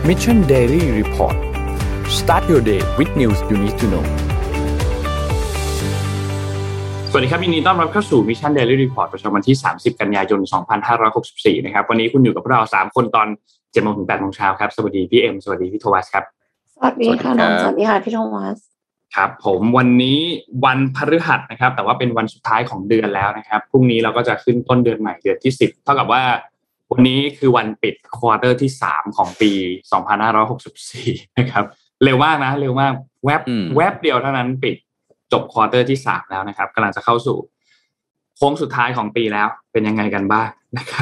Mission Daily Report Start your day with news you need to know สวัสดีครับยินดีต้อนรับเข้าสู่ Mission Daily Report ประจำวันที่30กันยายน2564นะครับวันนี้คุณอยู่กับเรา3คนตอน 7:00 น. ถึง 8:00 น. ครับสวัสดีพี่เอ็มสวัสดีพี่โทมัสครับสวัสดีค่ะน้องสวัสดีค่ะพี่โทมัสครับผมวันนี้วันพฤหัสนะครับแต่ว่าเป็นวันสุดท้ายของเดือนแล้วนะครับพรุ่งนี้เราก็จะขึ้นต้นเดือนใหม่เดือนที่10เท่ากับว่าวันนี้คือวันปิดควอเตอร์ที่3ของปี2564นะครับเร็วมากนะเร็วมากแวบเดียวเท่านั้นปิดจบควอเตอร์ที่3แล้วนะครับกำลังจะเข้าสู่โค้งสุดท้ายของปีแล้วเป็นยังไงกันบ้างนะครับ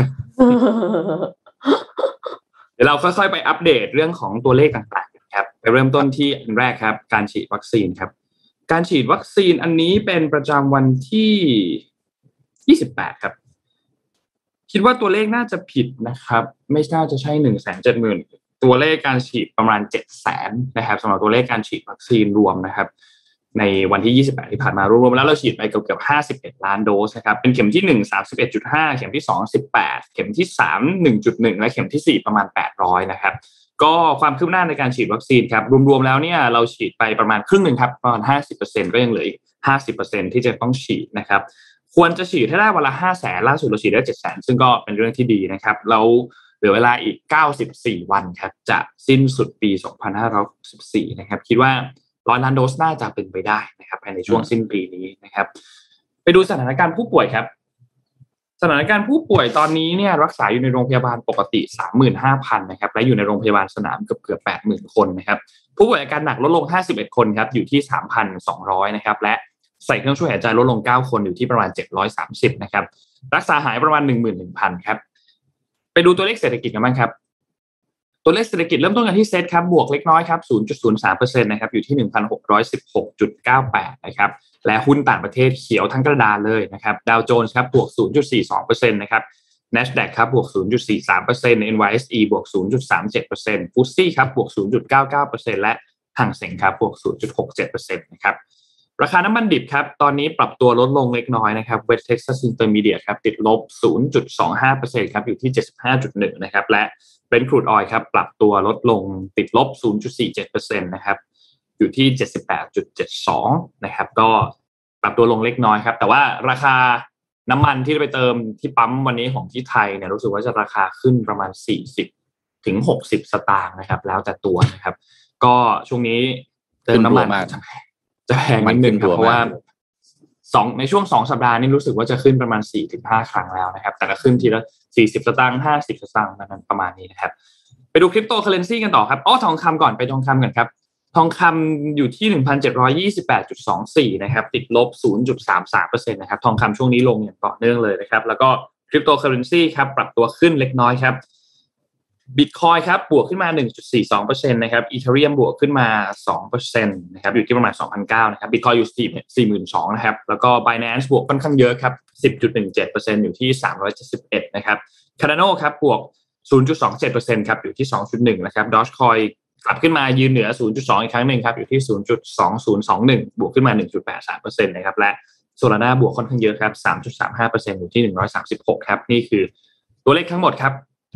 เดี๋ยวเราค่อยๆไปอัปเดตเรื่องของตัวเลขต่างๆครับไปเริ่มต้นที่อันแรกครับการฉีดวัคซีนครับการฉีดวัคซีนอันนี้เป็นประจำวันที่28ครับคิดว่าตัวเลขน่าจะผิดนะครับไม่น่าจะใช่ 170,000 ตัวเลขการฉีดประมาณ 700,000 นะครับสำหรับตัวเลขการฉีดวัคซีนรวมนะครับในวันที่28ที่ผ่านมารวมๆแล้วเราฉีดไปเกือบ51ล้านโดสนะครับเป็นเข็มที่1 31.5 เข็มที่2 18เข็มที่3 1.1 และเข็มที่4ประมาณ800นะครับก็ความคืบหน้าในการฉีดวัคซีนครับรวมๆแล้วเนี่ยเราฉีดไปประมาณครึ่งนึงครับประมาณ 50% ก็ยังเหลืออีก 50% ที่จะต้องฉีดนะครับควรจะฉีดให้ได้วันละ 500,000 ล่าสุดเราฉีดได้ 700,000 ซึ่งก็เป็นเรื่องที่ดีนะครับเราเหลือเวลาอีก94วันครับจะสิ้นสุดปี2564นะครับคิดว่า100 ล้านโดสน่าจะเป็นไปได้นะครับภายในช่วงสิ้นปีนี้นะครับไปดูสถานการณ์ผู้ป่วยครับสถานการณ์ผู้ป่วยตอนนี้เนี่ยรักษาอยู่ในโรงพยาบาลปกติ 35,000 นะครับและอยู่ในโรงพยาบาลสนามเกือบ 80,000 คนนะครับผู้ป่วยอาการหนักลดลง51คนครับอยู่ที่ 3,200 นะครับและใส่เครื่องช่วยหายใจลดลง9คนอยู่ที่ประมาณ730นะครับรักษาหายประมาณ 11,000 ครับไปดูตัวเลขเศรษฐกิจกันบ้างครับตัวเลขเศรษฐกิจเริ่มต้นกันที่เซตครับบวกเล็กน้อยครับ 0.03% นะครับอยู่ที่ 1,616.98 นะครับและหุ้นต่างประเทศเขียวทั้งกระดานเลยนะครับดาวโจนส์ครับบวก 0.42% นะครับ NASDAQ ครับบวก 0.43% NYSE บวก 0.37% FTSE ครับบวก 0.99% และหั่งเส็งครับบวก 0.67% นะครับราคาน้ำมันดิบครับตอนนี้ปรับตัวลดลงเล็กน้อยนะครับ West Texas Intermediate ครับติดลบ 0.25% ครับอยู่ที่ 75.1 นะครับและBrent crude oil ครับปรับตัวลดลงติดลบ 0.47% นะครับอยู่ที่ 78.72 นะครับก็ปรับตัวลงเล็กน้อยครับแต่ว่าราคาน้ำมันที่ไปเติมที่ปั๊มวันนี้ของที่ไทยเนี่ยรู้สึกว่าจะราคาขึ้นประมาณ40ถึง60สตางค์นะครับแล้วแต่ตัวนะครับก็ช่วงนี้เติมน้ำมันจะแพงนิดนึงครับเพราะว่าในช่วง2สัปดาห์นี้รู้สึกว่าจะขึ้นประมาณ 4-5 ครั้งแล้วนะครับแต่ละขึ้นทีละ40สตางค์50สตางค์ประมาณนี้นะครับไปดูคริปโตเคอเรนซีกันต่อครับทองคำก่อนไปทองคำกันครับทองคำอยู่ที่ 1,728.24 นะครับติดลบ 0.33% นะครับทองคำช่วงนี้ลงอย่างต่อเนื่องเลยนะครับแล้วก็คริปโตเคอเรนซีครับปรับตัวขึ้นเล็กน้อยครับBitcoin ครับบวกขึ้นมา 1.42% นะครับ Ethereum บวกขึ้นมา 2% นะครับอยู่ที่ประมาณ 2,900 นะครับ Bitcoin อยู่ 42,000 นะครับแล้วก็ Binance บวกค่อนข้างเยอะครับ 10.17% อยู่ที่371นะครับ Cardano ครับบวก 0.27% ครับอยู่ที่ 2.1 นะครับ Dogecoin กลับขึ้นมายืนเหนือ 0.2 อีกครั้งนึงครับอยู่ที่ 0.2021 บวกขึ้นมา 1.83% นะครับและ Solana บวกค่อนข้างเยอะครับ 3.35% อยู่ที่136ครับนี่คือตัวเลขทั้งหมดครับ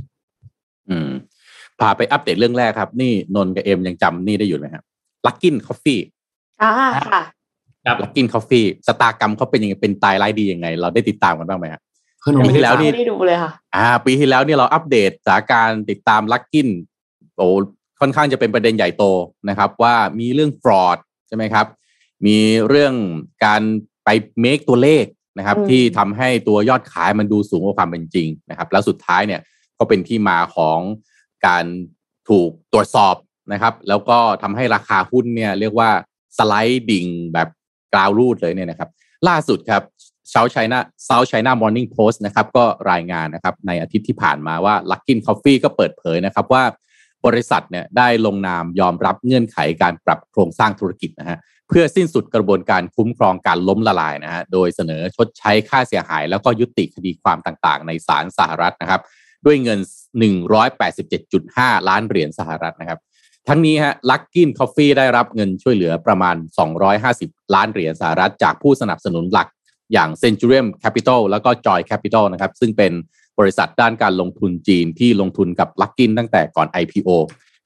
พาไปอัปเดตเรื่องแรกครับนี่นนท์กับเอ็มยังจำนี่ได้อยู่ไหมครับลักกินคอฟฟี่ค่ะครับลักกินคอฟฟี่สตากรรมเขาเป็นยังไงเป็นตายไร้ดียังไงเราได้ติดตามกันบ้างไหมครับปีที่แล้วนี่ไม่ได้ดูเลยค่ะปีที่แล้วนี่เราอัปเดตสถานการณ์ติดตามลักกินค่อนข้างจะเป็นประเด็นใหญ่โตนะครับว่ามีเรื่องฟรอดใช่ไหมครับมีเรื่องการไปเมคตัวเลขนะครับที่ทำให้ตัวยอดขายมันดูสูงกว่าความเป็นจริงนะครับแล้วสุดท้ายเนี่ยก็เป็นที่มาของการถูกตรวจสอบนะครับแล้วก็ทำให้ราคาหุ้นเนี่ยเรียกว่าสไลด์ดิ่งแบบกราวรูดเลยเนี่ยนะครับล่าสุดครับ South China Morning Post นะครับก็รายงานนะครับในอาทิตย์ที่ผ่านมาว่า Luckin Coffee ก็เปิดเผยนะครับว่าบริษัทเนี่ยได้ลงนามยอมรับเงื่อนไขการปรับโครงสร้างธุรกิจนะฮะเพื่อสิ้นสุดกระบวนการคุ้มครองการล้มละลายนะฮะโดยเสนอชดใช้ค่าเสียหายแล้วก็ยุติคดีความต่างๆในศาลสหรัฐนะครับด้วยเงิน 187.5 ล้านเหรียญสหรัฐนะครับทั้งนี้ฮะ Luckin Coffee ได้รับเงินช่วยเหลือประมาณ250ล้านเหรียญสหรัฐจากผู้สนับสนุนหลักอย่าง Centurium Capital แล้วก็ Joy Capital นะครับซึ่งเป็นบริษัทด้านการลงทุนจีนที่ลงทุนกับ Luckin ตั้งแต่ก่อน IPO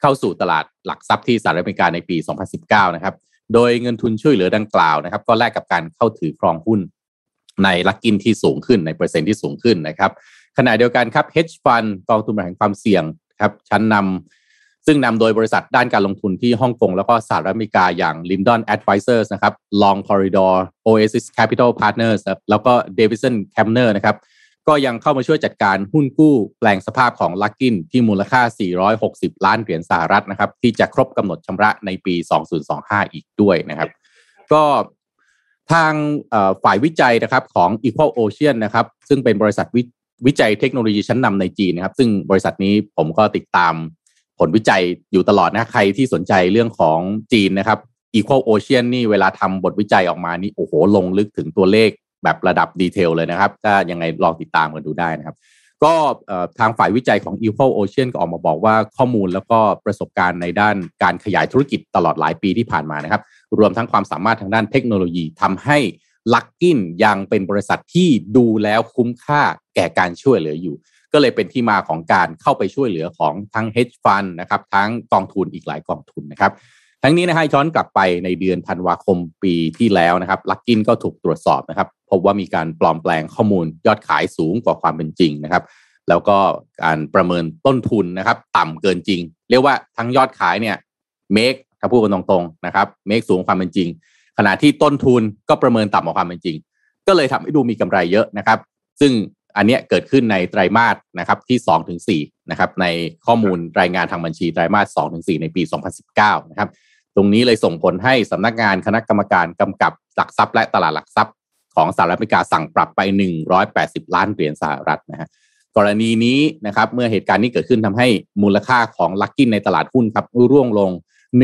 เข้าสู่ตลาดหลักทรัพย์ที่สหรัฐอเมริกาในปี 2019 นะครับโดยเงินทุนช่วยเหลือดังกล่าวนะครับก็แลกกับการเข้าถือครองหุ้นในลักกินที่สูงขึ้นในเปอร์เซ็นต์ที่สูงขึ้นนะครับขณะเดียวกันครับ hedge fund กองทุนบริหารความเสี่ยงครับชั้นนำซึ่งนำโดยบริษัทด้านการลงทุนที่ฮ่องกงแล้วก็สหรัฐอเมริกาอย่าง Linden Advisors นะครับ Long Corridor Oasis Capital Partners แล้วก็ Davidson Kempner นะครับก็ยังเข้ามาช่วยจัดการหุ้นกู้แปลงสภาพของลักกินที่มูลค่า$460 ล้านนะครับที่จะครบกำหนดชำระในปี 2025 อีกด้วยนะครับก็ทางฝ่ายวิจัยนะครับของ Equal Ocean นะครับซึ่งเป็นบริษัทวิจัยเทคโนโลยีชั้นนำในจีนนะครับซึ่งบริษัทนี้ผมก็ติดตามผลวิจัยอยู่ตลอดนะใครที่สนใจเรื่องของจีนนะครับ Equal Ocean นี่เวลาทำบทวิจัยออกมานี่โอ้โหลงลึกถึงตัวเลขแบบระดับดีเทลเลยนะครับถ้ายังไงลองติดตามกันดูได้นะครับก็ทางฝ่ายวิจัยของ Equal Ocean ก็ออกมาบอกว่าข้อมูลแล้วก็ประสบการณ์ในด้านการขยายธุรกิจตลอดหลายปีที่ผ่านมานะครับรวมทั้งความสามารถทางด้านเทคโนโลยีทำให้ลักกินยังเป็นบริษัทที่ดูแล้วคุ้มค่าแก่การช่วยเหลืออยู่ก็เลยเป็นที่มาของการเข้าไปช่วยเหลือของทั้ง hedge fund นะครับทั้งกองทุนอีกหลายกองทุนนะครับทั้งนี้นะฮะย้อนกลับไปในเดือนธันวาคมปีที่แล้วนะครับลักกินก็ถูกตรวจสอบนะครับพบว่ามีการปลอมแปลงข้อมูลยอดขายสูงกว่าความเป็นจริงนะครับแล้วก็การประเมินต้นทุนนะครับต่ำเกินจริงเรียกว่าทั้งยอดขายเนี่ยเมคถ้าพูดกันตรงๆนะครับเมคสูงความเป็นจริงขณะที่ต้นทุนก็ประเมินต่ำกว่าความเป็นจริงก็เลยทำให้ดูมีกำไรเยอะนะครับซึ่งอันนี้เกิดขึ้นในไตรมาสนะครับที่ 2-4 นะครับในข้อมูลรายงานทางบัญชีไตรมาส 2-4 ในปี 2019 นะครับตรงนี้เลยส่งผลให้สำนักงานคณะกรรมการกำกับหลักทรัพย์และตลาดหลักทรัพย์ของสหรัฐอเมริกาสั่งปรับไป$180 ล้านนะฮะกรณีนี้นะครับเมื่อเหตุการณ์นี้เกิดขึ้นทำให้มูลค่าของลักกินในตลาดหุ้นครับร่วงลง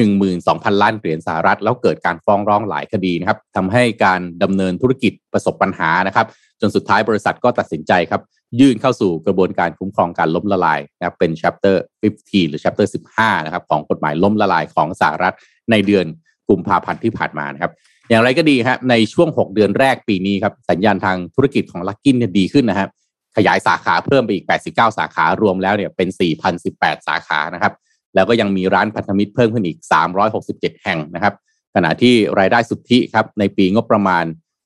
12,000 ล้านแล้วเกิดการฟ้องร้องหลายคดีนะครับทำให้การดำเนินธุรกิจประสบปัญหานะครับจนสุดท้ายบริษัทก็ตัดสินใจครับยื่นเข้าสู่กระบวนการคุ้มครองการล้มละลายนะครับเป็น Chapter 15 หรือ Chapter 15 นะครับของกฎหมายล้มละลายของสหรัฐในเดือนกุมภาพันธ์ที่ผ่านมานะครับอย่างไรก็ดีครับในช่วง6เดือนแรกปีนี้ครับสัญญาณทางธุรกิจของลักกินเนี่ยดีขึ้นนะครับขยายสาขาเพิ่มไปอีก89สาขารวมแล้วเนี่ยเป็น 4,018 สาขานะครับแล้วก็ยังมีร้านพันธมิตรเพิ่มขึ้นอีก367แห่งนะครับขณะที่รายได้สุทธิครับในปีงบประมาณ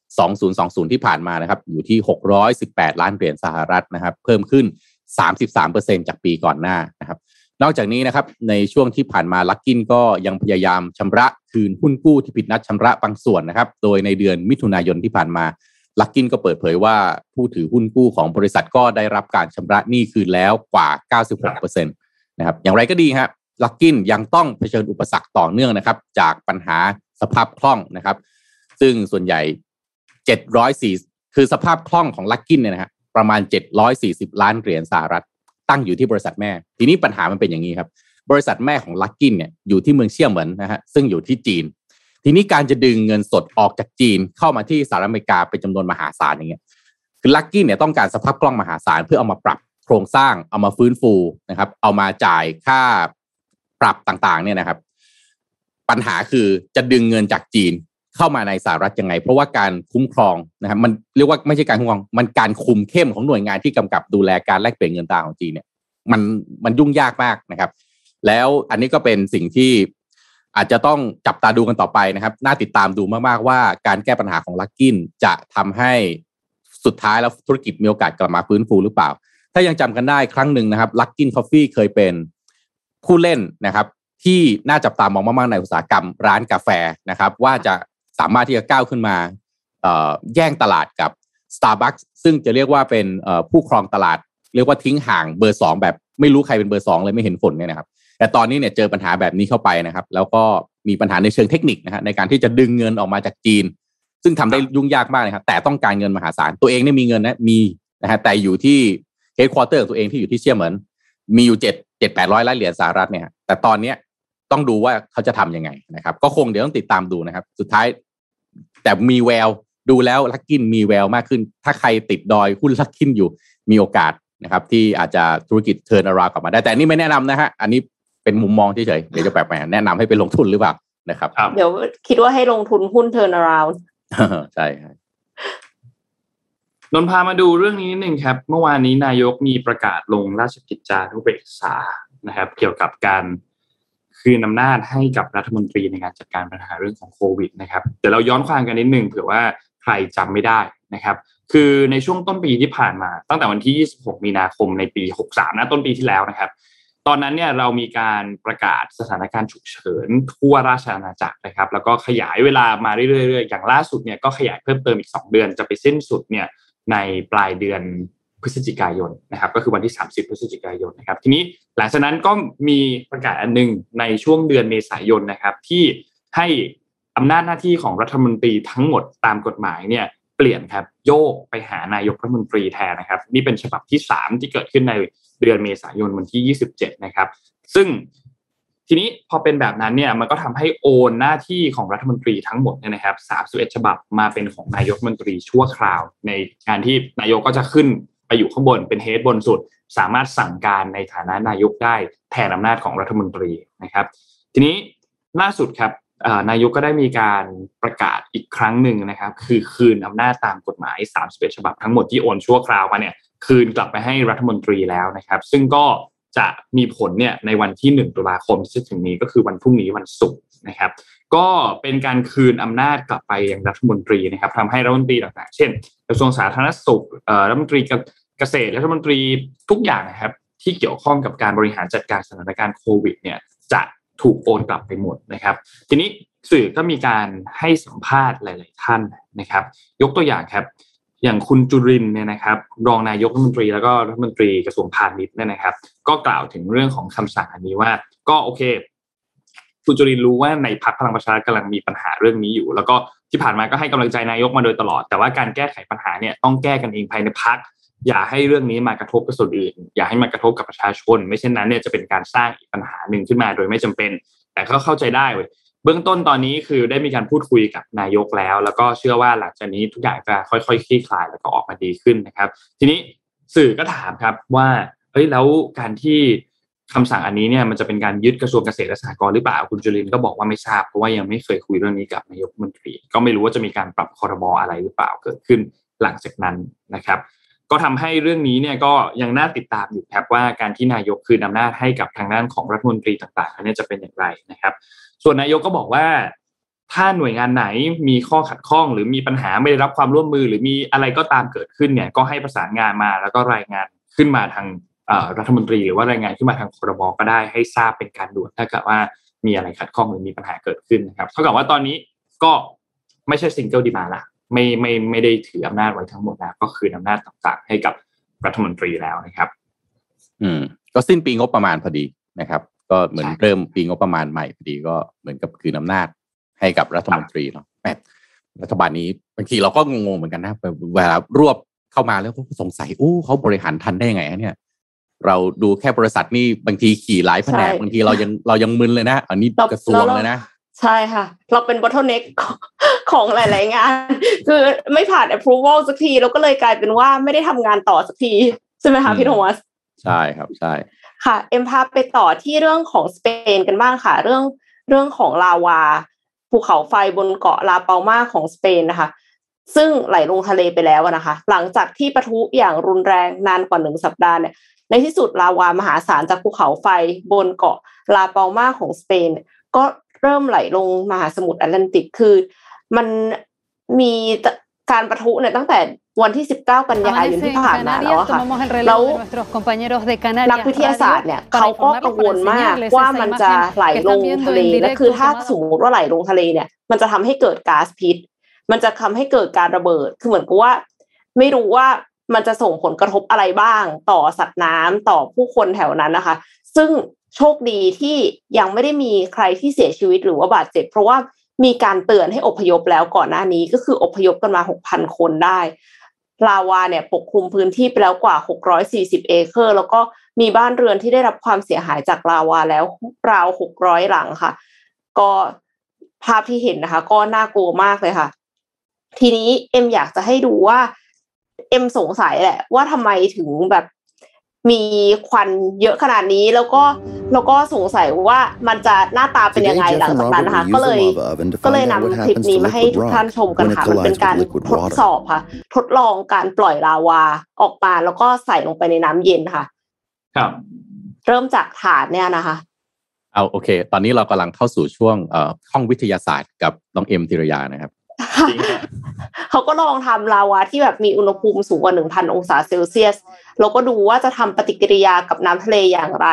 2020ที่ผ่านมานะครับอยู่ที่$618 ล้านนะครับเพิ่มขึ้น 33% จากปีก่อนหน้านะครับนอกจากนี้นะครับในช่วงที่ผ่านมาลักกินก็ยังพยายามชำระคืนหุ้นกู้ที่ผิดนัดชำระบางส่วนนะครับโดยในเดือนมิถุนายนที่ผ่านมาลักกินก็เปิดเผยว่าผู้ถือหุ้นกู้ของบริษัทก็ได้รับการชำระหนี้คืนแล้วกว่า 96% นะครับอย่างไรก็ดีครับลักกินยังต้องเผชิญอุปสรรคต่อเนื่องนะครับจากปัญหาสภาพคล่องนะครับซึ่งส่วนใหญ่704คือสภาพคล่องของลักกินเนี่ยนะฮะประมาณ$740 ล้านตั้งอยู่ที่บริษัทแม่ทีนี้ปัญหามันเป็นอย่างนี้ครับบริษัทแม่ของลักกินเนี่ยอยู่ที่เมืองเซี่ยเหมินนะฮะซึ่งอยู่ที่จีนทีนี้การจะดึงเงินสดออกจากจีนเข้ามาที่สหรัฐอเมริกาเป็นจำนวนมหาศาลอย่างเงี้ยคือลักกินเนี่ยต้องการสภาพคล่องมหาศาลเพื่อเอามาปรับโครงสร้างเอามาฟื้นฟูนะครับเอามาจ่ายค่าปรับต่างๆเนี่ยนะครับปัญหาคือจะดึงเงินจากจีนเข้ามาในสหรัฐยังไงเพราะว่าการคุ้มครองนะครับมันเรียกว่าไม่ใช่การคุ้มครองมันการคุมเข้มของหน่วยงานที่กำกับดูแลการแลกเปลี่ยนเงินตราของจีนเนี่ยมันยุ่งยากมากนะครับแล้วอันนี้ก็เป็นสิ่งที่อาจจะต้องจับตาดูกันต่อไปนะครับน่าติดตามดูมากๆว่าการแก้ปัญหาของลักกินจะทำให้สุดท้ายแล้วธุรกิจมีโอกาสกลับมาฟื้นฟูหรือเปล่าถ้ายังจำกันได้ครั้งหนึ่งนะครับลักกินคอฟฟี่เคยเป็นผู้เล่นนะครับที่น่าจับตามองมากๆในอุตสาหกรรมร้านกาแฟนะครับว่าจะสามารถที่จะก้าวขึ้นมาแย่งตลาดกับ Starbucks ซึ่งจะเรียกว่าเป็นผู้ครองตลาดเรียกว่าทิ้งห่างเบอร์2แบบไม่รู้ใครเป็นเบอร์2เลยไม่เห็นผลเนี่ยนะครับแต่ตอนนี้เนี่ยเจอปัญหาแบบนี้เข้าไปนะครับแล้วก็มีปัญหาในเชิงเทคนิคนะฮะในการที่จะดึงเงินออกมาจากจีนซึ่งทำได้ยุ่งยากมากนะครับแต่ต้องการเงินมหาศาลตัวเองเนี่ยมีเงินนะมีนะฮะแต่อยู่ที่เฮดควอเตอร์ของตัวเองที่อยู่ที่เซี่ยเหมินมีอยู่700-800 ล้านเหรียญสหรัฐเนี่ยแต่ตอนนี้ต้องดูว่าเขาจะทำยังไงนะครับก็คงเดี๋ยวต้องติดตามดูนะครับสุดท้ายแต่มีแววดูแล้วลักกินมีแววมากขึ้นถ้าใครติดดอยหุ้นลักกินอยู่มีโอกาสนะครับที่อาจจะธุรกิจเทิร์นอราวด์กลับมาได้แต่นี่ไม่แนะนำนะฮะอันนี้เป็นมุมมองเฉยๆเดี๋ยวจะแบบแนะนำให้ไปลงทุนหรือเปล่านะครับเดี๋ยวคิดว่าให้ลงทุนหุ้นเทิร์นอราวด์ใช่ครับนนพามาดูเรื่องนี้นิดนึงครับเมื่อวานนี้นายกมีประกาศลงราชกิจจานุเบกษานะครับเกี่ยวกับการคืนอำนาจให้กับรัฐมนตรีในการจัดการปัญหาเรื่องของโควิดนะครับเดี๋ยวเราย้อนความกันนิดนึงเผื่อว่าใครจำไม่ได้นะครับคือในช่วงต้นปีที่ผ่านมาตั้งแต่วันที่26มีนาคมในปี63นะต้นปีที่แล้วนะครับตอนนั้นเนี่ยเรามีการประกาศสถานการณ์ฉุกเฉินทั่วราชอาณาจักรนะครับแล้วก็ขยายเวลามาเรื่อยๆอย่างล่าสุดเนี่ยก็ขยายเพิ่มเติมอีก2เดือนจะไปสิ้นสุดเนี่ยในปลายเดือนพฤศจิกายนนะครับก็คือวันที่30พฤศจิกายนนะครับทีนี้หลังจากนั้นก็มีประกาศอันนึงในช่วงเดือนเมษายนนะครับที่ให้อำนาจหน้าที่ของรัฐมนตรีทั้งหมดตามกฎหมายเนี่ยเปลี่ยนครับโยกไปหานายกรัฐมนตรีแทนนะครับนี่เป็นฉบับที่3ที่เกิดขึ้นในเดือนเมษายนวันที่27นะครับซึ่งทีนี้พอเป็นแบบนั้นเนี่ยมันก็ทำให้โอนหน้าที่ของรัฐมนตรีทั้งหมดเนี่ยนะครับ31ฉบับมาเป็นของนายกรัฐมนตรีชั่วคราวในการที่นายกก็จะขึ้นไปอยู่ข้างบนเป็นเฮดบนสุดสามารถสั่งการในฐานะนายกได้แทนอำนาจของรัฐมนตรีนะครับทีนี้ล่าสุดครับนายกก็ได้มีการประกาศอีกครั้งหนึ่งนะครับคือคืนอำนาจตามกฎหมาย31ฉบับทั้งหมดที่โอนชั่วคราวมาเนี่ยคืนกลับไปให้รัฐมนตรีแล้วนะครับซึ่งก็จะมีผลเนี่ยในวันที่1ตุลาคมที่จะถึงนี้ก็คือวันพรุ่งนี้วันศุกร์นะครับก็เป็นการคืนอำนาจกลับไปยังรัฐมนตรีนะครับทำให้รัฐมนตรีต่างๆเช่นกระทรวงสาธารณสุขรัฐมนตรีเกษตรรัฐมนตรีทุกอย่างนะครับที่เกี่ยวข้องกับการบริหารจัดการสถานการณ์โควิดเนี่ยจะถูกโอนกลับไปหมดนะครับทีนี้สื่อก็มีการให้สัมภาษณ์หลายๆท่านนะครับยกตัวอย่างครับอย่างคุณจุรินทร์เนี่ยนะครับรองนายกรัฐมนตรีแล้วก็รัฐมนตรีกระทรวงพาณิชย์เนี่ยนะครับก็กล่าวถึงเรื่องของคำสั่งอันนี้ว่าก็โอเคคุณจุรินทร์รู้ว่าในพรรคพลังประชารัฐกำลังมีปัญหาเรื่องนี้อยู่แล้วก็ที่ผ่านมาก็ให้กำลังใจนายกมาโดยตลอดแต่ว่าการแก้ไขปัญหาเนี่ยต้องแก้กันเองภายในพรรคอย่าให้เรื่องนี้มากระทบกับส่วนอื่นอย่าให้มากระทบกับประชาชนไม่เช่นนั้นเนี่ยจะเป็นการสร้างอีกปัญหาหนึ่งขึ้นมาโดยไม่จำเป็นแต่ก็เข้าใจได้เว้ยเบื้องต้นตอนนี้คือได้มีการพูดคุยกับนายกแล้วก็เชื่อว่าหลังจากนี้ทุกอย่างจะค่อยๆคลี่คลายแล้วก็ออกมาดีขึ้นนะครับทีนี้สื่อก็ถามครับว่าเฮ้ยแล้วการที่คำสั่งอันนี้เนี่ยมันจะเป็นการยึดกระทรวงเกษตรและสหกรณ์หรือเปล่าคุณจุรินทร์ก็บอกว่าไม่ทราบเพราะว่ายังไม่เคยคุยเรื่องนี้กับนายกรัฐมนตรีก็ไม่รู้ว่าจะมีการปรับครม.อะไรหรือเปล่าเกิดขึ้นหลังจากนั้นนะครับก็ทำให้เรื่องนี้เนี่ยก็ยังน่าติดตามอยู่ครับว่าการที่นายกคืนอำนาจให้กับทางด้านของรัฐมนตรีต่างๆเนี่ยจะเป็นอย่างไรนะครับส่วนนายกก็บอกว่าถ้าหน่วยงานไหนมีข้อขัดข้องหรือมีปัญหาไม่ได้รับความร่วมมือหรือมีอะไรก็ตามเกิดขึ้นเนี่ยก็ให้ประสานงานมาแล้วก็รายงานขึ้นมาทางรัฐมนตรีหรือว่ารายงานขึ้นมาทางครม.ก็ได้ให้ทราบเป็นการด่วนถ้าเกิดว่ามีอะไรขัดข้องหรือมีปัญหาเกิดขึ้นนะครับเท่ากับว่าตอนนี้ก็ไม่ใช่ซิงเกิลดีมาละไม่ได้ถืออำนาจไว้ทั้งหมดนะก็คืนอำนาจต่างๆให้กับรัฐมนตรีแล้วนะครับก็สิ้นปีงบประมาณพอดีนะครับก็เหมือนเริ่มปีงบประมาณใหม่พอดีก็เหมือนกับคืนอำนาจให้กับรัฐมนตรีเนาะรัฐบาลนี้บางทีเราก็งงๆเหมือนกันนะเวลารวบเข้ามาแล้วก็สงสัยเขาบริหารทันได้ยังไงเนี่ยเราดูแค่บริษัทนี่บางทีขี่หลายแผนกบางทีเรายังมึนเลยนะอันนี้กระทรวงเลยนะใช่ค่ะเราเป็น bottleneck ของหลายๆงานคือไม่ผ่าน approval สักทีแล้วก็เลยกลายเป็นว่าไม่ได้ทำงานต่อสักทีใช่ไหมคะพี่โทมัสใช่ครับใช่ค่ะเอ็มพาไปต่อที่เรื่องของสเปนกันบ้างค่ะเรื่องของลาวาภูเขาไฟบนเกาะลาเปามาของสเปนนะคะซึ่งไหลลงทะเลไปแล้วนะคะหลังจากที่ปะทุอย่างรุนแรงนานกว่า1สัปดาห์เนี่ยในที่สุดลาวามหาศาลจากภูเขาไฟบนเกาะลาเปามาของสเปนก็เริ่มไหลลงมหาสมุทรแอตแลนติกคือมันมีการปะทุเนี่ยตั้งแต่วันที่19กันยายนที่ผ่านมาแล้วค่ะแล้วนักวิทยาศาสตร์เนี่ยเขาก็กังวลมากว่ามันจะไหลลงทะเลและคือถ้าสมมติว่าไหลลงทะเลเนี่ยมันจะทำให้เกิดก๊าซพิษมันจะทำให้เกิดการระเบิดคือเหมือนกับว่าไม่รู้ว่ามันจะส่งผลกระทบอะไรบ้างต่อสัตว์น้ำต่อผู้คนแถวนั้นนะคะซึ่งโชคดีที่ยังไม่ได้มีใครที่เสียชีวิตหรือว่าบาดเจ็บเพราะว่ามีการเตือนให้อพยพแล้วก่อนหน้านี้ก็คืออพยพกันมา 6,000 คนได้ลาวาเนี่ยปกคลุมพื้นที่ไปแล้วกว่า640เอเคอร์แล้วก็มีบ้านเรือนที่ได้รับความเสียหายจากลาวาแล้วราว600หลังค่ะก็ภาพที่เห็นนะคะก็น่ากลัวมากเลยค่ะทีนี้เอ็มอยากจะให้ดูว่าเอ็มสงสัยแหละว่าทำไมถึงแบบมีควันเยอะขนาดนี้แล้วก็สงสัยว่ามันจะหน้าตาเป็นยังไงหลังจากนั้นนะคะก็เลยนำคลิปนี้มาให้ทุกท่านชมกันค่ะมันเป็นการทดสอบค่ะทดลองการปล่อยลาวาออกมาแล้วก็ใส่ลงไปในน้ำเย็นค่ะครับเริ่มจากฐานเนี่ยนะคะเอาโอเคตอนนี้เรากำลังเข้าสู่ช่วงห้องวิทยาศาสตร์กับน้องเอ็มธีรยานะครับเขาก็ลองทำลาวาที่แบบมีอุณหภูมิสูงกว่า 1,000 องศาเซลเซียสแล้วก็ดูว่าจะทำปฏิกิริยากับน้ำทะเลอย่างไร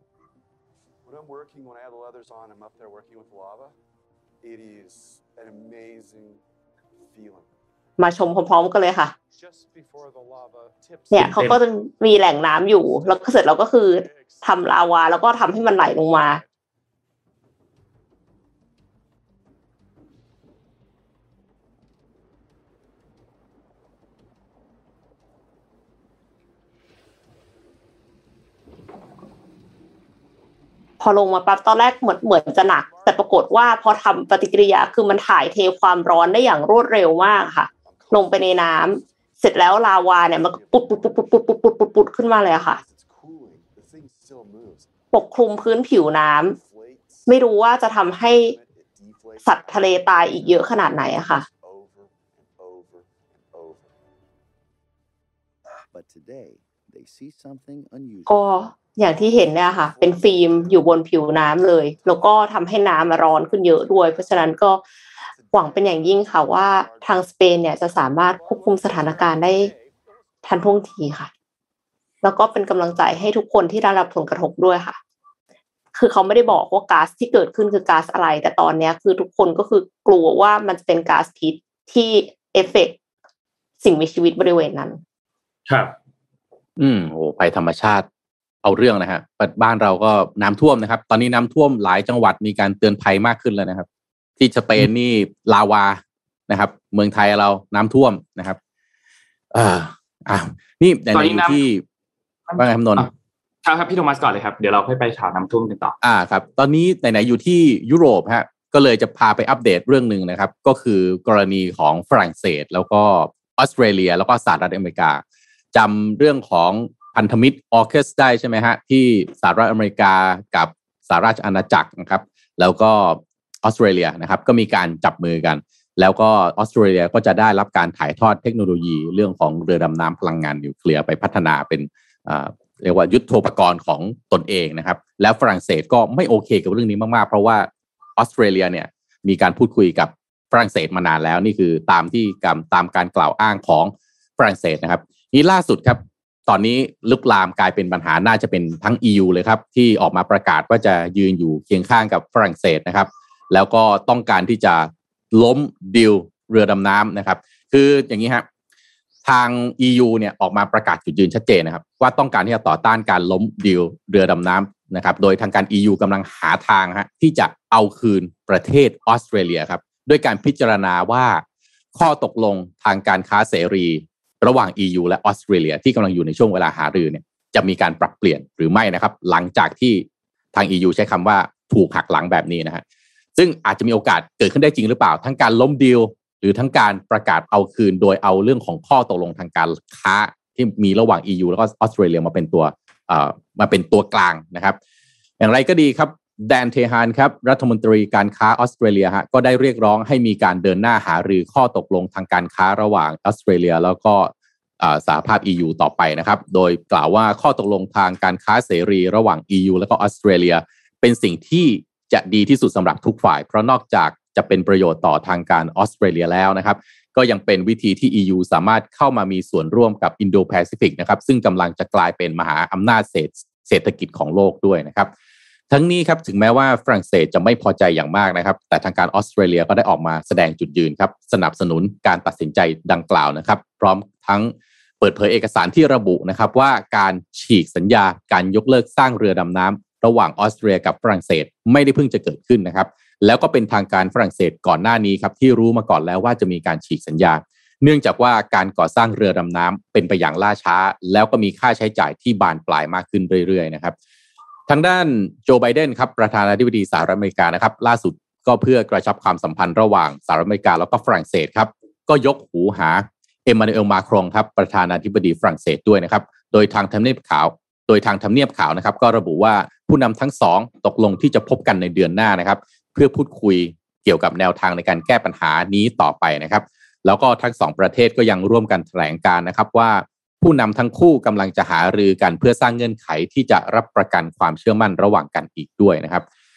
มาชมพร้อมๆกันเลยค่ะเนี่ยเขาก็จะมีแหล่งน้ำอยู่แล้วก็เสร็จแล้วก็คือทำลาวาแล้วก็ทำให้มันไหลลงมาพอลงมาปั๊บตอนแรกเหมือนจะหนักแต่ปรากฏว่าพอทำปฏิกิริยาคือมันถ่ายเทความร้อนได้อย่างรวดเร็วมากค่ะลงไปในน้ำเสร็จแล้วลาวาเนี่ยมันปุดขึ้นมาเลยค่ะปกคลุมพื้นผิวน้ำไม่รู้ว่าจะทำให้สัตว์ทะเลตายอีกเยอะขนาดไหนอะค่ะก็อย่างที่เห็นเนี่ยค่ะเป็นฟิล์มอยู่บนผิวน้ำเลยแล้วก็ทำให้น้ำร้อนขึ้นเยอะด้วยเพราะฉะนั้นก็หวังเป็นอย่างยิ่งค่ะว่าทางสเปนเนี่ยจะสามารถควบคุมสถานการณ์ได้ทันท่วงทีค่ะแล้วก็เป็นกำลังใจให้ทุกคนที่ได้รับผลกระทบด้วยค่ะคือเขาไม่ได้บอกว่าก๊าซที่เกิดขึ้นคือก๊าซอะไรแต่ตอนนี้คือทุกคนก็คือกลัวว่ามันจะเป็นก๊าซพิษที่เอฟเฟกต์สิ่งมีชีวิตบริเวณนั้นครับโอ้ภัยธรรมชาติเอาเรื่องนะฮะบ้านเราก็น้ำท่วมนะครับตอนนี้น้ำท่วมหลายจังหวัดมีการเตือนภัยมากขึ้นแล้วนะครับที่สเปนนี่ลาวานะครับเมืองไทยเราน้ำท่วมนะครับนี่ในที่ว่าไงครับนนท์ครับพี่โทมัสก่อนเลยครับเดี๋ยวเราค่อยไปข่าวน้ำท่วมกันต่อครับตอนนี้ไหนๆอยู่ที่ยุโรปฮะก็เลยจะพาไปอัปเดตเรื่องนึงนะครับก็คือกรณีของฝรั่งเศสแล้วก็ออสเตรเลียแล้วก็สหรัฐอเมริกาจำเรื่องของพันธมิตรออร์เคสได้ใช่ไหมฮะที่สหรัฐอเมริกากับสหราชอาณาจักรนะครับแล้วก็ออสเตรเลียนะครับก็มีการจับมือกันแล้วก็ออสเตรเลียก็จะได้รับการถ่ายทอดเทคโนโลยีเรื่องของเรือดำน้ำพลังงานนิวเคลียร์ไปพัฒนาเป็นเรียกว่ายุทโธปกรณ์ของตนเองนะครับแล้วฝรั่งเศสก็ไม่โอเคกับเรื่องนี้มากๆเพราะว่าออสเตรเลียเนี่ยมีการพูดคุยกับฝรั่งเศสมานานแล้วนี่คือตามการกล่าวอ้างของฝรั่งเศสนะครับนี่ล่าสุดครับตอนนี้ลุกลามกลายเป็นปัญหาน่าจะเป็นทั้ง EU เลยครับที่ออกมาประกาศว่าจะยืนอยู่เคียงข้างกับฝรั่งเศสนะครับแล้วก็ต้องการที่จะล้มดีลเรือดำน้ำนะครับคืออย่างนี้ครับทาง EU เนี่ยออกมาประกาศจุดยืนชัดเจนนะครับว่าต้องการที่จะต่อต้านการล้มดีลเรือดำน้ำนะครับโดยทางการ EU กำลังหาทางที่จะเอาคืนประเทศออสเตรเลียครับด้วยการพิจารณาว่าข้อตกลงทางการค้าเสรีระหว่าง EU และออสเตรเลียที่กำลังอยู่ในช่วงเวลาหารือเนี่ยจะมีการปรับเปลี่ยนหรือไม่นะครับหลังจากที่ทาง EU ใช้คำว่าถูกหักหลังแบบนี้นะฮะซึ่งอาจจะมีโอกาสเกิดขึ้นได้จริงหรือเปล่าทั้งการล้มดีลหรือทั้งการประกาศเอาคืนโดยเอาเรื่องของข้อตกลงทางการค้าที่มีระหว่าง EU แล้วก็ออสเตรเลียมาเป็นตัวกลางนะครับอย่างไรก็ดีครับแดนเทฮานครับรัฐมนตรีการค้าออสเตรเลียก็ได้เรียกร้องให้มีการเดินหน้าหารือข้อตกลงทางการค้าระหว่างออสเตรเลียแล้วก็สหภาพ EU ต่อไปนะครับโดยกล่าวว่าข้อตกลงทางการค้าเสรีระหว่าง EU แล้วก็ออสเตรเลียเป็นสิ่งที่จะดีที่สุดสำหรับทุกฝ่ายเพราะนอกจากจะเป็นประโยชน์ต่อทางการออสเตรเลียแล้วนะครับก็ยังเป็นวิธีที่ EU สามารถเข้ามามีส่วนร่วมกับอินโดแปซิฟิกนะครับซึ่งกำลังจะกลายเป็นมหาอำนาจเศรษฐกิจของโลกด้วยนะครับทั้งนี้ครับถึงแม้ว่าฝรั่งเศสจะไม่พอใจอย่างมากนะครับแต่ทางการออสเตรเลียก็ได้ออกมาแสดงจุดยืนครับสนับสนุนการตัดสินใจดังกล่าวนะครับพร้อมทั้งเปิดเผยเอกสารที่ระบุนะครับว่าการฉีกสัญญาการยกเลิกสร้างเรือดำน้ำระหว่างออสเตรเลียกับฝรั่งเศสไม่ได้เพิ่งจะเกิดขึ้นนะครับแล้วก็เป็นทางการฝรั่งเศสก่อนหน้านี้ครับที่รู้มาก่อนแล้วว่าจะมีการฉีกสัญญาเนื่องจากว่าการก่อสร้างเรือดำน้ำเป็นไปอย่างล่าช้าแล้วก็มีค่าใช้จ่ายที่บานปลายมากขึ้นเรื่อยๆนะครับทางด้านโจไบเดนครับประธานาธิบดีสหรัฐอเมริกานะครับล่าสุดก็เพื่อกระชับความสัมพันธ์ระหว่างสหรัฐอเมริกาแล้วก็ฝรั่งเศสครับก็ยกหูหาเอ็มมานูเอลมาครองครับประธานาธิบดีฝรั่งเศสด้วยนะครับโดยทางทำเนียบขาวนะครับก็ระบุว่าผู้นำทั้งสองตกลงที่จะพบกันในเดือนหน้านะครับเพื่อพูดคุยเกี่ยวกับแนวทางในการแก้ปัญหานี้ต่อไปนะครับแล้วก็ทั้งสองประเทศก็ยังร่วมกันแถลงการนะครับว่าผู้นำทั้งคู่กำลังจะหารือกันเพื่อสร้างเงื่อนไขที่จะรับประกันความเชื่อมั่นระหว่างกันอีกด้วยนะครับ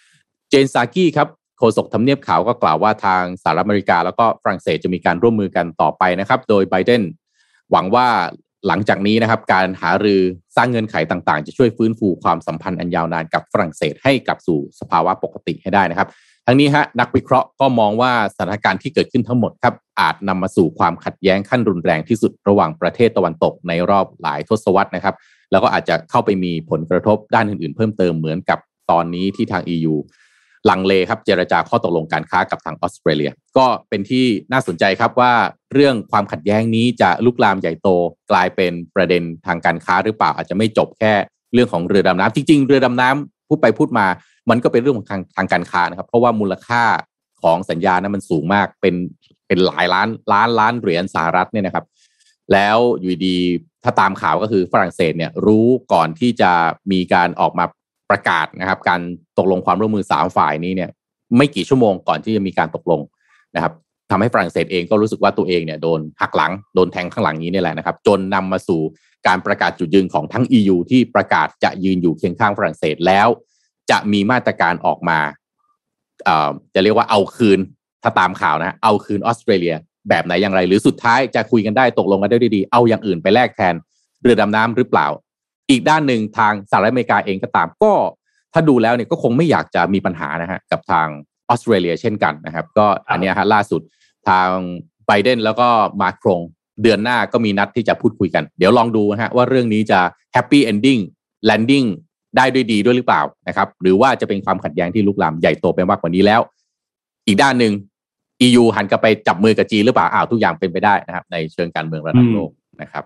เจนซากี้ครับโฆษกทำเนียบขาวก็กล่าวว่าทางสหรัฐอเมริกาแล้วก็ฝรั่งเศสจะมีการร่วมมือกันต่อไปนะครับโดยไบเดนหวังว่าหลังจากนี้นะครับการหารือสร้างเงื่อนไขต่างๆจะช่วยฟื้นฟูความสัมพันธ์อันยาวนานกับฝรั่งเศสให้กลับสู่สภาวะปกติให้ได้นะครับทั้งนี้นักวิเคราะห์ก็มองว่าสถานการณ์ที่เกิดขึ้นทั้งหมดครับอาจนำมาสู่ความขัดแย้งขั้นรุนแรงที่สุดระหว่างประเทศตะวันตกในรอบหลายทศวรรษนะครับแล้วก็อาจจะเข้าไปมีผลกระทบด้านอื่นๆเพิ่มเติมเหมือนกับตอนนี้ที่ทาง EU ลังเลครับเจรจาข้อตกลงการค้ากับทางออสเตรเลียก็เป็นที่น่าสนใจครับว่าเรื่องความขัดแย้งนี้จะลุกลามใหญ่โตกลายเป็นประเด็นทางการค้าหรือเปล่าอาจจะไม่จบแค่เรื่องของเรือดำน้ำจริงๆเรือดำน้ำพูดไปพูดมามันก็เป็นเรื่องของทางการค้านะครับเพราะว่ามูลค่าของสัญญานั้นมันสูงมากเป็นหลายล้านเหรียญสหรัฐเนี่ยนะครับแล้วอยู่ดีถ้าตามข่าวก็คือฝรั่งเศสเนี่ยรู้ก่อนที่จะมีการออกมาประกาศนะครับการตกลงความร่วมมือ3ฝ่ายนี้เนี่ยไม่กี่ชั่วโมงก่อนที่จะมีการตกลงนะครับทำให้ฝรั่งเศสเองก็รู้สึกว่าตัวเองเนี่ยโดนหักหลังโดนแทงข้างหลังนี้นี่แหละนะครับจนนำมาสู่การประกาศจุดยืนของทั้ง EU ที่ประกาศจะยืนอยู่เคียงข้างฝรั่งเศสแล้วจะมีมาตรการออกมาจะเรียกว่าเอาคืนถ้าตามข่าวนะเอาคืนออสเตรเลียแบบไหนอย่างไรหรือสุดท้ายจะคุยกันได้ตกลงกันได้ดีๆเอาอย่างอื่นไปแลกแทนเรือดำน้ำหรือเปล่าอีกด้านหนึ่งทางสหรัฐอเมริกาเองก็ตามก็ถ้าดูแล้วเนี่ยก็คงไม่อยากจะมีปัญหานะฮะกับทางออสเตรเลียเช่นกันนะครับก็อันนี้ล่าสุดทางไบเดนแล้วก็มาครงเดือนหน้าก็มีนัดที่จะพูดคุยกันเดี๋ยวลองดูนะฮะว่าเรื่องนี้จะแฮปปี้เอนดิ้งแลนดิ้งได้ด้วยดีด้วยหรือเปล่านะครับหรือว่าจะเป็นความขัดแย้งที่ลุกลามใหญ่โตไปมากกว่านี้แล้วอีกด้านหนึ่ง EU หันกลับไปจับมือกับจีนหรือเปล่าทุกอย่างเป็นไปได้นะครับในเชิงการเมืองระดับโลกนะครับ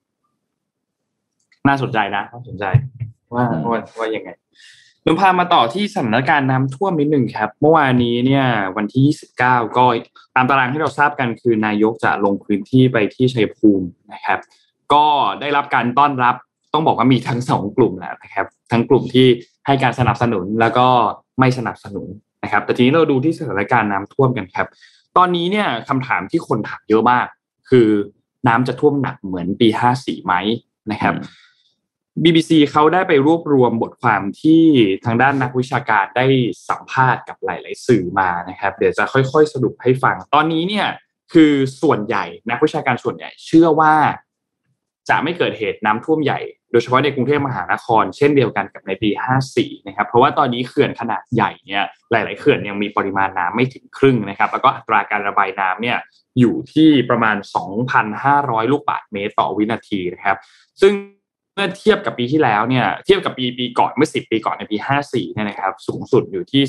น่าสนใจว่ายังไงเราพามาต่อที่สถานการณ์น้ำท่วมนิดนึงครับเมื่อวานนี้เนี่ยวันที่29ก็ตามตารางที่เราทราบกันคือนายกจะลงพื้นที่ไปที่ชัยภูมินะครับก็ได้รับการต้อนรับต้องบอกว่ามีทั้ง2กลุ่มแล้วนะครับทั้งกลุ่มที่ให้การสนับสนุนแล้วก็ไม่สนับสนุนนะครับแต่ทีนี้เราดูที่สถานการณ์น้ำท่วมกันครับตอนนี้เนี่ยคำถามที่คนถามเยอะมากคือน้ำจะท่วมหนักเหมือนปี54ไหมนะครับBBC เขาได้ไปรวบรวมบทความที่ทางด้านนักวิชาการได้สัมภาษณ์กับหลายๆสื่อมานะครับเดี๋ยวจะค่อยๆสรุปให้ฟังตอนนี้เนี่ยคือส่วนใหญ่นักวิชาการส่วนใหญ่เชื่อว่าจะไม่เกิดเหตุน้ำท่วมใหญ่โดยเฉพาะในกรุงเทพมหานครเช่นเดียวกันกับในปี54นะครับเพราะว่าตอนนี้เขื่อนขนาดใหญ่เนี่ยหลายๆเขื่อนยังมีปริมาณน้ำไม่ถึงครึ่งนะครับแล้วก็อัตราการระบายน้ำเนี่ยอยู่ที่ประมาณ 2,500 ลูกบาศก์เมตรต่อวินาทีนะครับซึ่งเมื่อเทียบกับปีที่แล้วเนี่ยเทียบกับปีก่อนเมื่อ10ปีก่อนในปี54เนี่ยนะครับสูงสุดอยู่ที่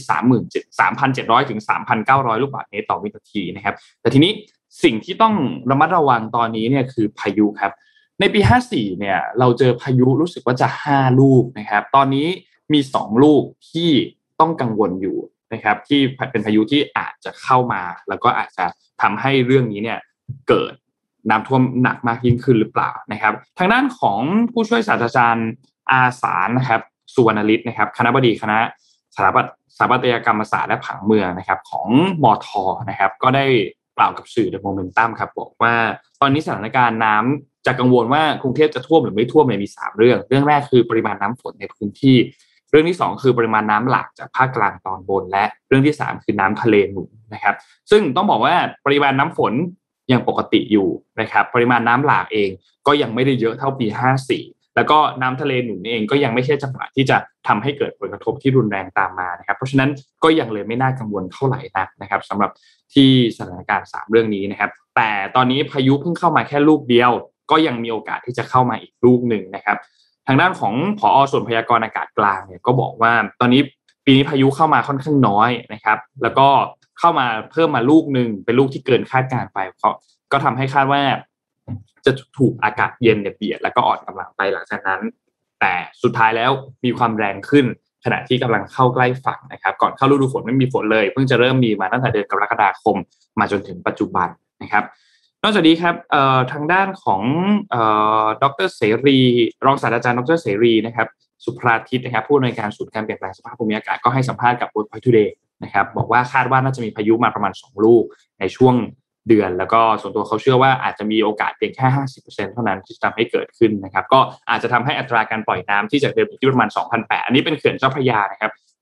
3,700 ถึง 3,900 ลูกบาศก์เมตรต่อวินาทีนะครับแต่ทีนี้สิ่งที่ต้องระมัดระวังตอนนี้เนี่ยคือพายุครับในปี54เนี่ยเราเจอพายุรู้สึกว่าจะ5ลูกนะครับตอนนี้มี2ลูกที่ต้องกังวลอยู่นะครับที่เป็นพายุที่อาจจะเข้ามาแล้วก็อาจจะทำให้เรื่องนี้เนี่ยเกิดน้ำท่วมหนักมากยิ่งขึ้นหรือเปล่านะครับทางด้านของผู้ช่วยศาสตราจารย์อาสานะครับสุวรรณฤทธิ์นะครับคณบดีคณะสถาปัตยกรรมศาสตร์และผังเมืองนะครับของมท.นะครับก็ได้กล่าวกับสื่อ The Momentum ครับบอกว่าตอนนี้สถานการณ์น้ำจะกังวลว่ากรุงเทพจะท่วมหรือไม่ท่วมมี3เรื่องแรกคือปริมาณน้ำฝนในพื้นที่เรื่องที่2คือปริมาณน้ำหลากจากภาคกลางตอนบนและเรื่องที่3คือน้ำทะเลหนุนนะครับซึ่งต้องบอกว่าปริมาณน้ำฝนยังปกติอยู่นะครับปริมาณน้ำหลากเองก็ยังไม่ได้เยอะเท่าปี54แล้วก็น้ำทะเลหนุนเองก็ยังไม่ใช่จังหวะที่จะทำให้เกิดผลกระทบที่รุนแรงตามมานะครับเพราะฉะนั้นก็ยังเลยไม่น่ากังวลเท่าไหร่นักนะครับสำหรับที่สถานการณ์3เรื่องนี้นะครับแต่ตอนนี้พายุเพิ่งเข้ามาแค่ลูกเดียวก็ยังมีโอกาสที่จะเข้ามาอีกลูกหนึ่งนะครับทางด้านของผอ.ส่วนพยากรณ์อากาศกลางเนี่ยก็บอกว่าตอนนี้ปีนี้พายุเข้ามาค่อนข้างน้อยนะครับแล้วก็เข้ามาเพิ่มมาลูกนึงเป็นลูกที่เกินคาดการณ์ไปก็ทำให้คาดว่าจะถูกอากาศเย็นเนี่ยเบียดแล้วก็อ่อนกำลังไปหลังจากนั้นแต่สุดท้ายแล้วมีความแรงขึ้นขณะที่กำลังเข้าใกล้ฝั่งนะครับก่อนเข้าฤดูฝนไม่มีฝนเลยเพิ่งจะเริ่มมีมาตั้งแต่เดือนกรกฎาคมมาจนถึงปัจจุบันนะครับนอกจากนี้ครับทางด้านของดร.เสรีรองศาสตราจารย์ดร.เสรีนะครับสุภราทิตนะครับผู้อำนวยการศูนย์การเปลี่ยนแปลงสภาพภูมิอากาศก็ให้สัมภาษณ์กับ Worldpoint Today นะครับบอกว่าคาดว่าน่าจะมีพายุมาประมาณ2ลูกในช่วงเดือนแล้วก็ส่วนตัวเขาเชื่อว่าอาจจะมีโอกาสเพียงแค่ 50% เท่านั้นที่จะทำให้เกิดขึ้นนะครับก็อาจจะทำให้อัตราการปล่อยน้ำที่จากเดิมที่ประมาณ 2,800 อันนี้เป็นเขื่อนเจ้าพระยานะครับ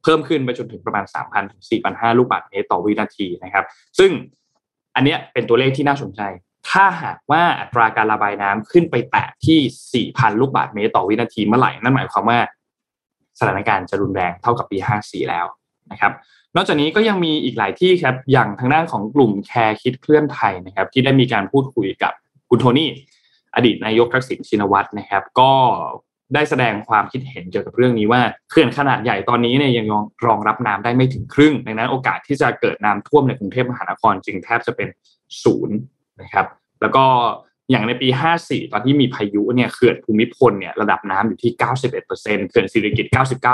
เพิ่มขึ้นไปจนถึงประมาณ 3,000 ถึง 4,500 ลูกบาศก์เมตรต่อวินาทีนะครับซึ่งอันเนี้ยเป็นตัวเลขที่น่าสนใจถ้าหากว่าอัตราการระบายน้ำขึ้นไปแตะที่ 4,000 ลูกบาศก์เมตรต่อวินาทีเมื่อไหร่นั่นหมายความว่าสถานการณ์จะรุนแรงเท่ากับปี 54 แล้วนะครับนอกจากนี้ก็ยังมีอีกหลายที่ครับอย่างทางด้านของกลุ่มแคร์คิดเคลื่อนไทยนะครับที่ได้มีการพูดคุยกับคุณโทนี่อดีตนายกทักษิณชินวัตรนะครับก็ได้แสดงความคิดเห็นเกี่ยวกับเรื่องนี้ว่าเขื่อนขนาดใหญ่ตอนนี้เนี่ยยังรองรับน้ำได้ไม่ถึงครึ่งดังนั้นโอกาสที่จะเกิดน้ำท่วมในกรุงเทพมหานครจึงแทบจะเป็นศูนย์นะครับแล้วก็อย่างในปี 54 ตอนที่มีพายุเนี่ยเขื่อนภูมิพลเนี่ยระดับน้ำอยู่ที่ 91% เขื่อนสิริกิติ์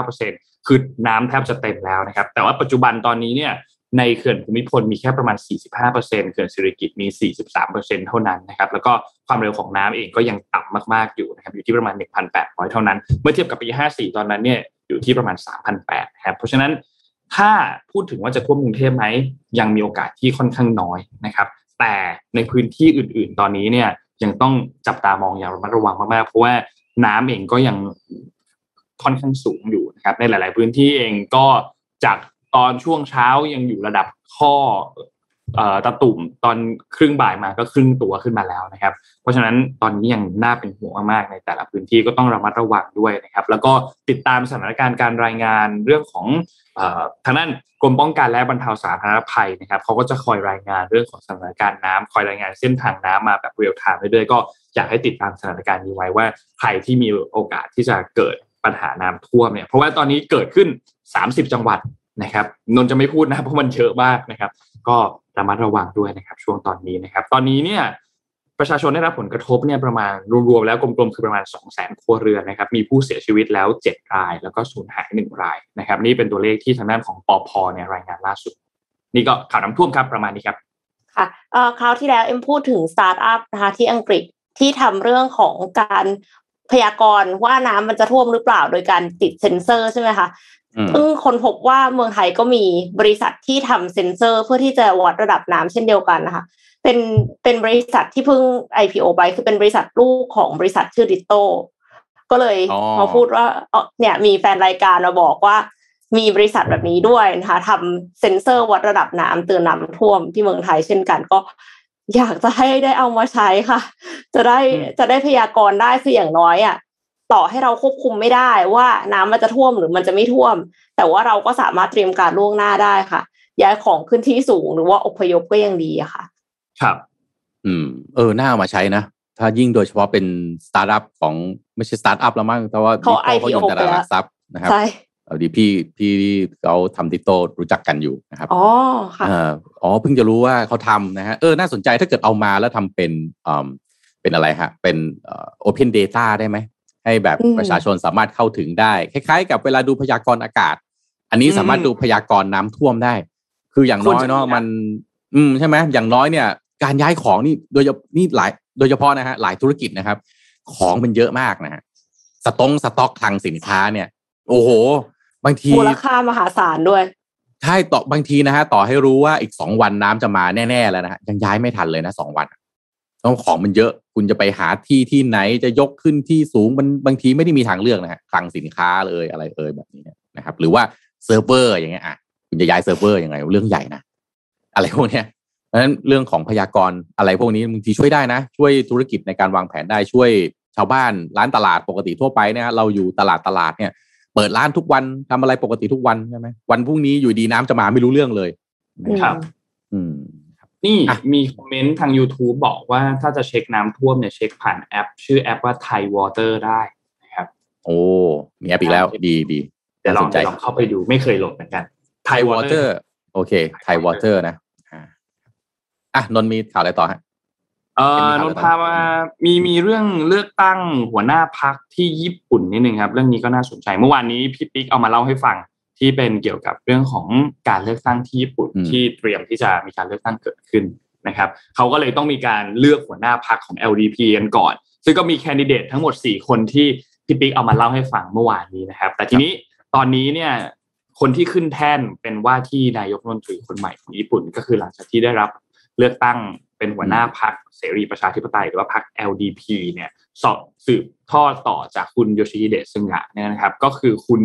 99% คือน้ำแทบจะเต็มแล้วนะครับแต่ว่าปัจจุบันตอนนี้เนี่ยในเขื่อนภูมิพลมีแค่ประมาณ 45% เขื่อนสิริกิติ์มี 43% เท่านั้นนะครับแล้วก็ความเร็วของน้ำเองก็ยังต่ำมากๆอยู่นะครับอยู่ที่ประมาณ 1,800 เท่านั้นเมื่อเทียบกับปี 54 ตอนนั้นเนี่ยอยู่ที่ประมาณ 3,800 ครับเพราะฉะนั้นถ้าพูดถึงว่าจะท่วมกรุงเทพไหมยังมีโอกาสที่ค่อนข้างน้อยนะครับแต่ในพื้นที่อื่นๆตอนนี้เนี่ยยังต้องจับตามองอย่างระมัดระวังมากๆเพราะว่าน้ำเองก็ยังค่อนข้างสูงอยู่นะครับในหลายๆพื้นที่เองก็จากตอนช่วงเช้ายังอยู่ระดับข้อตะตุ่มตอนครึ่งบ่ายมาก็ครึ่งตัวขึ้นมาแล้วนะครับเพราะฉะนั้นตอนนี้ยังน่าเป็นห่วงมากๆในแต่ละพื้นที่ก็ต้องระมัดระวังด้วยนะครับแล้วก็ติดตามสถานการณ์การรายงานเรื่องของทางด้านกรมป้องกันและบรรเทาสาธารณภัยนะครับเขาก็จะคอยรายงานเรื่องของสถานการณ์น้ำคอยรายงานเส้นทางน้ำมาแบบเรียลไทม์เรื่อยๆก็อยากให้ติดตามสถานการณ์นี้ไว้ว่าใครที่มีโอกาสที่จะเกิดปัญหาน้ำท่วมเนี่ยเพราะว่าตอนนี้เกิดขึ้น30จังหวัดนะครับนนจะไม่พูดนะเพราะมันเยอะมากนะครับก็ระมัดระวังด้วยนะครับช่วงตอนนี้นะครับตอนนี้เนี่ยประชาชนได้รับผลกระทบเนี่ยประมาณรวมๆแล้วกลมๆคือประมาณ 200,000 ครัวเรือนนะครับมีผู้เสียชีวิตแล้ว7รายแล้วก็สูญหาย1รายนะครับนี่เป็นตัวเลขที่ทางด้านของปภ.เนี่ยรายงานล่าสุดนี่ก็ข่าวน้ำท่วมครับประมาณนี้ครับค่ะคราวที่แล้วเอ็มพูดถึงสตาร์ทอัพนะคะที่อังกฤษที่ทำเรื่องของการพยากรณ์ว่าน้ำมันจะท่วมหรือเปล่าโดยการติดเซ็นเซอร์ใช่ไหมคะซึ่งคนพบว่าเมืองไทยก็มีบริษัทที่ทำเซ็นเซอร์เพื่อที่จะวัดระดับน้ำเช่นเดียวกันนะคะเป็นบริษัทที่เพิ่ง IPO ไปคือเป็นบริษัทลูกของบริษัทชื่อดิโต้ก็เลยมาพูดว่าเนี่ยมีแฟนรายการมาบอกว่ามีบริษัทแบบนี้ด้วยนะคะทำเซ็นเซอร์วัดระดับน้ำเตือนน้ำท่วมที่เมืองไทยเช่นกันก็อยากจะให้ได้เอามาใช้ค่ะจะได้พยากรณ์ได้คืออย่างน้อยอ่ะต่อให้เราควบคุมไม่ได้ว่าน้ำมันจะท่วมหรือมันจะไม่ท่วมแต่ว่าเราก็สามารถเตรียมการล่วงหน้าได้ค่ะย้ายของขึ้นที่สูงหรือว่าอพยพก็ยังดีอะค่ะครับน่าเอามาใช้นะถ้ายิ่งโดยเฉพาะเป็นสตาร์ทอัพของไม่ใช่สตาร์ทอัพแล้วมั้งแต่ว่าเขา IPO อยู่ในตลาดหลักทรัพย์นะครับใช่เอาดีพี่เขาทำดิโต้รู้จักกันอยู่นะครับค่ะเพิ่งจะรู้ว่าเขาทำนะฮะน่าสนใจถ้าเกิดเอามาแล้วทำเป็นอะไรฮะเป็นopen data ได้ไหมให้แบบประชาชนสามารถเข้าถึงได้คล้ายๆกับเวลาดูพยากรณ์อากาศอันนี้สามารถดูพยากรณ์น้ำท่วมได้คืออย่างน้อยเนาะมันใช่ไหมอย่างน้อยเนี่ยการย้ายของนี่โดยเฉพาะนะฮะหลายธุรกิจนะครับของมันเยอะมากนะฮะสต็อกคลังสินค้าเนี่ยโอ้โหบางทีมูลค่ามหาศาลด้วยใช่บางทีนะฮะต่อให้รู้ว่าอีก2วันน้ำจะมาแน่ๆแล้วนะฮะยังย้ายไม่ทันเลยนะ2วันต้องของมันเยอะคุณจะไปหาที่ไหนจะยกขึ้นที่สูงมันบางทีไม่ได้มีทางเลือกนะฮะคลังสินค้าเลยอะไรแบบนี้นะครับหรือว่าเซิร์ฟเวอร์อย่างเงี้ยคุณจะย้ายเซิร์ฟเวอร์ยังไงเรื่องใหญ่นะอะไรพวกเนี้ยเพราะฉะนั้นเรื่องของพยากรณ์อะไรพวกนี้บางทีช่วยได้นะช่วยธุรกิจในการวางแผนได้ช่วยชาวบ้านร้านตลาดปกติทั่วไปเนี่ยเราอยู่ตลาดเนี่ยเปิดร้านทุกวันทำอะไรปกติทุกวันใช่ไหมวันพรุ่งนี้อยู่ดีน้ำจะมาไม่รู้เรื่องเลยนะครับนี่มีคอมเมนต์ทาง YouTube บอกว่าถ้าจะเช็คน้ำท่วมเนี่ยเช็คผ่านแอปชื่อแอปว่า Thai Water ได้นะครับโอ้มีแอปอีกแล้วดีเดี๋ยวลองเข้าไปดูไม่เคยโหลดเหมือนกัน Thai Water โอเค Thai Water นะนนมีข่าวอะไรต่อฮะนนพามามีเรื่องเลือกตั้งหัวหน้าพรรคที่ญี่ปุ่นนิดนึงครับเรื่องนี้ก็น่าสนใจเมื่อวานนี้พี่ปิ๊กเอามาเล่าให้ฟังที่เป็นเกี่ยวกับเรื่องของการเลือกตั้งที่ญี่ปุ่นที่เตรียมที่จะมีการเลือกตั้งเกิดขึ้นนะครับเขาก็เลยต้องมีการเลือกหัวหน้าพรรคของ LDP กันก่อนซึ่งก็มีแคนดิเดตทั้งหมด4คนที่พี่ปิ๊กเอามาเล่าให้ฟังเมื่อวานนี้นะครับแต่ทีนี้ตอนนี้เนี่ยคนที่ขึ้นแท่นเป็นว่าที่นายกรัฐมนตรีคนใหม่ของญี่ปุ่นก็คือหลังจากที่ได้รับเลือกตั้งเป็นหัวหน้าพรรคเสรีประชาธิปไตยหรือว่าพรรค LDP เนี่ยสืบทอดต่อจากคุณโยชิฮิเดะซึงะเนี่ยนะครับก็คือคุณ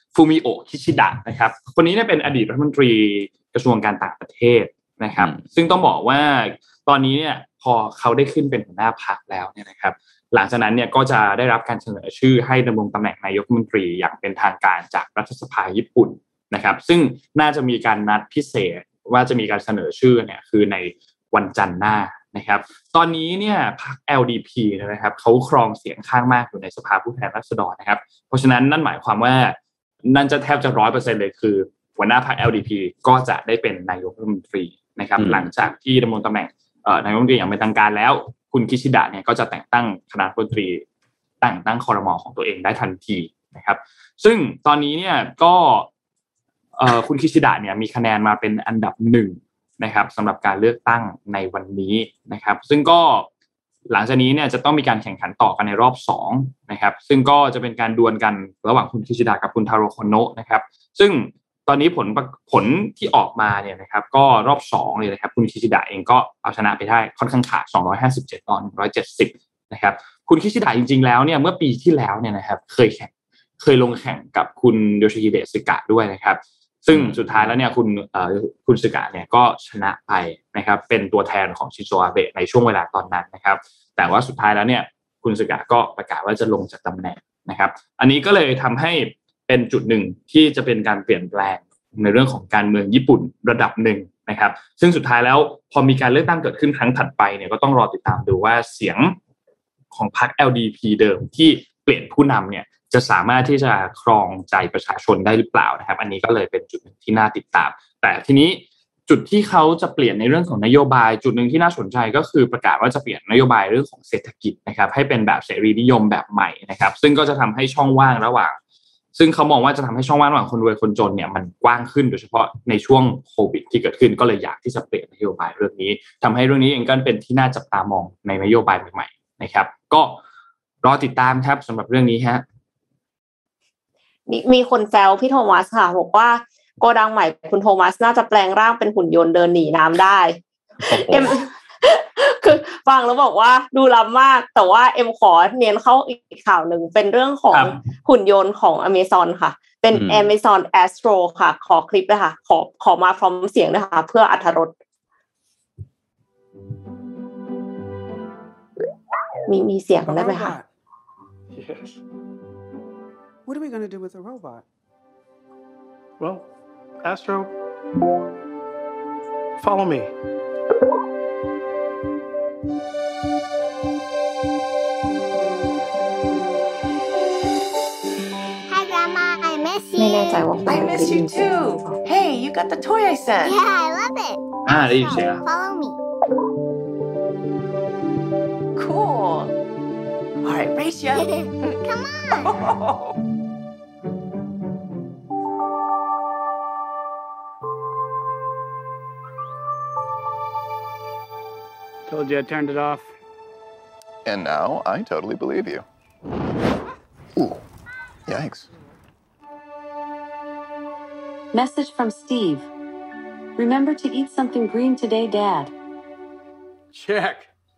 ฟูมิโอะคิชิดะนะครับคนนี้เนี่ยเป็นอดีตรัฐมนตรีกระทรวงการต่างประเทศนะครับซึ่งต้องบอกว่าตอนนี้เนี่ยพอเขาได้ขึ้นเป็นหัวหน้าพรรคแล้วเนี่ยนะครับหลังจากนั้นเนี่ยก็จะได้รับการเสนอชื่อให้ดำรงตำแหน่งนายกรัฐมนตรีอย่างเป็นทางการจากรัฐสภาญี่ปุ่นนะครับซึ่งน่าจะมีการนัดพิเศษว่าจะมีการเสนอชื่อเนี่ยคือในวันจันทร์หน้านะครับตอนนี้เนี่ยพรรค LDP นะครับเขาครองเสียงข้างมากอยู่ในสภาผู้แทนราษฎรนะครับเพราะฉะนั้นนั่นหมายความว่านั่นจะแทบจะ 100% เลยคือหัวหน้าพรรค LDP ก็จะได้เป็นนายกรัฐมนตรีนะครับหลังจากที่ดำรงตำแหน่งนายกรัฐมนตรีอย่างเป็นทางการแล้วคุณคิชิดะเนี่ยก็จะแต่งตั้งคณะรัฐมนตรีแต่งตั้งครม.ของตัวเองได้ทันทีนะครับซึ่งตอนนี้เนี่ยก็คุณคิชิดะเนี่ยมีคะแนนมาเป็นอันดับ1นะครับสำหรับการเลือกตั้งในวันนี้นะครับซึ่งก็หลังจากนี้เนี่ยจะต้องมีการแข่งขันต่อกันในรอบ2นะครับซึ่งก็จะเป็นการดวลกันระหว่างคุณคิชิดะกับคุณทาโร่โคโนะนะครับซึ่งตอนนี้ผลที่ออกมาเนี่ยนะครับก็รอบ2เลยนะครับคุณคิชิดะเองก็เอาชนะไปได้ค่อนข้างขาด257ต่อ170นะครับคุณคิชิดะจริงๆแล้วเนี่ยเมื่อปีที่แล้วเนี่ยนะครับเคยลงแข่งกับคุณโยชิฮิเดะสึกะด้วยนะครับซึ่งสุดท้ายแล้วเนี่ยคุณสึกะเนี่ยก็ชนะไปนะครับเป็นตัวแทนของชินโซอาเบะในช่วงเวลาตอนนั้นนะครับแต่ว่าสุดท้ายแล้วเนี่ยคุณสึกะก็ประกาศว่าจะลงจากตำแหน่งนะครับอันนี้ก็เลยทำให้เป็นจุดหนึ่งที่จะเป็นการเปลี่ยนแปลงในเรื่องของการเมืองญี่ปุ่นระดับหนึ่งนะครับซึ่งสุดท้ายแล้วพอมีการเลือกตั้งเกิดขึ้นครั้งถัดไปเนี่ยก็ต้องรอติดตามดูว่าเสียงของพรรค LDP เดิมที่เปลี่ยนผู้นำเนี่ยจะสามารถที่จะครองใจประชาชนได้หรือเปล่านะครับอันนี้ก็เลยเป็นจุดหนึ่งที่น่าติดตามแต่ทีนี้จุดที่เขาจะเปลี่ยนในเรื่องของนโยบายจุดหนึ่งที่น่าสนใจก็คือประกาศว่าจะเปลี่ยนนโยบายเรื่องของเศรษฐกิจนะครับให้เป็นแบบเสรีนิยมแบบใหม่นะครับซึ่งก็จะทำให้ช่องว่างระหว่างซึ่งเขามองว่าจะทำให้ช่องว่างระหว่างคนรวยคนจนเนี่ยมันกว้างขึ้นโดยเฉพาะในช่วงโควิดที่เกิดขึ้นก็เลยอยากที่จะเปลี่ยนนโยบายเรื่องนี้ทำให้เรื่องนี้เองก็เป็นที่น่าจับตามองในนโยบายใหม่ๆนะครับก็รอติดตามครับสำหรับเรื่องนี้ฮะมีคนแซวพี่โทมัสค่ะบอกว่าโกดังใหม่คุณโทมัสน่าจะแปลงร่างเป็นหุ่นยนต์เดินหนีน้ำได้คือฟังแล้วบอกว่าดูล้ำมากแต่ว่าขอเน้นเข้าอีกข่าวหนึ่งเป็นเรื่องของหุ่นยนต์ของ Amazon ค่ะเป็น Amazon Astro ค่ะขอคลิปเลยค่ะขอมาพร้อมเสียงด้วยค่ะเพื่ออรรถรสมีเสียงได้ไหมคะ Yes. What are we going to do with the robot? Well, Astro, follow me. Hi, Grandma. I miss you. I miss you too. Hey, you got the toy I sent. Yeah, I love it. ได้ยินเสียง Follow me. Cool. All right, race ya. Come on. Told you I turned it off. And now I totally believe you. Ooh, yikes. Message from Steve. Remember to eat something green today, Dad. Check.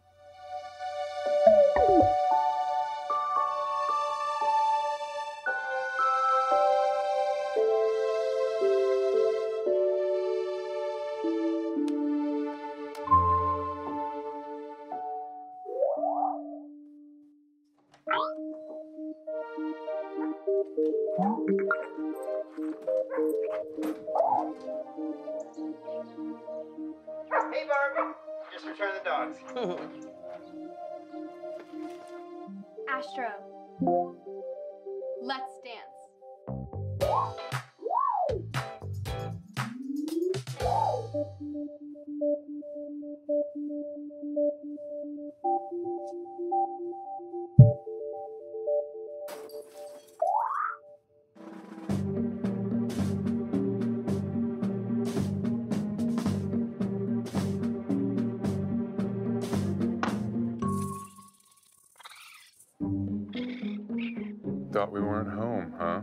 Hey, Barbie. Just return the dogs. Astro, let's dance. Thought we weren't home, huh?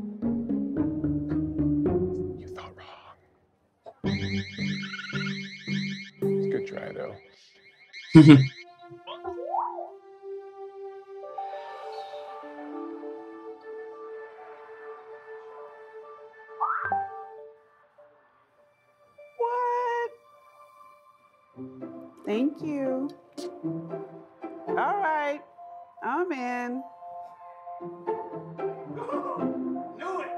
You thought wrong. It's a good try, though. เ Thank you. All right. I'm in. Knew it.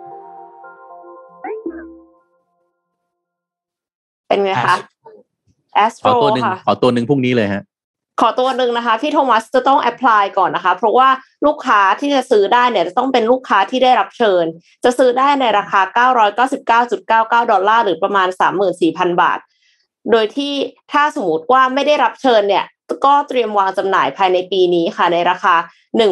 เป็นไงคะ Astro ค่ะขอตัวหนึ่งพรุ่งนี้เลยฮะขอตัวหนึ่งนะคะพี่โทมัสจะต้อง apply ก่อนนะคะเพราะว่าลูกค้าที่จะซื้อได้เนี่ยจะต้องเป็นลูกค้าที่ได้รับเชิญจะซื้อได้ในราคา $999.99 หรือประมาณ 34,000 บาทโดยที่ถ้าสมมติว่าไม่ได้รับเชิญเนี่ยก็เตรียมวางจำหน่ายภายในปีนี้ค่ะในราคา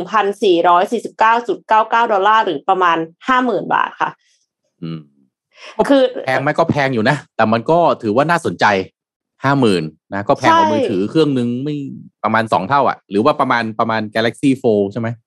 $1,449.99 หรือประมาณ 50,000 บาทค่ะคือแพงไหมก็แพงอยู่นะแต่มันก็ถือว่าน่าสนใจ 50,000 นะก็แพงกว่ามือถือเครื่องนึงไม่ประมาณ2เท่าอ่ะหรือว่าประมาณ Galaxy Fold ใช่ไหม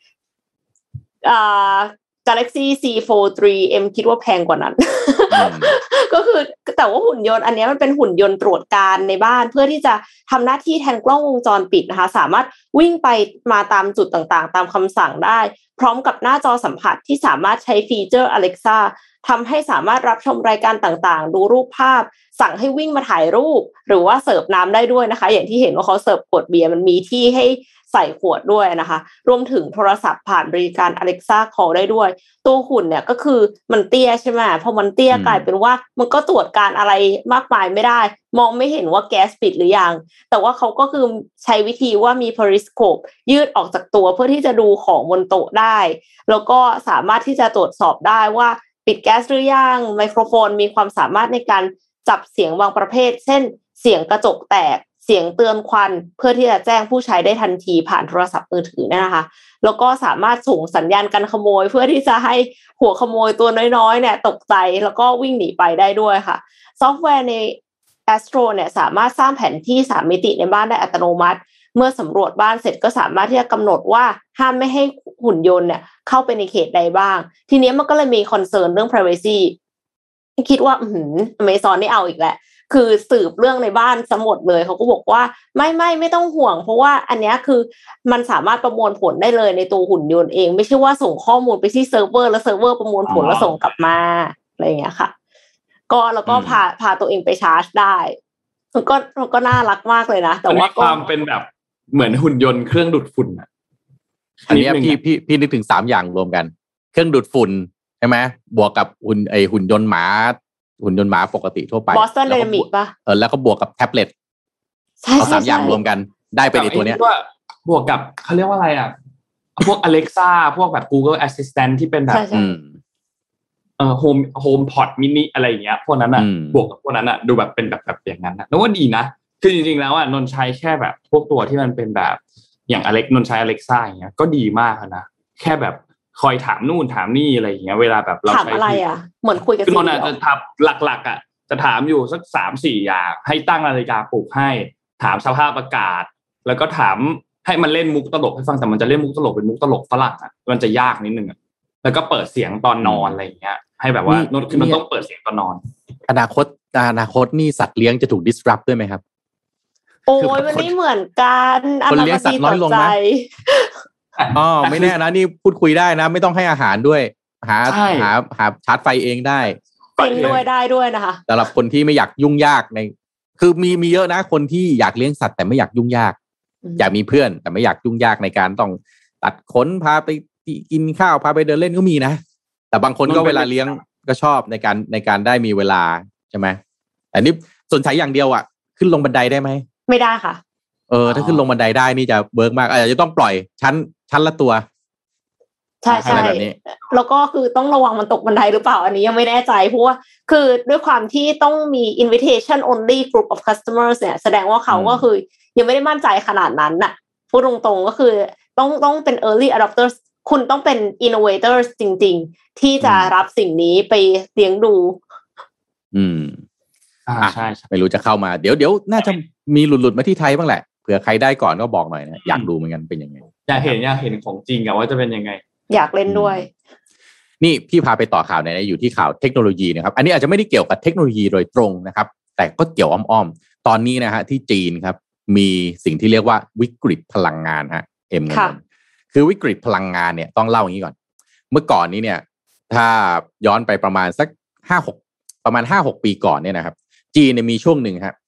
Galaxy C4 3M คิดว่าแพงกว่านั้น ก็คือแต่ว่าหุ่นยนต์อันนี้มันเป็นหุ่นยนต์ตรวจการในบ้านเพื่อที่จะทำหน้าที่แทนกล้องวงจรปิดนะคะสามารถวิ่งไปมาตามจุดต่างๆตามคำสั่งได้พร้อมกับหน้าจอสัมผัสที่สามารถใช้ฟีเจอร์ Alexa ทำให้สามารถรับชมรายการต่างๆดูรูปภาพสั่งให้วิ่งมาถ่ายรูปหรือว่าเสิร์ฟน้ำได้ด้วยนะคะอย่างที่เห็นว่าเขาเสิร์ฟขวดเบียร์มันมีที่ให้ใส่ขวดด้วยนะคะรวมถึงโทรศัพท์ผ่านบริการ Alexa Call ได้ด้วยตัวหุ่นเนี่ยก็คือมันเตี้ยใช่ไหมพอมันเตี้ยกลายเป็นว่ามันก็ตรวจการอะไรมากมายไม่ได้มองไม่เห็นว่าแก๊สปิดหรือยังแต่ว่าเขาก็คือใช้วิธีว่ามี periscope ยืดออกจากตัวเพื่อที่จะดูของบนโต๊ะได้แล้วก็สามารถที่จะตรวจสอบได้ว่าปิดแก๊สหรือยังไมโครโฟนมีความสามารถในการจับเสียงบางประเภทเช่นเสียงกระจกแตกเสียงเตือนควันเพื่อที่จะแจ้งผู้ใช้ได้ทันทีผ่านโทรศัพท์มือถือนะคะแล้วก็สามารถส่งสัญญาณการขโมยเพื่อที่จะให้หัวขโมยตัวน้อยๆเนี่ยตกใจแล้วก็วิ่งหนีไปได้ด้วยค่ะซอฟต์แวร์ใน Astro เนี่ยสามารถสร้างแผนที่3มิติในบ้านได้อัตโนมัติเมื่อสำรวจบ้านเสร็จก็สามารถที่จะกำหนดว่าห้ามไม่ให้หุ่นยนต์เนี่ยเข้าไปในเขตใดบ้างทีนี้มันก็เลยมีคอนเซิร์นเรื่อง privacy คิดว่าAmazon นี่เอาอีกแหละคือสืบเรื่องในบ้านสมดเลยเขาก็บอกว่าไม่ต้องห่วงเพราะว่าอันนี้คือมันสามารถประมวลผลได้เลยในตัวหุ่นยนต์เองไม่ใช่ว่าส่งข้อมูลไปที่เซิร์ฟเวอร์แล้วเซิร์ฟเวอร์ประมวลผลแล้วส่งกลับมาอะไรอย่างเงี้ยค่ะก็แล้วก็พาตัวเองไปชาร์จได้มันก็น่ารักมากเลยนะแต่ว่าความเป็นแบบเหมือนหุ่นยนต์เครื่องดูดฝุ่นอันนี้พี่นึกถึง3อย่างรวมกันเครื่องดูดฝุ่นใช่ไหมบวกกับหุ่นยนต์หมาปกติทั่วไป Boston Dynamics ป่ะแล้วก็บวกกับแท็บเล็ตเอา3อย่างรวมกันได้ไปในตัวเนี้ยบวกกับเขาเรียกว่าอะไรอ่ะพวก Alexa พวกแบบ Google Assistant ที่เป็นแบบHomePod mini อะไรอย่างเงี้ยพวกนั้นอ่ะบวกกับพวกนั้นอ่ะดูแบบเป็นแบบอย่างนั้นนะนึกว่าดีนะคือจริงๆแล้วอ่ะนนใช้แค่แบบพวกตัวที่มันเป็นแบบอย่างนนใช้ Alexa อย่างเงี้ยก็ดีมากนะแค่แบบคอยถามนู่นถามนี่อะไรอย่างเงี้ยเวลาแบบเราใช้อะไรอ่ะเหมือนคุยกับนนอาจจะทำหลักๆอ่ะจะถามอยู่สัก 3-4 อย่างให้ตั้งนาฬิกาปลุกให้ถามสภาพอากาศแล้วก็ถามให้มันเล่นมุกตลกให้ฟังแต่มันจะเล่นมุกตลกเป็นมุกตลกฝรั่งอ่ะมันจะยากนิดนึงอ่ะแล้วก็เปิดเสียงตอนนอนอะไรอย่างเงี้ยให้แบบว่านนคือมันต้องเปิดเสียงตอนนอนอนาคตนี่สัตว์เลี้ยงจะถูก disrupt ด้วยไหมครับโอ้ยมันไม่เหมือนกันคนเลี้ยงสัตว์น้อยลงนะไม่แน่นะนี่พูดคุยได้นะไม่ต้องให้อาหารด้วยหาชาร์จไฟเองได้เป็นด้วยได้ด้วยนะคะสำหรับคนที่ไม่อยากยุ่งยากคือมีเยอะนะคนที่อยากเลี้ยงสัตว์แต่ไม่อยากยุ่งยากอยากมีเพื่อนแต่ไม่อยากยุ่งยากในการต้องตัดขนพาไปกินข้าวพาไปเดินเล่นก็มีนะแต่บางคนก็เวลาเลี้ยงก็ชอบในการได้มีเวลาใช่ไหมแต่นี่สนใจอย่างเดียวอ่ะขึ้นลงบันไดได้ไหมไม่ได้ค่ะถ้าขึ้นลงบันไดได้นี่จะเบิร์กมากอาจจะต้องปล่อยชั้นละตัวใช่แล้วก็คือต้องระวังมันตกบันไดหรือเปล่าอันนี้ยังไม่แน่ใจเพราะว่าคือด้วยความที่ต้องมี invitation only group of customers เนี่ยแสดงว่าเขาก็คือยังไม่ได้มั่นใจขนาดนั้นน่ะพูดตรงๆก็คือต้องเป็น early adopters คุณต้องเป็น innovators จริงๆที่จะรับสิ่งนี้ไปเลี้ยงดูใช่ไม่รู้จะเข้ามาเดี๋ยวน่าจะมีหลุดมาที่ไทยบ้างแหละเผื่อใครได้ก่อนก็บอกหน่อยนะอยากดูเหมือนกันเป็นยังไงอยากเห็นของจริงอะว่าจะเป็นยังไงอยากเล่นด้วยนี่พี่พาไปต่อข่าวไหนอยู่ที่ข่าวเทคโนโลยีนะครับอันนี้อาจจะไม่ได้เกี่ยวกับเทคโนโลยีโดยตรงนะครับแต่ก็เกี่ยวอ้อมๆตอนนี้นะฮะที่จีนครับมีสิ่งที่เรียกว่าวิกฤตพลังงานฮะคือวิกฤตพลังงานเนี่ยต้องเล่าอย่างนี้ก่อนเมื่อก่อนนี้เนี่ยถ้าย้อนไปประมาณสัก5-6 ปีก่อนเนี่ยนะครับจีนเนี่ยมีช่วงหนึ่งครับ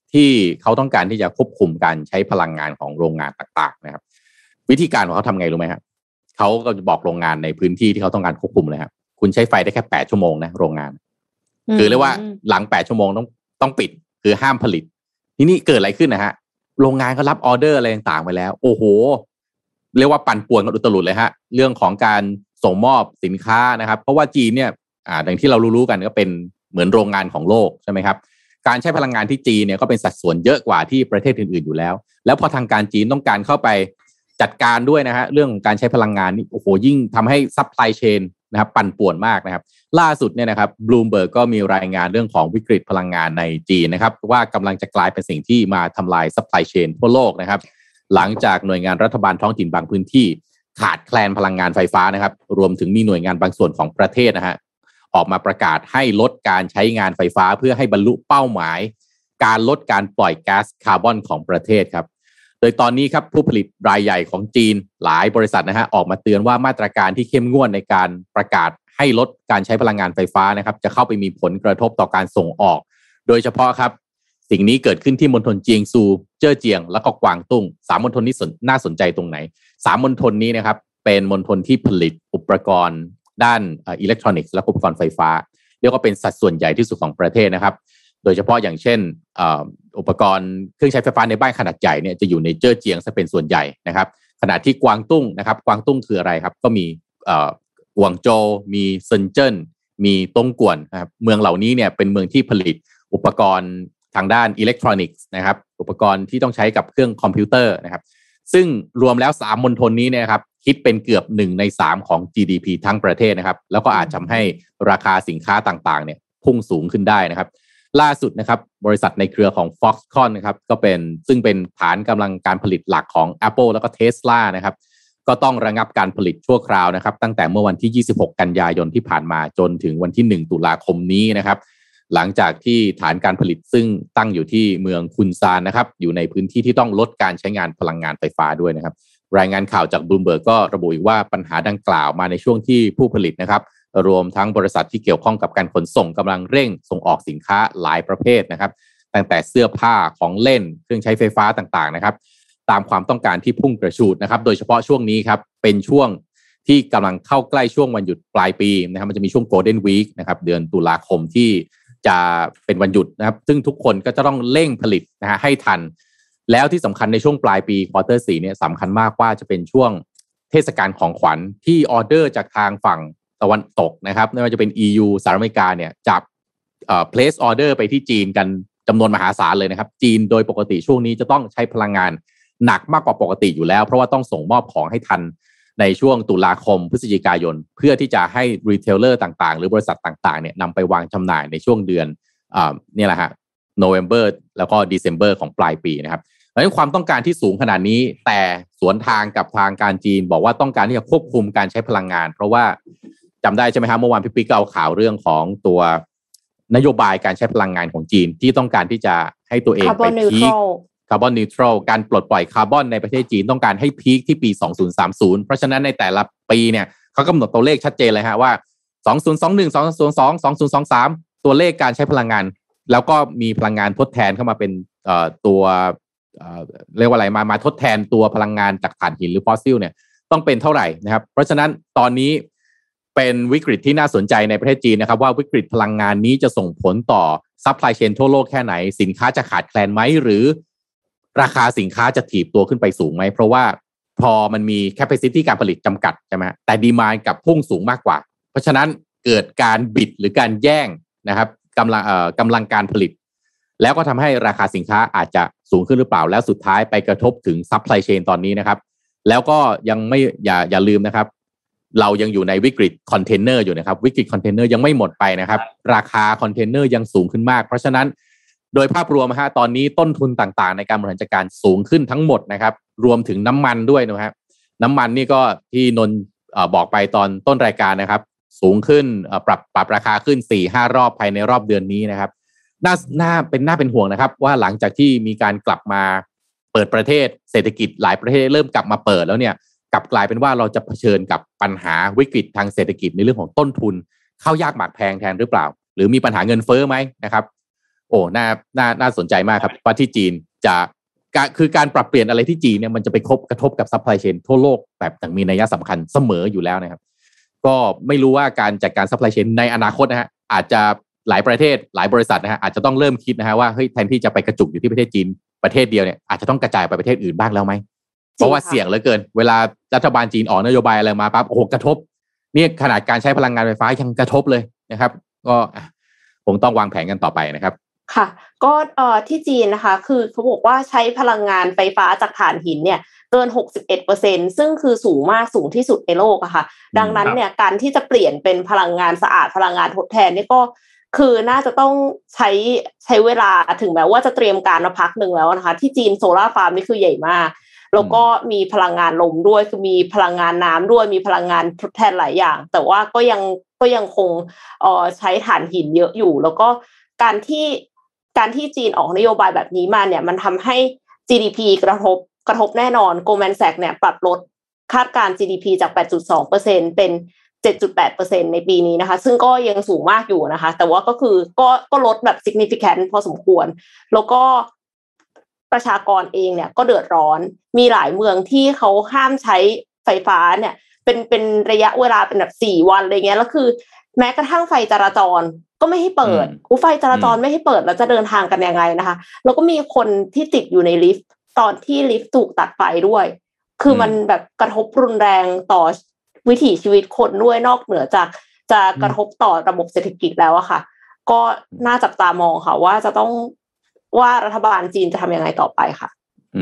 ที่เขาต้องการที่จะควบคุมการใช้พลังงานของโรงงานต่างๆนะครับวิธีการของเขาทำไงรู้ไหมครับเขาก็จะบอกโรงงานในพื้นที่ที่เขาต้องการควบคุมเลยครับคุณใช้ไฟได้แค่8 ชั่วโมงนะโรงงานคือเรียกว่าหลัง8 ชั่วโมงต้องปิดคือห้ามผลิตทีนี้เกิดอะไรขึ้นนะฮะโรงงานก็รับออเดอร์อะไรต่างๆไปแล้วโอ้โหเรียกว่าปั่นป่วนกันอุตลุดเลยฮะเรื่องของการส่งมอบสินค้านะครับเพราะว่าจีนเนี่ยอย่างที่เรารู้ๆกันก็เป็นเหมือนโรงงานของโลกใช่ไหมครับการใช้พลังงานที่จีนเนี่ยก็เป็นสัดส่วนเยอะกว่าที่ประเทศอื่นๆอยู่แล้วพอทางการจีนต้องการเข้าไปจัดการด้วยนะฮะเรื่องของการใช้พลังงานนี่โอ้โหยิ่งทำให้ซัพพลายเชนนะครับปั่นป่วนมากนะครับล่าสุดเนี่ยนะครับบลูมเบิร์กก็มีรายงานเรื่องของวิกฤตพลังงานในจีนนะครับว่ากำลังจะกลายเป็นสิ่งที่มาทำลายซัพพลายเชนทั่วโลกนะครับหลังจากหน่วยงานรัฐบาลท้องถิ่นบางพื้นที่ขาดแคลนพลังงานไฟฟ้านะครับรวมถึงมีหน่วยงานบางส่วนของประเทศนะฮะออกมาประกาศให้ลดการใช้งานไฟฟ้าเพื่อให้บรรลุเป้าหมายการลดการปล่อยก๊าซคาร์บอนของประเทศครับโดยตอนนี้ครับผู้ผลิตรายใหญ่ของจีนหลายบริษัทนะฮะออกมาเตือนว่ามาตรการที่เข้มงวดในการประกาศให้ลดการใช้พลังงานไฟฟ้านะครับจะเข้าไปมีผลกระทบต่อการส่งออกโดยเฉพาะครับสิ่งนี้เกิดขึ้นที่มณฑลเจียงซูเจ้อเจียงและก็กวางตุ้ง3มณฑลนี้น่าสนใจตรงไหน3มณฑลนี้นะครับเป็นมณฑลที่ผลิตอุปกรณ์ด้านอิเล็กทรอนิกส์และอุปกรณ์ไฟฟ้าเรียกว่าเป็นสัดส่วนใหญ่ที่สุดของประเทศนะครับโดยเฉพาะอย่างเช่นอุปกรณ์เครื่องใช้ไฟฟ้าในบ้านขนาดใหญ่เนี่ยจะอยู่ในเจ้อเจียงซะเป็นส่วนใหญ่นะครับขณะที่กวางตุ้งนะครับกวางตุ้งคืออะไรครับก็มีกวางโจวมีเซินเจิ้นมีต้งกวนนะครับเมืองเหล่านี้เนี่ยเป็นเมืองที่ผลิตอุปกรณ์ทางด้านอิเล็กทรอนิกส์นะครับอุปกรณ์ที่ต้องใช้กับเครื่องคอมพิวเตอร์นะครับซึ่งรวมแล้ว3มณฑลนี้เนี่ยครับคิดเป็นเกือบ1 ใน 3ของ GDP ทั้งประเทศนะครับแล้วก็อาจทำให้ราคาสินค้าต่างๆเนี่ยพุ่งสูงขึ้นได้นะครับล่าสุดนะครับบริษัทในเครือของ Foxconn นะครับก็เป็นซึ่งเป็นฐานกำลังการผลิตหลักของ Apple แล้วก็ Tesla นะครับก็ต้องระงับการผลิตชั่วคราวนะครับตั้งแต่เมื่อวันที่26 กันยายนที่ผ่านมาจนถึงวันที่1 ตุลาคมนี้นะครับหลังจากที่ฐานการผลิตซึ่งตั้งอยู่ที่เมืองคุนซานนะครับอยู่ในพื้นที่ที่ต้องลดการใช้งานพลังงานไฟฟ้าด้วยนะครับรายงานข่าวจากบลูมเบิร์กก็ระบุอีกว่าปัญหาดังกล่าวมาในช่วงที่ผู้ผลิตนะครับรวมทั้งบริษัทที่เกี่ยวข้องกับการขนส่งกำลังเร่งส่งออกสินค้าหลายประเภทนะครับตั้งแต่เสื้อผ้าของเล่นเครื่องใช้ไฟฟ้าต่างๆนะครับตามความต้องการที่พุ่งกระฉูดนะครับโดยเฉพาะช่วงนี้ครับเป็นช่วงที่กำลังเข้าใกล้ช่วงวันหยุดปลายปีนะครับมันจะมีช่วง Golden Week นะครับเดือนตุลาคมที่จะเป็นวันหยุดนะครับซึ่งทุกคนก็จะต้องเร่งผลิตนะฮะให้ทันแล้วที่สำคัญในช่วงปลายปีควอเตอร์4เนี่ยสำคัญมากว่าจะเป็นช่วงเทศกาลของขวัญที่ออเดอร์จากทางฝั่งตะวันตกนะครับไม่ว่าจะเป็น EU สหรัฐอเมริกาเนี่ยจับplace order ไปที่จีนกันจำนวนมหาศาลเลยนะครับจีนโดยปกติช่วงนี้จะต้องใช้พลังงานหนักมากกว่าปกติอยู่แล้วเพราะว่าต้องส่งมอบของให้ทันในช่วงตุลาคมพฤศจิกายนเพื่อที่จะให้รีเทลเลอร์ต่างๆหรือบริษัทต่างๆเนี่ยนำไปวางจำหน่ายในช่วงเดือนนี่แหละฮะ November แล้วก็ December ของปลายปีนะครับเพราะฉะนั้นความต้องการที่สูงขนาดนี้แต่สวนทางกับทางการจีนบอกว่าต้องการที่จะควบคุมการใช้พลังงานเพราะว่าจำได้ใช่ไหมครับเมื่อวานพี่ปิ๊กก็เอาข่าวเรื่องของตัวนโยบายการใช้พลังงานของจีนที่ต้องการที่จะให้ตัวเองไปพีคคาร์บอนนิวทรัลการปลดปล่อยคาร์บอนในประเทศจีนต้องการให้พีคที่ปี2030เพราะฉะนั้นในแต่ละปีเนี่ยเขากำหนดตัวเลขชัดเจนเลยฮะว่า2021 2022 2023ตัวเลขการใช้พลังงานแล้วก็มีพลังงานทดแทนเข้ามาเป็นตัวเรียกว่าอะไรมาทดแทนตัวพลังงานจากถ่านหินหรือฟอสซิลเนี่ยต้องเป็นเท่าไหร่นะครับเพราะฉะนั้นตอนนี้เป็นวิกฤตที่น่าสนใจในประเทศจีนนะครับว่าวิกฤตพลังงานนี้จะส่งผลต่อซัพพลายเชนทั่วโลกแค่ไหนสินค้าจะขาดแคลนไหมหรือราคาสินค้าจะถีบตัวขึ้นไปสูงไหมเพราะว่าพอมันมีแคปซิตี้การผลิตจำกัดใช่ไหมแต่ดีมานด์กับพุ่งสูงมากกว่าเพราะฉะนั้นเกิดการบิดหรือการแย่งนะครับกำลังการผลิตแล้วก็ทำให้ราคาสินค้าอาจจะสูงขึ้นหรือเปล่าแล้วสุดท้ายไปกระทบถึงซัพพลายเชนตอนนี้นะครับแล้วก็ยังไม่อย่าลืมนะครับเรายังอยู่ในวิกฤตคอนเทนเนอร์อยู่นะครับวิกฤตคอนเทนเนอร์ยังไม่หมดไปนะครับราคาคอนเทนเนอร์ยังสูงขึ้นมากเพราะฉะนั้นโดยภาพรวมตอนนี้ต้นทุนต่างๆในการบริหารจัดการสูงขึ้นทั้งหมดนะครับรวมถึงน้ำมันด้วยนะครับน้ำมันนี่ก็ที่นนบอกไปตอนต้นรายการนะครับสูงขึ้นปรับราคาขึ้น 4-5 รอบภายในรอบเดือนนี้นะครับน่าเป็นห่วงนะครับว่าหลังจากที่มีการกลับมาเปิดประเทศเศรษฐกิจหลายประเทศเริ่มกลับมาเปิดแล้วเนี่ยกลับกลายเป็นว่าเราจะเผชิญกับปัญหาวิกฤตทางเศรษฐกิจในเรื่องของต้นทุนข้าวยากหมากแพงแทนหรือเปล่าหรือมีปัญหาเงินเฟ้อไหมนะครับโอ้น่าสนใจมากครับว่าที่จีนจะคือการปรับเปลี่ยนอะไรที่จีนเนี่ยมันจะไปกระทบกับซัพพลายเชนทั่วโลกแบบอย่างมีนัยสำคัญเสมออยู่แล้วนะครับก็ไม่รู้ว่าการจัดการซัพพลายเชนในอนาคตนะฮะอาจจะหลายประเทศหลายบริษัทนะฮะอาจจะต้องเริ่มคิดนะฮะว่าเฮ้ยแทนที่จะไปกระจุกอยู่ที่ประเทศจีนประเทศเดียวเนี่ยอาจจะต้องกระจายไปประเทศอื่นบ้างแล้วไหมเพราะว่าเสี่ยงเหลือเกินเวลารัฐบาลจีนออกนโยบายอะไรมาปั๊บโอ้โหกระทบนี่ขนาดการใช้พลังงานไฟฟ้ายังกระทบเลยนะครับก็คงต้องวางแผนกันต่อไปนะครับค่ะก็ที่จีนนะคะคือเขาบอกว่าใช้พลังงานไฟฟ้าจากถ่านหินเนี่ยเกิน 61% ซึ่งคือสูงมากสูงที่สุดในโลกอะค่ะดังนั้นเนี่ยการที่จะเปลี่ยนเป็นพลังงานสะอาดพลังงานทดแทนนี่ก็คือน่าจะต้องใช้เวลาถึงแม้ว่าจะเตรียมการมาพักหนึ่งแล้วนะคะที่จีนโซล่าฟาร์มนี่คือใหญ่มากแล้วก็มีพลังงานลมด้วยคือมีพลังงานน้ำด้วยมีพลังงานทดแทนหลายอย่างแต่ว่าก็ยังคงใช้ถ่านหินเยอะอยู่แล้วก็การที่จีนออกนโยบายแบบนี้มาเนี่ยมันทำให้ GDP กระทบแน่นอน Goldman Sachs เนี่ยปรับลดคาดการ GDP จาก 8.2% เป็น 7.8% ในปีนี้นะคะซึ่งก็ยังสูงมากอยู่นะคะแต่ว่าก็คือก็ลดแบบ significant พอสมควรแล้วก็ประชากรเองเนี่ยก็เดือดร้อนมีหลายเมืองที่เขาห้ามใช้ไฟฟ้าเนี่ยเป็นระยะเวลาเป็นแบบ4วันอะไรเงี้ยแล้วคือแม้กระทั่งไฟจราจรก็ไม่ให้เปิดไฟจราจรไม่ให้เปิดแล้วจะเดินทางกันยังไงนะคะแล้วก็มีคนที่ติดอยู่ในลิฟต์ตอนที่ลิฟต์ถูกตัดไฟด้วยคือมันแบบกระทบรุนแรงต่อวิถีชีวิตคนด้วยนอกเหนือจากจะกระทบต่อระบบเศรษฐกิจแล้วอะค่ะก็น่าจับตามองค่ะว่าจะต้องว่ารัฐบาลจีนจะทำยังไงต่อไปค่ะ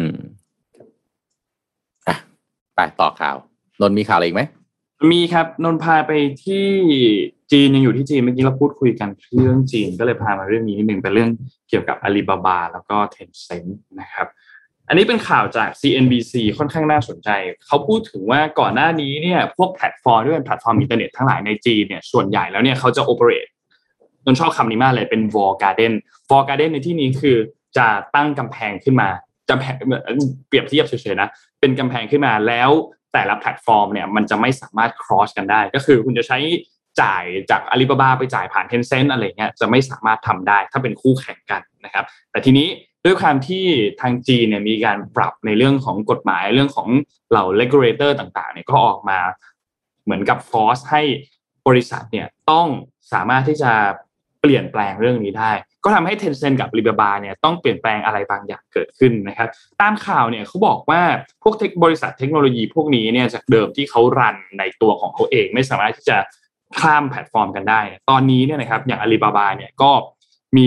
ไปต่อข่าวนนมีข่าวอะไรอีกไหมมีครับนนพาไปที่จีนยังอยู่ที่จีนเมื่อกี้เราพูดคุยกันเรื่องจีนก็เลยพามาเรื่องนี้นิดนึงเป็นเรื่องเกี่ยวกับอาลีบาบาแล้วก็ Tencent นะครับอันนี้เป็นข่าวจาก CNBC ค่อนข้างน่าสนใจเขาพูดถึงว่าก่อนหน้านี้เนี่ยพวกแพลตฟอร์มที่เป็นแพลตฟอร์มอินเทอร์เน็ตทั้งหลายในจีนเนี่ยส่วนใหญ่แล้วเนี่ยเขาจะ operate นนชอบคำนี้มากเลยเป็น wall garden ในที่นี้คือจะตั้งกำแพงขึ้นมาจะเปรียบเทียบเฉยๆนะเป็นกำแพงขึ้นมาแล้วแต่ละแพลตฟอร์มเนี่ยมันจะไม่สามารถ cross กันได้ก็คือคุณจะใช้จ่ายจาก Alibaba ไปจ่ายผ่าน Tencent อะไรเงี้ยจะไม่สามารถทำได้ถ้าเป็นคู่แข่งกันนะครับแต่ทีนี้ด้วยความที่ทางจีนเนี่ยมีการปรับในเรื่องของกฎหมายเรื่องของเหล่า regulator ต่างๆเนี่ยก็ออกมาเหมือนกับ force ให้บริษัทเนี่ยต้องสามารถที่จะเปลี่ยนแปลงเรื่องนี้ได้ก็ทำให้ Tencent กับ Alibaba เนี่ยต้องเปลี่ยนแปลงอะไรบางอย่างเกิดขึ้นนะครับตามข่าวเนี่ยเขาบอกว่าพวกบริษัทเทคโนโลยีพวกนี้เนี่ยจากเดิมที่เขารันในตัวของเขาเองไม่สามารถที่จะข้ามแพลตฟอร์มกันได้ตอนนี้เนี่ยนะครับอย่าง Alibaba เนี่ยก็มี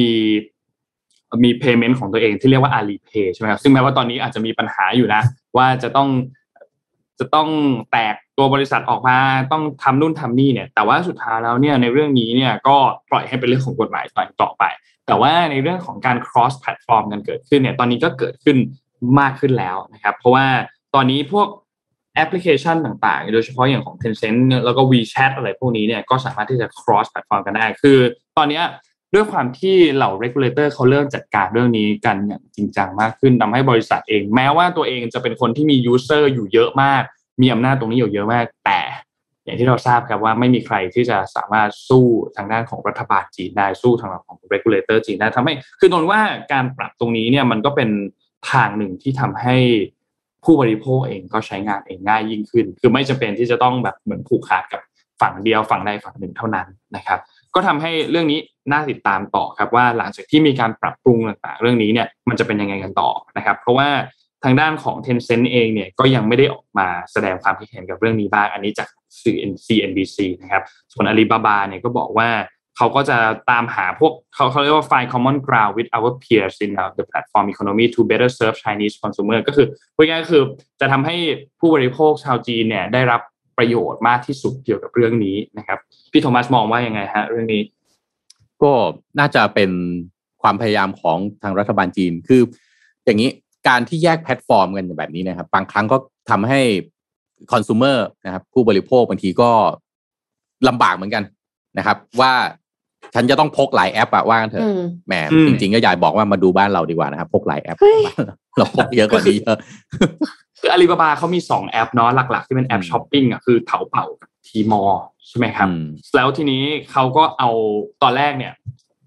payment ของตัวเองที่เรียกว่า Alipay ใช่ไหมครับซึ่งแม้ว่าตอนนี้อาจจะมีปัญหาอยู่นะว่าจะต้องแตกตัวบริษัทออกมาต้องทำนู่นทำนี่เนี่ยแต่ว่าสุดท้ายแล้วเนี่ยในเรื่องนี้เนี่ยก็ปล่อยให้เป็นเรื่องของกฎหมายต่อไปแต่ว่าในเรื่องของการ cross platform กันเกิดขึ้นเนี่ยตอนนี้ก็เกิดขึ้นมากขึ้นแล้วนะครับเพราะว่าตอนนี้พวกแอปพลิเคชันต่างๆโดยเฉพาะอย่างของ Tencent แล้วก็ WeChat อะไรพวกนี้เนี่ยก็สามารถที่จะ cross platform กันได้คือตอนนี้ด้วยความที่เหล่า regulator เขาเริ่มจัดการเรื่องนี้กันอย่างจริงจังมากขึ้นทำให้บริษัทเองแม้ว่าตัวเองจะเป็นคนที่มี user อยู่เยอะมากมีอำนาจตรงนี้อยู่เยอะมากแต่อย่างที่เราทราบครับว่าไม่มีใครที่จะสามารถสู้ทางด้านของรัฐบาลจีนได้สู้ทางด้านของ regulator จีนได้ทำให้คือนนว่าการปรับตรงนี้เนี่ยมันก็เป็นทางหนึ่งที่ทำให้ผู้บริโภคเองก็ใช้งานเองง่ายยิ่งขึ้นคือไม่จำเป็นที่จะต้องแบบเหมือนผูกขาดกับฝั่งเดียวฝั่งใดฝั่งหนึ่งเท่านั้นนะครับก็ทำให้เรื่องนี้น่าติดตามต่อครับว่าหลังจากที่มีการปรับปรุงต่างๆเรื่องนี้เนี่ยมันจะเป็นยังไงกันต่อนะครับเพราะว่าทางด้านของ Tencent เองเนี่ยก็ยังไม่ได้ออกมาแสดงความคิดเห็นกับเรื่องนี้บ้างอันนี้จากสื่อ CNBC นะครับส่วน Alibaba เนี่ยก็บอกว่าเขาก็จะตามหาพวกเขาเรียกว่า find common ground with our peers in the platform economy to better serve Chinese consumer ก็คือพูดง่ายๆคือจะทำให้ผู้บริโภคชาวจีนเนี่ยได้รับประโยชน์มากที่สุดเกี่ยวกับเรื่องนี้นะครับพี่โทมัสมองว่ายังไงฮะเรื่องนี้ก็น่าจะเป็นความพยายามของทางรัฐบาลจีนคืออย่างนี้การที่แยกแพลตฟอร์มกันแบบนี้นะครับบางครั้งก็ทำให้คอน sumer นะครับผู้บริโภคบางทีก็ลำบากเหมือนกันนะครับว่าฉันจะต้องพกหลายแอปอะว่ากันเถอะแหมจริงๆก็อยากบอกว่ามาดูบ้านเราดีกว่านะครับพกหลายแอปเราพกเยอะกว่านี้เยอะคือ Alibaba เขามี2แอปเนาะหลักๆที่เป็นแอปช้อปปิ้งอ่ะคือเถาเป่ากับ Tmall ใช่ไหมครับแล้วทีนี้เขาก็เอาตอนแรกเนี่ย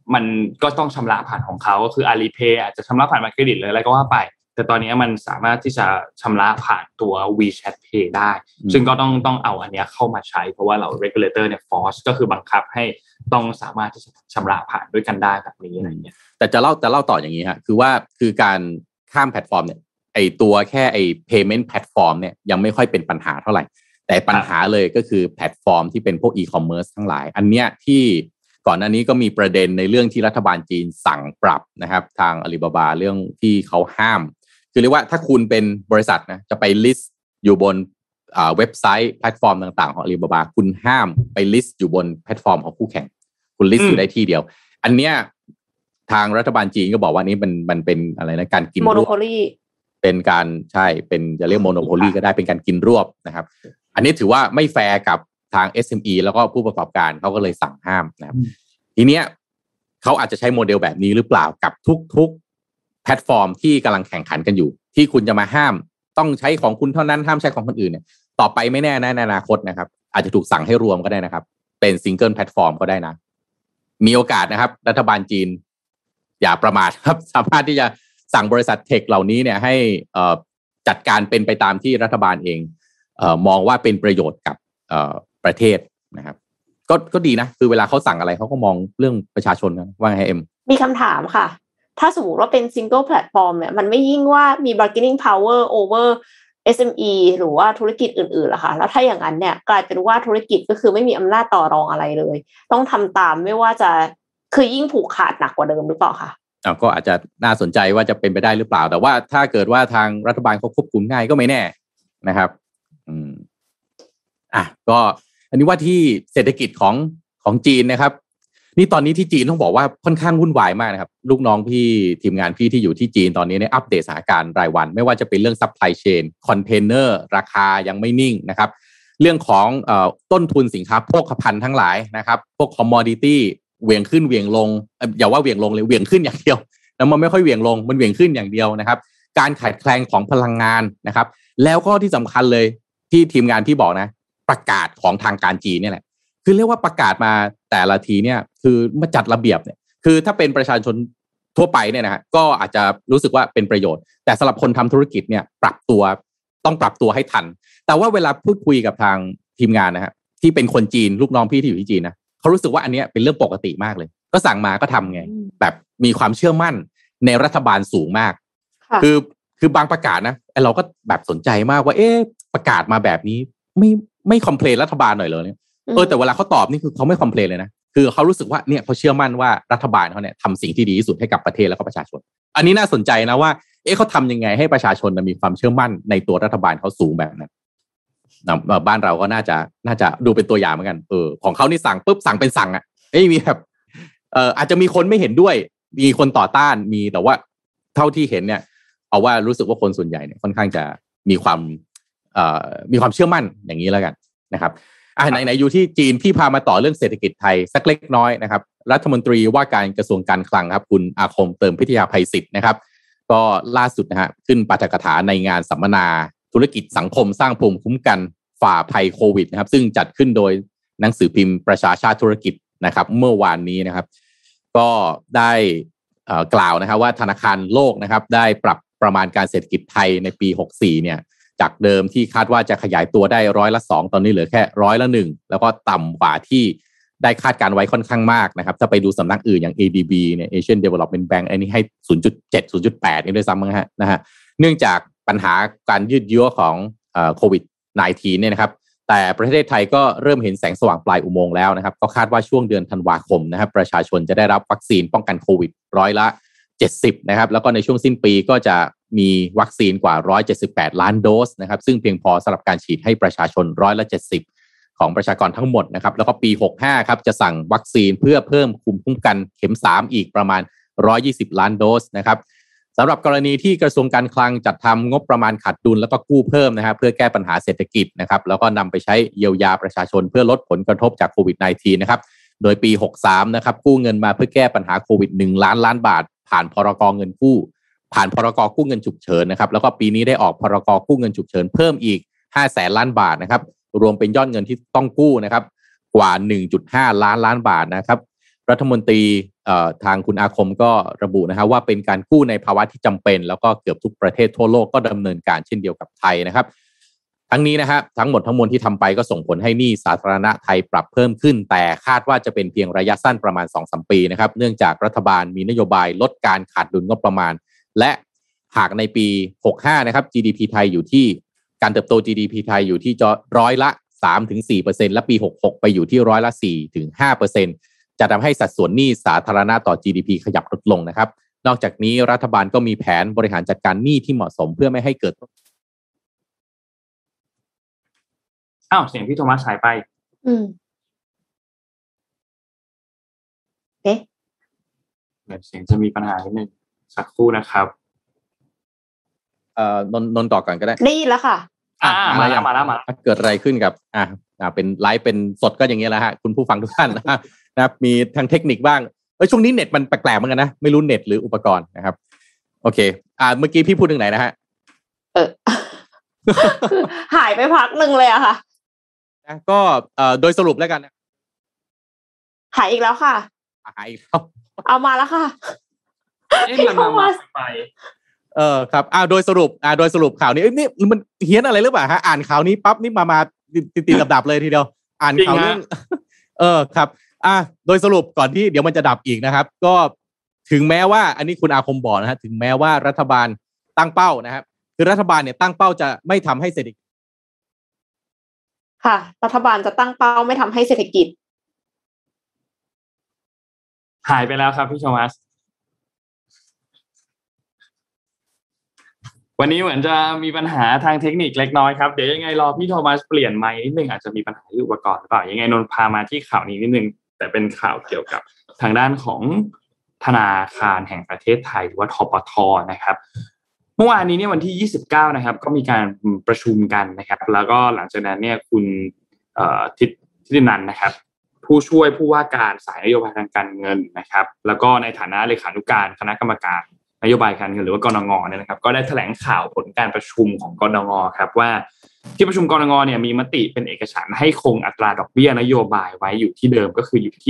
มันก็ต้องชำระผ่านของเขาก็คือ Alipay อาจจะชำระผ่านบัตรเครดิตเลยอะไรก็ว่าไปแต่ตอนนี้มันสามารถที่จะชำระผ่านตัว WeChat Pay ได้ซึ่งก็ต้องเอาอันนี้เข้ามาใช้เพราะว่าเรา regulator เนี่ย force ก็คือบังคับให้ต้องสามารถที่จะชำระผ่านด้วยกันได้แบบนี้อะไรเงี้ยแต่จะเล่าต่ออย่างนี้ฮะคือการข้ามแพลตฟอร์มเนี่ยไอตัวแค่ไอ payment platform เนี่ยยังไม่ค่อยเป็นปัญหาเท่าไหร่แต่ปัญหาเลยก็คือแพลตฟอร์มที่เป็นพวก e-commerce ทั้งหลายอันเนี้ยที่ก่อนหน้านี้ก็มีประเด็นในเรื่องที่รัฐบาลจีนสั่งปรับนะครับทางอาลีบาบาเรื่องที่เขาห้ามคือเรียกว่าถ้าคุณเป็นบริษัทนะจะไป list อยู่บนเว็บไซต์แพลตฟอร์มต่างๆของอาลีบาบาคุณห้ามไป list อยู่บนแพลตฟอร์มของคู่แข่งคุณ list อยู่ได้ที่เดียวอันเนี้ยทางรัฐบาลจีนก็บอกว่านี้มันเป็นอะไรนะการกินรวบ monopoly เป็นการใช่เป็นจะเรียก monopoly ก็ได้เป็นการกินรวบนะครับอันนี้ถือว่าไม่แฟร์กับทาง SME แล้วก็ผู้ประกอบการเขาก็เลยสั่งห้ามนะครับทีเนี้ยเขาอาจจะใช้โมเดลแบบนี้หรือเปล่ากับทุกแพลตฟอร์มที่กำลังแข่งขันกันอยู่ที่คุณจะมาห้ามต้องใช้ของคุณเท่านั้นห้ามใช้ของคนอื่นเนี่ยต่อไปไม่แน่นะในอนาคตนะครับอาจจะถูกสั่งให้รวมก็ได้นะครับเป็นซิงเกิลแพลตฟอร์มก็ได้นะมีโอกาสนะครับรัฐบาลจีนอย่าประมาทครับสามารถที่จะสั่งบริษัทเทคเหล่านี้เนี่ยให้จัดการเป็นไปตามที่รัฐบาลเองมองว่าเป็นประโยชน์กับประเทศนะครับก็ดีนะคือเวลาเขาสั่งอะไรเขาก็มองเรื่องประชาชนนะว่าไงเอ็มมีคำถามค่ะถ้าสมมติว่าเป็น single platform เนี่ยมันไม่ยิ่งว่ามี bargaining power over SME หรือว่าธุรกิจอื่นๆล่ะคะแล้วถ้าอย่างนั้นเนี่ยกลายเป็นว่าธุรกิจก็คือไม่มีอำนาจต่อรองอะไรเลยต้องทำตามไม่ว่าจะคือยิ่งผูกขาดหนักกว่าเดิมหรือเปล่าคะก็อาจจะน่าสนใจว่าจะเป็นไปได้หรือเปล่าแต่ว่าถ้าเกิดว่าทางรัฐบาลเขาควบคุมง่ายก็ไม่แน่นะครับก็อันนี้ว่าที่เศรษฐกิจของจีนนะครับนี่ตอนนี้ที่จีนต้องบอกว่าค่อนข้างวุ่นวายมากนะครับลูกน้องพี่ทีมงานพี่ที่อยู่ที่จีนตอนนี้เนี่ยอัปเดตสถานการณ์รายวันไม่ว่าจะเป็นเรื่องซัพพลายเชนคอนเทนเนอร์ราคายังไม่นิ่งนะครับเรื่องของต้นทุนสินค้าโภคภัณฑ์ทั้งหลายนะครับพวกคอมมอดิตี้เหวี่ยงขึ้นเหวี่ยงลงอย่าว่าเหวี่ยงลงเลยเหวี่ยงขึ้นอย่างเดียวแล้วมันไม่ค่อยเหวี่ยงลงมันเหวี่ยงขึ้นอย่างเดียวนะครับการขาดแคลนของพลังงานนะครับแล้วก็ที่สำคัญเลยที่ทีมงานพี่บอกนะประกาศของทางการจีนเนี่ยแหละคือเรียกว่าประกาศมาแต่ละทีเนี่ยคือมาจัดระเบียบเนี่ยคือถ้าเป็นประชาชนทั่วไปเนี่ยนะฮะก็อาจจะรู้สึกว่าเป็นประโยชน์แต่สำหรับคนทำธุรกิจเนี่ยต้องปรับตัวให้ทันแต่ว่าเวลาพูดคุยกับทางทีมงานนะฮะที่เป็นคนจีนลูกน้องพี่ที่อยู่ที่จีนนะเขารู้สึกว่าอันนี้เป็นเรื่องปกติมากเลยก็สั่งมาก็ทำไงแบบมีความเชื่อมั่นในรัฐบาลสูงมากคือบางประกาศนะเราก็แบบสนใจมากว่าประกาศมาแบบนี้ไม่คอมเพลนรัฐบาลหน่อยเลยเนี่ยแต่เวลาเขาตอบนี่คือเขาไม่คอมเพลนเลยนะคือเขารู้สึกว่าเนี่ยเขาเชื่อมั่นว่ารัฐบาลเขาเนี่ยทำสิ่งที่ดีที่สุดให้กับประเทศแล้วก็ประชาชนอันนี้น่าสนใจนะว่าเขาทำยังไงให้ประชาชนมีความเชื่อมั่นในตัวรัฐบาลเขาสูงแบบนั้นบ้านเราก็น่าจะดูเป็นตัวอย่างเหมือนกันของเขานี่สั่งปุ๊บสั่งเป็นสั่งมีแบบอาจจะมีคนไม่เห็นด้วยมีคนต่อต้านมีแต่ว่าเท่าที่เห็นเนี่ยเอาว่ารู้สึกว่าคนส่วนใหญ่เนี่ยค่อนข้างจะมีความเชื่อมั่นอย่างนี้แล้วกันนะครับไหนอยู่ที่จีนพี่พามาต่อเรื่องเศรษฐกิจไทยสักเล็กน้อยนะครับรัฐมนตรีว่าการกระทรวงการคลังครับคุณอาคมเติมพิทยาภัยศิษย์นะครับก็ล่าสุดนะฮะขึ้นปาฐกถาในงานสัมมนาธุรกิจสังคมสร้างภูมิคุ้มกันฝ่าภัยโควิดนะครับซึ่งจัดขึ้นโดยหนังสือพิมพ์ประชาชาติธุรกิจนะครับเมื่อวานนี้นะครับก็ได้กล่าวนะครับว่าธนาคารโลกนะครับได้ปรับประมาณการเศรษฐกิจไทยในปี64เนี่ยจากเดิมที่คาดว่าจะขยายตัวได้2%ตอนนี้เหลือแค่1%แล้วก็ต่ำกว่าที่ได้คาดการไว้ค่อนข้างมากนะครับถ้าไปดูสำนักอื่นอย่าง ADB เนี่ย Asian Development Bank อันนี้ให้ 0.7 0.8 นี่ด้วยซ้ำนะฮะเนื่องจากปัญหาการยืดเยื้อของโควิด -19 เนี่ยนะครับแต่ประเทศไทยก็เริ่มเห็นแสงสว่างปลายอุโมงค์แล้วนะครับก็คาดว่าช่วงเดือนธันวาคมนะครับประชาชนจะได้รับวัคซีนป้องกันโควิด70%นะครับแล้วก็ในช่วงสิ้นปีก็จะมีวัคซีนกว่า178ล้านโดสนะครับซึ่งเพียงพอสำหรับการฉีดให้ประชาชน70%ของประชากรทั้งหมดนะครับแล้วก็ปี65ครับจะสั่งวัคซีนเพื่อเพิ่มภูมิคุ้มกันเข็ม3อีกประมาณ120ล้านโดสนะครับสำหรับกรณีที่กระทรวงการคลังจัดทำงบประมาณขาดดุลแล้วก็กู้เพิ่มนะครับเพื่อแก้ปัญหาเศรษฐกิจนะครับแล้วก็นำไปใช้เยียวยาประชาชนเพื่อลดผลกระทบจากโควิด -19 นะครับโดยปี63นะครับกู้เงินมาเพื่อแก้ปัญหาโควิด1ล้านล้านบาทผ่านพรก.เงินกู้ผ่านพรก.กู้เงินฉุกเฉินนะครับแล้วก็ปีนี้ได้ออกพรก.กู้เงินฉุกเฉินเพิ่มอีก 500,000 ล้านบาทนะครับรวมเป็นยอดเงินที่ต้องกู้นะครับกว่า 1.5 ล้านล้านบาทนะครับรัฐมนตรีทางคุณอาคมก็ระบุนะฮะว่าเป็นการกู้ในภาวะที่จำเป็นแล้วก็เกือบทุกประเทศทั่วโลกก็ดำเนินการเช่นเดียวกับไทยนะครับทั้งนี้นะครับทั้งหมดทั้งมวลที่ทำไปก็ส่งผลให้หนี้สาธารณะไทยปรับเพิ่มขึ้นแต่คาดว่าจะเป็นเพียงระยะสั้นประมาณ 2-3 ปีนะครับเนื่องจากรัฐบาลมีนโยบายลดการขาดดุลงบประมาณและหากในปี65นะครับ GDP ไทยอยู่ที่การเติบโต GDP ไทยอยู่ที่ร้อยละ 3-4% และปี66ไปอยู่ที่ร้อยละ 4-5% จะทำให้สัดส่วนหนี้สาธารณะต่อ GDP ขยับลดลงนะครับนอกจากนี้รัฐบาลก็มีแผนบริหารจัดการหนี้ที่เหมาะสมเพื่อไม่ให้เกิดเสียงพี่โทมัสหายไปเอ๊ะเสียงจะมีปัญหานิดนึงสักครู่นะครับนนต่อก่อนก็ได้ได้ยินแล้วค่ะมาแล้วเกิดอะไรขึ้นกับเป็นไลฟ์เป็นสดก็อย่างเงี้ยแหละฮะคุณผู้ฟังทุกท่านนะครับมีทางเทคนิคบ้างช่วงนี้เน็ตมันแปลกๆเหมือนกันนะไม่รู้เน็ตหรืออุปกรณ์นะครับโอเคเมื่อกี้พี่พูดถึงไหนนะฮะหายไปพักนึงเลยอะค่ะก็โดยสรุปแล้วกันหายอีกแล้วค่ะหายอีกแล้วเอามาแล้วค่ะมันมาไปครับโดยสรุปข่าวนี้นี่มันเฮี้ยนอะไรหรือเปล่าฮะอ่านข่าวนี้ปั๊บนี่มาติดดับเลยทีเดียวอ่านข่าวเรื่องครับโดยสรุปก่อนที่เดี๋ยวมันจะดับอีกนะครับก็ถึงแม้ว่าอันนี้คุณอาคมบอกนะฮะถึงแม้ว่ารัฐบาลตั้งเป้านะครับคือรัฐบาลเนี่ยตั้งเป้าจะไม่ทำให้เศรษฐกิจค่ะรัฐบาลจะตั้งเป้าไม่ทำให้เศรษฐกิจหายไปแล้วครับพี่โทมัสวันนี้เหมือนจะมีปัญหาทางเทคนิคเล็กน้อยครับเดี๋ยวยังไงรอพี่โทมัสเปลี่ยนไมค์นิดนึงอาจจะมีปัญหาที่อุปกรณ์หรือเปล่ายังไงนนท์พามาที่ข่าวนี้นิดนึงแต่เป็นข่าวเกี่ยวกับทางด้านของธนาคารแห่งประเทศไทยหรือว่าธปท.นะครับเมื่อวานนี้เนี่ยวันที่29นะครับก็มีการประชุมกันนะครับแล้วก็หลังจากนั้นเนี่ยคุณทิตินันท์นะครับผู้ช่วยผู้ว่าการสายนโยบายทางการเงินนะครับแล้วก็ในฐานะเลขานุการคณะกรรมการนโยบายการเงินหรือว่ากนง.เนี่ยนะครับก็ได้แถลงข่าวผลการประชุมของกนง.ครับว่าที่ประชุมกนง.เนี่ยมีมติเป็นเอกฉันท์ให้คงอัตราดอกเบี้ยนโยบายไว้อยู่ที่เดิมก็คืออยู่ที่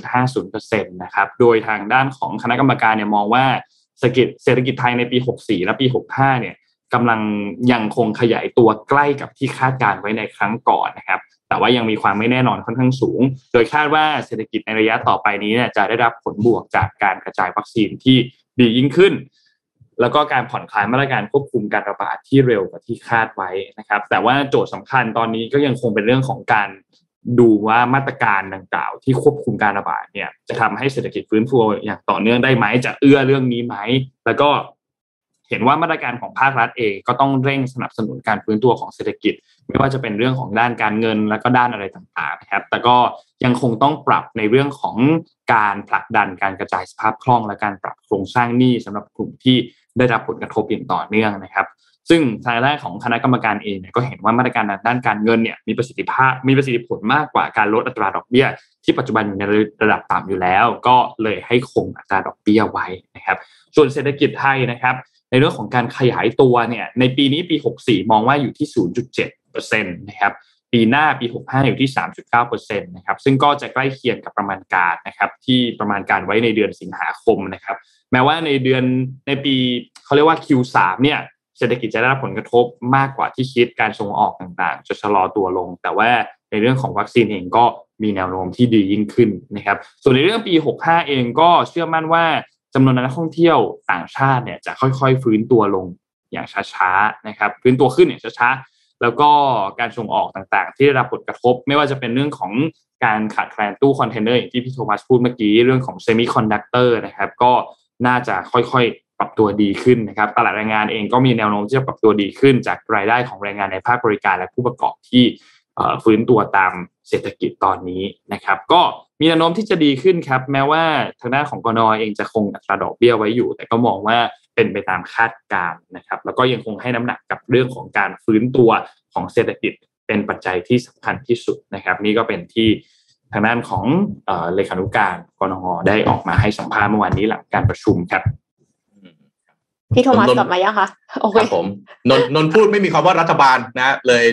0.50% นะครับโดยทางด้านของคณะกรรมการเนี่ยมองว่าเศรษฐกิจไทยในปี64และปี65เนี่ยกำลังยังคงขยายตัวใกล้กับที่คาดการไว้ในครั้งก่อนนะครับแต่ว่ายังมีความไม่แน่นอนค่อนข้างสูงโดยคาดว่าเศรษฐกิจในระยะต่อไปนี้เนี่ยจะได้รับผลบวกจากการกระจายวัคซีนที่ดียิ่งขึ้นแล้วก็การผ่อนคลายมาตรการควบคุมการระบาดที่เร็วกว่าที่คาดไว้นะครับแต่ว่าโจทย์สำคัญตอนนี้ก็ยังคงเป็นเรื่องของการดูว่ามาตรการดังกล่าวที่ควบคุมการระบาดเนี่ยจะทำให้เศรษฐกิจฟื้นฟูอย่างต่อเนื่องได้ไหมจะเอื้อเรื่องนี้ไหมแล้วก็เห็นว่ามาตรการของภาครัฐเองก็ต้องเร่งสนับสนุนการฟื้นตัวของเศรษฐกิจไม่ว่าจะเป็นเรื่องของด้านการเงินและก็ด้านอะไรต่างๆนะครับแต่ก็ยังคงต้องปรับในเรื่องของการผลักดันการกระจายสภาพคล่องและการปรับโครงสร้างหนี้สำหรับกลุ่มที่ได้รับผลกระทบอย่างต่อเนื่องนะครับซึ่งทางด้านของคณะกรรมการเองเนี่ยก็เห็นว่ามาตรการด้านการเงินเนี่ยมีประสิทธิผลมากกว่าการลดอัตราดอกเบี้ยที่ปัจจุบันอยู่ในระดับต่ำอยู่แล้วก็เลยให้คงอัตราดอกเบี้ยไว้นะครับส่วนเศรษฐกิจไทยนะครับในเรื่องของการขยายตัวเนี่ยในปีนี้ปี64มองว่าอยู่ที่ 0.7% นะครับปีหน้าปี65อยู่ที่ 3.9% นะครับซึ่งก็จะใกล้เคียงกับประมาณการนะครับที่ประมาณการไว้ในเดือนสิงหาคมนะครับแม้ว่าในปีเขาเรียกว่า Q3 เนี่ยเศรษฐกิจจะได้รับผลกระทบมากกว่าที่คิดการส่งออกต่างๆจะชะลอตัวลงแต่ว่าในเรื่องของวัคซีนเองก็มีแนวโน้มที่ดียิ่งขึ้นนะครับส่วนในเรื่องปี65เองก็เชื่อมั่นว่าจำนวนนักท่องเที่ยวต่างชาติเนี่ยจะค่อยๆฟื้นตัวลงอย่างช้าๆนะครับฟื้นตัวขึ้นอย่างช้าๆแล้วก็การส่งออกต่างๆที่ได้รับผลกระทบไม่ว่าจะเป็นเรื่องของการขาดแคลนตู้คอนเทนเนอร์อย่างที่พี่โทมัสพูดเมื่อกี้เรื่องของเซมิคอนดักเตอร์นะครับก็น่าจะค่อยๆปรับตัวดีขึ้นนะครับตลาดแรงงานเองก็มีแนวโน้มที่จะปรับตัวดีขึ้นจากรายได้ของแรงงานในภาคบริการและผู้ประกอบที่ฟื้นตัวตามเศรษฐกิจตอนนี้นะครับก็มีแนวโน้มที่จะดีขึ้นครับแม้ว่าทางด้านของกน.เองจะคงอัตราดอกเบี้ยไว้อยู่แต่ก็มองว่าเป็นไปตามคาดการณ์นะครับแล้วก็ยังคงให้น้ำหนักกับเรื่องของการฟื้นตัวของเศรษฐกิจเป็นปัจจัยที่สำคัญที่สุดนะครับนี่ก็เป็นที่ทางด้านของเลขานุการกนง.ได้ออกมาให้สัมภาษณ์เมื่อวานนี้หลังการประชุมครับพี่โทมัสกลับมายังคะโอเคครับผมนนพูดไม่มีคำว่ารัฐบาลนะเลย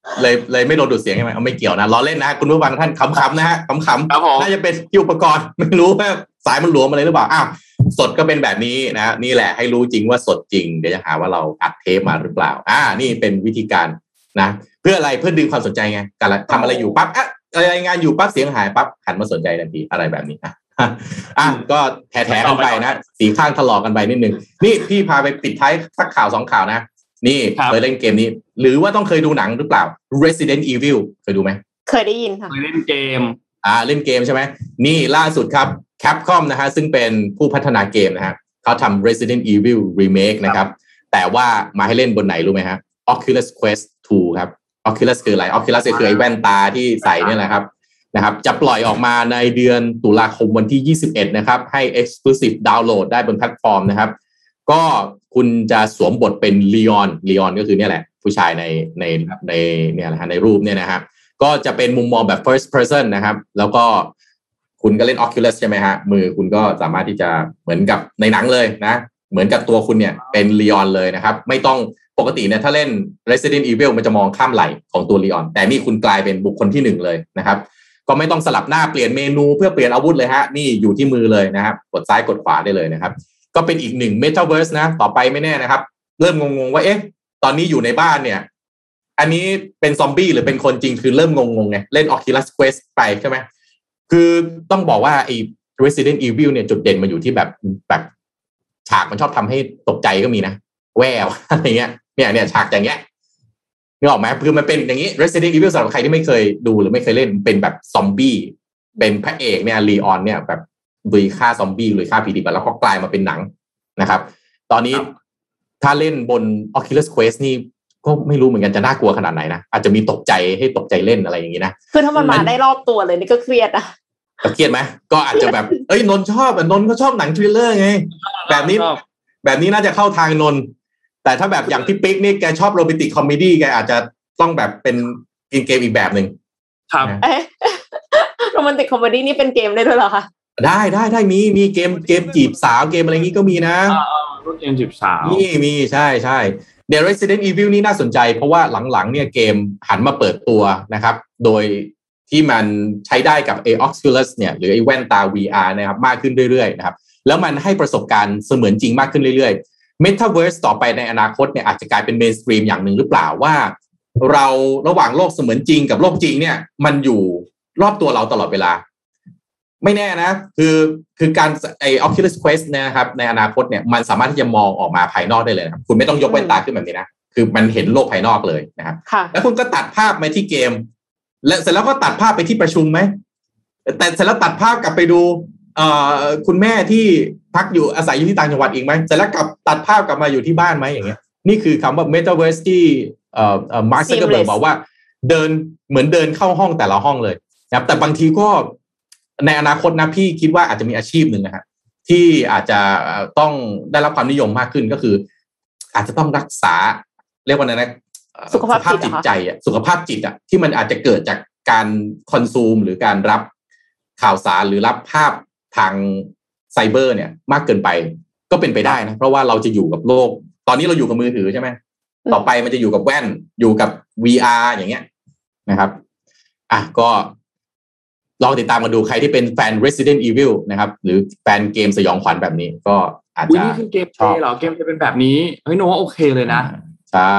เลยไม่โดนดูดเสียงใช่ไหมเอาไม่เกี่ยวนะล้อเล่นนะคุณผู้ฟังท่านขำๆนะฮะขำๆน่าจะเป็นที่อุปกรณ์ไม่รู้ว่าสายมันหลวมอะไรหรือเปล่าอ้าวสดก็เป็นแบบนี้นะนี่แหละให้รู้จริงว่าสดจริงเดี๋ยวจะหาว่าเราอัดเทปมาหรือเปล่านี่เป็นวิธีการนะเพื่ออะไรเพื่อดึงความสนใจไงการทำอะไรอยู่ปั๊บรายงานอยู่ปั๊บเสียงหายปั๊บหันมาสนใจทันทีอะไรแบบนี้ก็แถๆกันไปนะสีข้างถลอกกันไปนิดนึงนี่พี่พาไปปิดท้ายสักข่าว2ข่าวนะนี่เคยเล่นเกมนี้หรือว่าต้องเคยดูหนังหรือเปล่า Resident Evil เคยดูไหมเคยได้ยินค่ะเคยเล่นเกมเล่นเกมใช่ไหมนี่ล่าสุดครับ Capcom นะฮะซึ่งเป็นผู้พัฒนาเกมนะฮะเขาทำ Resident Evil Remake นะครับแต่ว่ามาให้เล่นบนไหนรู้ไหมฮะ Oculus Quest 2 ครับ Oculus คืออะไร Oculus คือไอ้แว่นตาที่ใส่เนี่ยแหละครับนะครับจะปล่อยออกมาในเดือนตุลาคมวันที่21นะครับให้ Exclusive Download ได้บนแพลตฟอร์มนะครับก็คุณจะสวมบทเป็นลีออนก็คือเนี่ยแหละผู้ชายในเนี่ยนะฮะในรูปเนี่ยนะครับก็จะเป็นมุมมองแบบ first person นะครับแล้วก็คุณก็เล่น Oculus ใช่ไหมฮะมือคุณก็สามารถที่จะเหมือนกับในหนังเลยนะเหมือนกับตัวคุณเนี่ยเป็นลีออนเลยนะครับไม่ต้องปกติเนี่ยถ้าเล่น Resident Evil มันจะมองข้ามไหล่ของตัวลีออนแต่นี่คุณกลายเป็นบุคคลที่1เลยนะครับก็ไม่ต้องสลับหน้าเปลี่ยนเมนูเพื่อเปลี่ยนอาวุธเลยฮะนี่อยู่ที่มือเลยนะครับกดซ้ายกดขวาได้เลยนะครับก็เป็นอีก1 Metaverse นะต่อไปไม่แน่นะครับเริ่มงงๆว่าตอนนี้อยู่ในบ้านเนี่ยอันนี้เป็นซอมบี้หรือเป็นคนจริงคือเริ่มงงๆไงเล่น Oculus Quest ไปใช่ไหมคือต้องบอกว่าไอ้ Resident Evil เนี่ยจุดเด่นมาอยู่ที่แบบฉากมันชอบทำให้ตกใจก็มีนะแววอะไรเงี้ยเนี่ยฉากอย่างเงี้ยนึกออกไหมคือมันเป็นอย่างนี้ Resident Evil สำหรับใครที่ไม่เคยดูหรือไม่เคยเล่นเป็นแบบซอมบี้เป็นพระเอกเนี่ยลีออนเนี่ยแบบลุยฆ่าซอมบี้ลุยฆ่าผีดิบแล้วก็กลายมาเป็นหนังนะครับตอนนี้ถ้าเล่นบน Oculus Quest นี่ก็ไม่รู้เหมือนกันจะน่ากลัวขนาดไหนนะอาจจะมีตกใจให้ตกใจเล่นอะไรอย่างนี้นะคือถ้ามันมาได้รอบตัวเลยนี่ก็เครียดนะเครียดไหมก็อาจจะแบบนนท์ชอบนนท์ก็ชอบหนังทริลเลอร์ไงแบบนี้น่าจะเข้าทางนนท์แต่ถ้าแบบอย่างพี่ปิ๊กนี่แกชอบโรแมนติกคอมเมดี้แกอาจจะต้องแบบเป็นเกมอีกแบบนึงครับโรแมนติกคอมเมดี้นี่เป็นเกมได้ด้วยเหรอคะได้มีเกมจีบสาวเกมอะไรงี้ก็มีนะเกมจีบสาวมีใช่เดี๋ยว Resident Evil นี่น่าสนใจเพราะว่าหลังๆเนี่ยเกมหันมาเปิดตัวนะครับโดยที่มันใช้ได้กับ Oculus เนี่ยหรือไอ้แว่นตา VR นะครับมากขึ้นเรื่อยๆนะครับแล้วมันให้ประสบการณ์เสมือนจริงมากขึ้นเรื่อยๆ Metaverse ต่อไปในอนาคตเนี่ยอาจจะกลายเป็น mainstream อย่างหนึ่งหรือเปล่าว่าเราระหว่างโลกเสมือนจริงกับโลกจริงเนี่ยมันอยู่รอบตัวเราตลอดเวลาไม่แน่นะคือการOculus Quest นะครับในอนาคตเนี่ยมันสามารถที่จะมองออกมาภายนอกได้เลยนะครับคุณไม่ต้องยกแว่นตาขึ้นแบบนี้นะคือมันเห็นโลกภายนอกเลยนะครับแล้วคุณก็ตัดภาพมาที่เกมและเสร็จแล้วก็ตัดภาพไปที่ประชุมไหมแต่เสร็จแล้วตัดภาพกลับไปดูคุณแม่ที่พักอยู่อาศัยอยู่ที่ต่างจังหวัดอีกไหมเสร็จแล้วกลับตัดภาพกลับมาอยู่ที่บ้านไหมอย่างเงี้ยนี่คือคำว่า Metaverse ที่มาร์ค ซักเคอร์เบิร์กบอกว่าเหมือนเดินเข้าห้องแต่ละห้องเลยนะครับแต่บางทีก็ในอนาคตนะพี่คิดว่าอาจจะมีอาชีพหนึ่งนะครับที่อาจจะต้องได้รับความนิยมมากขึ้นก็คืออาจจะต้องรักษาเรียกว่าอะไรนะสุขภาพจิตใจอ่ะสุขภาพจิตอ่ะที่มันอาจจะเกิดจากการคอนซูมหรือการรับข่าวสารหรือรับภาพทางไซเบอร์เนี่ยมากเกินไปก็เป็นไปได้นะเพราะว่าเราจะอยู่กับโลกตอนนี้เราอยู่กับมือถือใช่ไหมต่อไปมันจะอยู่กับแว่นอยู่กับ VR อย่างเงี้ยนะครับก็ลองติดตามมาดูใครที่เป็นแฟน Resident Evil นะครับหรือแฟนเกมสยองขวัญแบบนี้ก็อาจจะนี่คือเกมเพลย์เหรอเกมจะเป็นแบบนี้เฮ้ยโน้โอเคเลยนะใช่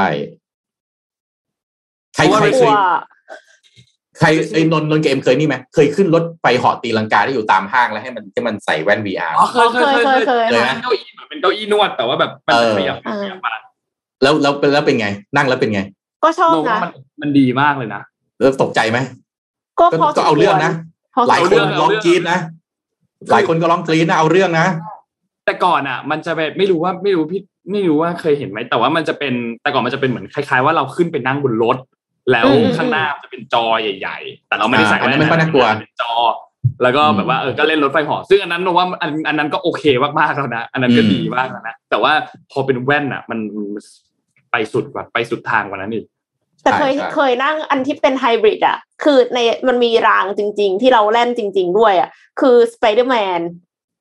ใครไอ้นนเกมเคยนี่ไหมเคยขึ้นรถไฟเหาะตีลังกาที่อยู่ตามห้างแล้วให้มันใส่แว่น VR เคยเป็นเก้าอี้นวดแต่ว่าแบบมันขยับมาแล้วเป็นไงนั่งแล้วเป็นไงก็ชอบนะมันดีมากเลยนะแล้วตกใจไหมก็เอาเรื่องนะหลายคนร้องกรี๊ดนะหลายคนก็ร้องกรี๊ดนะเอาเรื่องนะแต่ก่อนอ่ะมันจะแบบไม่รู้ว่าเคยเห็นไหมแต่ว่ามันจะเป็นแต่ก่อนมันจะเป็นเหมือนคล้ายๆว่าเราขึ้นไปนั่งบนรถแล้วข้างหน้าจะเป็นจอใหญ่ๆแต่เราไม่ได้ใส่อันนั้นไม่น่ากลัวเป็นจอแล้วก็แบบว่าก็เล่นรถไฟเหาะซึ่งอันนั้นว่าอันนั้นก็โอเคมากๆแล้วนะอันนั้นก็ดีมากแล้วนะแต่ว่าพอเป็นแว่นอ่ะมันไปสุดทางกว่านั้นอีกแต่เคยนั่งอันที่เป็นไฮบริดอ่ะคือในมันมีรางจริงๆที่เราเล่นจริงๆด้วยอ่ะคือ Spider-Man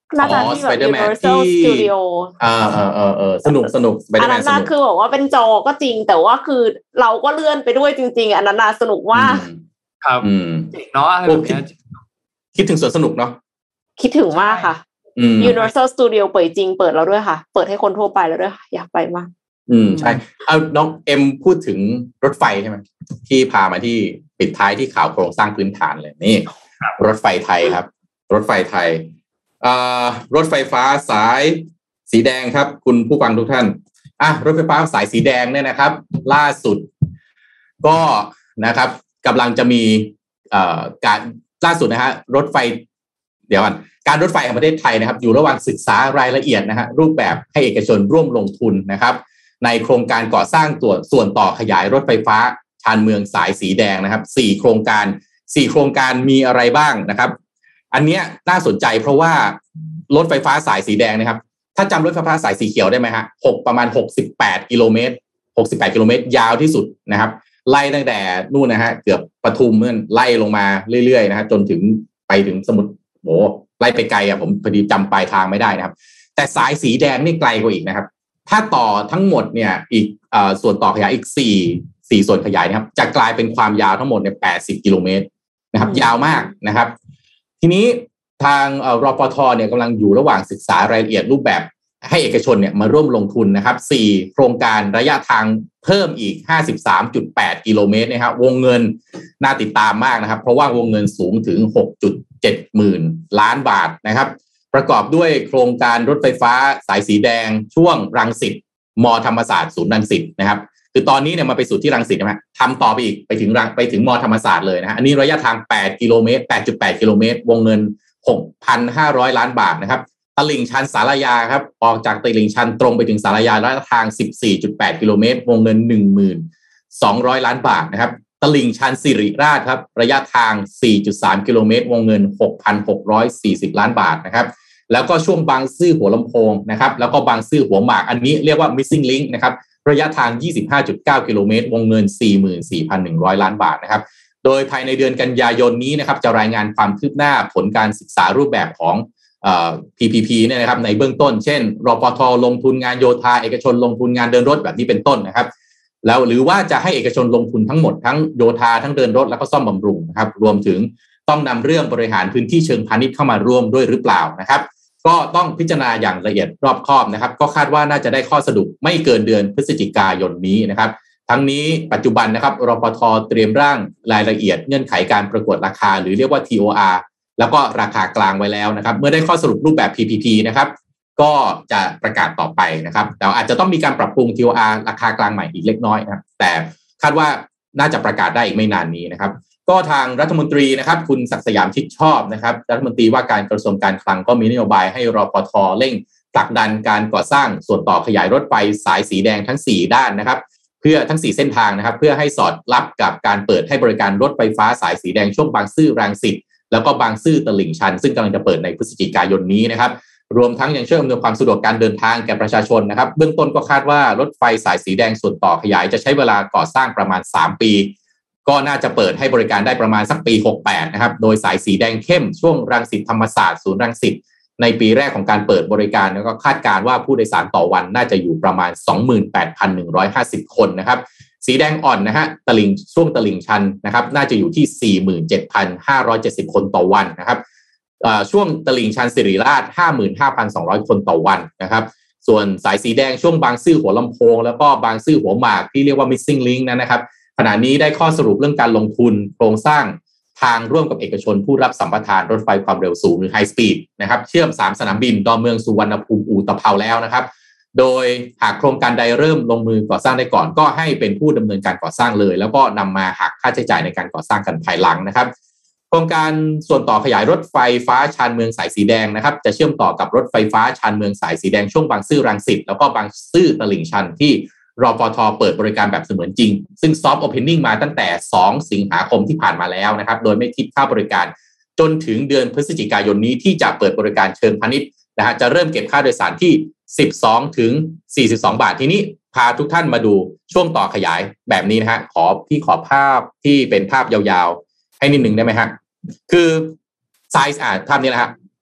น่าจะที่แบบ Universal Studio สนุกอันนั้นน่ะคือบอกว่าเป็นจอก็จริงแต่ว่าคือเราก็เลื่อนไปด้วยจริงๆอันนั้นน่ะสนุกมากครับเนาะอะไรแบบนี้คิดถึงสวนสนุกเนาะคิดถึงมากค่ะUniversal Studio เปิดจริงเปิดแล้วด้วยค่ะเปิดให้คนทั่วไปแล้วด้วยค่ะอยากไปมากใช่เอาน้องเอ็มพูดถึงรถไฟใช่ไหมที่พามาที่ปิดท้ายที่ข่าวโครงสร้างพื้นฐานเลยนี่รถไฟไทยครับรถไฟไทยรถไฟฟ้าสายสีแดงครับคุณผู้ฟังทุกท่านรถไฟฟ้าสายสีแดงเนี่ยนะครับล่าสุดก็นะครับกำลังจะมีการล่าสุดนะฮะรถไฟเดี๋ยวก่อนการรถไฟแห่งประเทศไทยนะครับอยู่ระหว่างศึกษารายละเอียดนะฮะรูปแบบให้เอกชนร่วมลงทุนนะครับในโครงการก่อสร้างส่วนต่อขยายรถไฟฟ้าชานเมืองสายสีแดงนะครับ4โครงการมีอะไรบ้างนะครับอันเนี้ยน่าสนใจเพราะว่ารถไฟฟ้าสายสีแดงนะครับถ้าจำรถไฟฟ้าสายสีเขียวได้ไหมฮะประมาณ68 กิโลเมตรยาวที่สุดนะครับไล่ตั้งแต่นู่นนะฮะเกือบปทุมนั่นไล่ลงมาเรื่อยๆนะฮะจนถึงไปถึงสมุทรไล่ไปไกลผมพอดีจำปลายทางไม่ได้นะครับแต่สายสีแดงนี่ไกลกว่าอีกนะครับถ้าต่อทั้งหมดเนี่ยอีกส่วนต่อขยายอีก4ส่วนขยายนะครับจะกลายเป็นความยาวทั้งหมดเนี่ย80 กิโลเมตรนะครับยาวมากนะครับทีนี้ทางรปท.เนี่ยกำลังอยู่ระหว่างศึกษารายละเอียดรูปแบบให้เอกชนเนี่ยมาร่วมลงทุนนะครับ4โครงการระยะทางเพิ่มอีก 53.8 กิโลเมตรนะครับวงเงินน่าติดตามมากนะครับเพราะว่าวงเงินสูงถึง 6.7 หมื่นล้านบาทนะครับประกอบด้วยโครงการรถไฟฟ้าสายสีแดงช่วงรังสิตม.ธรรมศาสตร์ศูนย์รังสิตนะครับคือตอนนี้เนี่ยมาไปสุดที่รังสิตนะฮะทำต่อไปอีกไปถึงม.ธรรมศาสตร์เลยนะอันนี้ระยะทาง8 กิโลเมตร 8.8 กิโลเมตรวงเงิน 6,500 ล้านบาทนะครับตลิ่งชันสารยาครับออกจากตลิ่งชันตรงไปถึงสารยาระยะทาง 14.8 กิโลเมตรวงเงิน 1,200 ล้านบาทนะครับตลิ่งชันสิริราชครับระยะทาง 4.3 กิโลเมตรวงเงิน 6,640 ล้านบาทนะครับแล้วก็ช่วงบางซื่อหัวลำโพงนะครับแล้วก็บางซื่อหัวหมากอันนี้เรียกว่า missing link นะครับระยะทาง 25.9 กิโลเมตรวงเงิน 44,100 ล้านบาทนะครับโดยภายในเดือนกันยายนนี้นะครับจะรายงานความคืบหน้าผลการศึกษารูปแบบของPPP เนี่ยนะครับในเบื้องต้นเช่นรปท.ลงทุนงานโยธาเอกชนลงทุนงานเดินรถแบบนี้เป็นต้นนะครับแล้วหรือว่าจะให้เอกชนลงทุนทั้งหมดทั้งโยธาทั้งเดินรถแล้วก็ซ่อมบำรุงนะครับรวมถึงต้องนำเรื่องบริหารพื้นที่เชิงพาณิชย์เข้ามาร่วมด้วยหรือเปล่านะครับก็ต้องพิจารณาอย่างละเอียดรอบคอบนะครับก็คาดว่าน่าจะได้ข้อสรุปไม่เกินเดือนพฤศจิกายนนี้นะครับทั้งนี้ปัจจุบันนะครับรปท.เตรียมร่างรายละเอียดเงื่อนไขการประกวดราคาหรือเรียกว่า TOR แล้วก็ราคากลางไว้แล้วนะครับเมื่อได้ข้อสรุปรูปแบบ PPP นะครับก็จะประกาศต่อไปนะครับแต่อาจจะต้องมีการปรับปรุง TOR ราคากลางใหม่อีกเล็กน้อยนะครับแต่คาดว่าน่าจะประกาศได้อีกไม่นานนี้นะครับก็ทางรัฐมนตรีนะครับคุณศักดิ์สยามชิดชอบนะครับรัฐมนตรีว่าการกระทรวงการคลังก็มีนโยบายให้รปท.เร่งผลักดันการก่อสร้างส่วนต่อขยายรถไฟสายสีแดงทั้ง4ด้านนะครับเพื่อทั้ง4เส้นทางนะครับเพื่อให้สอดรับกับการเปิดให้บริการรถไฟฟ้าสายสีแดงช่วงบางซื่อรังสิตแล้วก็บางซื่อตลิ่งชันซึ่งกำลังจะเปิดในพฤศจิกายนนี้นะครับรวมทั้งยังช่วยอำนวยความสะดวกการเดินทางแก่ประชาชนนะครับเบื้องต้นก็คาดว่ารถไฟสายสีแดงส่วนต่อขยายจะใช้เวลาก่อสร้างประมาณ3 ปีก็น่าจะเปิดให้บริการได้ประมาณสักปี68นะครับโดยสายสีแดงเข้มช่วงรังสิตธรรมศาสตร์ศูนย์รังสิตในปีแรกของการเปิดบริการแล้วก็คาดการณ์ว่าผู้โดยสารต่อวันน่าจะอยู่ประมาณ 28,150 คนนะครับสีแดงอ่อนนะฮะช่วงตลิ่งชันนะครับน่าจะอยู่ที่ 47,570 คนต่อวันนะครับช่วงตลิ่งชันสิริราช 55,200 คนต่อวันนะครับส่วนสายสีแดงช่วงบางซื่อหัวลำโพงแล้วก็บางซื่อหัวหมากที่เรียกว่า missing link นะครับขณะนี้ได้ข้อสรุปเรื่องการลงทุนโครงสร้างทางร่วมกับเอกชนผู้รับสัมปทานรถไฟความเร็วสูงหรือ High Speed นะครับเชื่อม3สนามบินดอนเมืองสุวรรณภูมิอู่ตะเภาแล้วนะครับโดยหากโครงการใดเริ่มลงมือก่อสร้างได้ก่อนก็ให้เป็นผู้ดำเนินการก่อสร้างเลยแล้วก็นำมาหักค่าใช้จ่ายในการก่อสร้างกันภายหลังนะครับโครงการส่วนต่อขยายรถไฟฟ้าชานเมืองสายสีแดงนะครับจะเชื่อมต่อกับรถไฟฟ้าชานเมืองสายสีแดงช่วงบางซื่อรังสิตแล้วก็บางซื่อตลิ่งชันที่รปท.เปิดบริการแบบเสมือนจริงซึ่งซอฟต์โอเพนนิ่งมาตั้งแต่2 สิงหาคมที่ผ่านมาแล้วนะครับโดยไม่คิดค่าบริการจนถึงเดือนพฤศจิกายนนี้ที่จะเปิดบริการเชิงพาณิชย์นะฮะจะเริ่มเก็บค่าโดยสารที่12 ถึง 42 บาททีนี้พาทุกท่านมาดูช่วงต่อขยายแบบนี้นะฮะขอภาพที่เป็นภาพยาวๆให้นิดนึงได้ไหมฮะคือไซส์ภาพนี้นะฮะ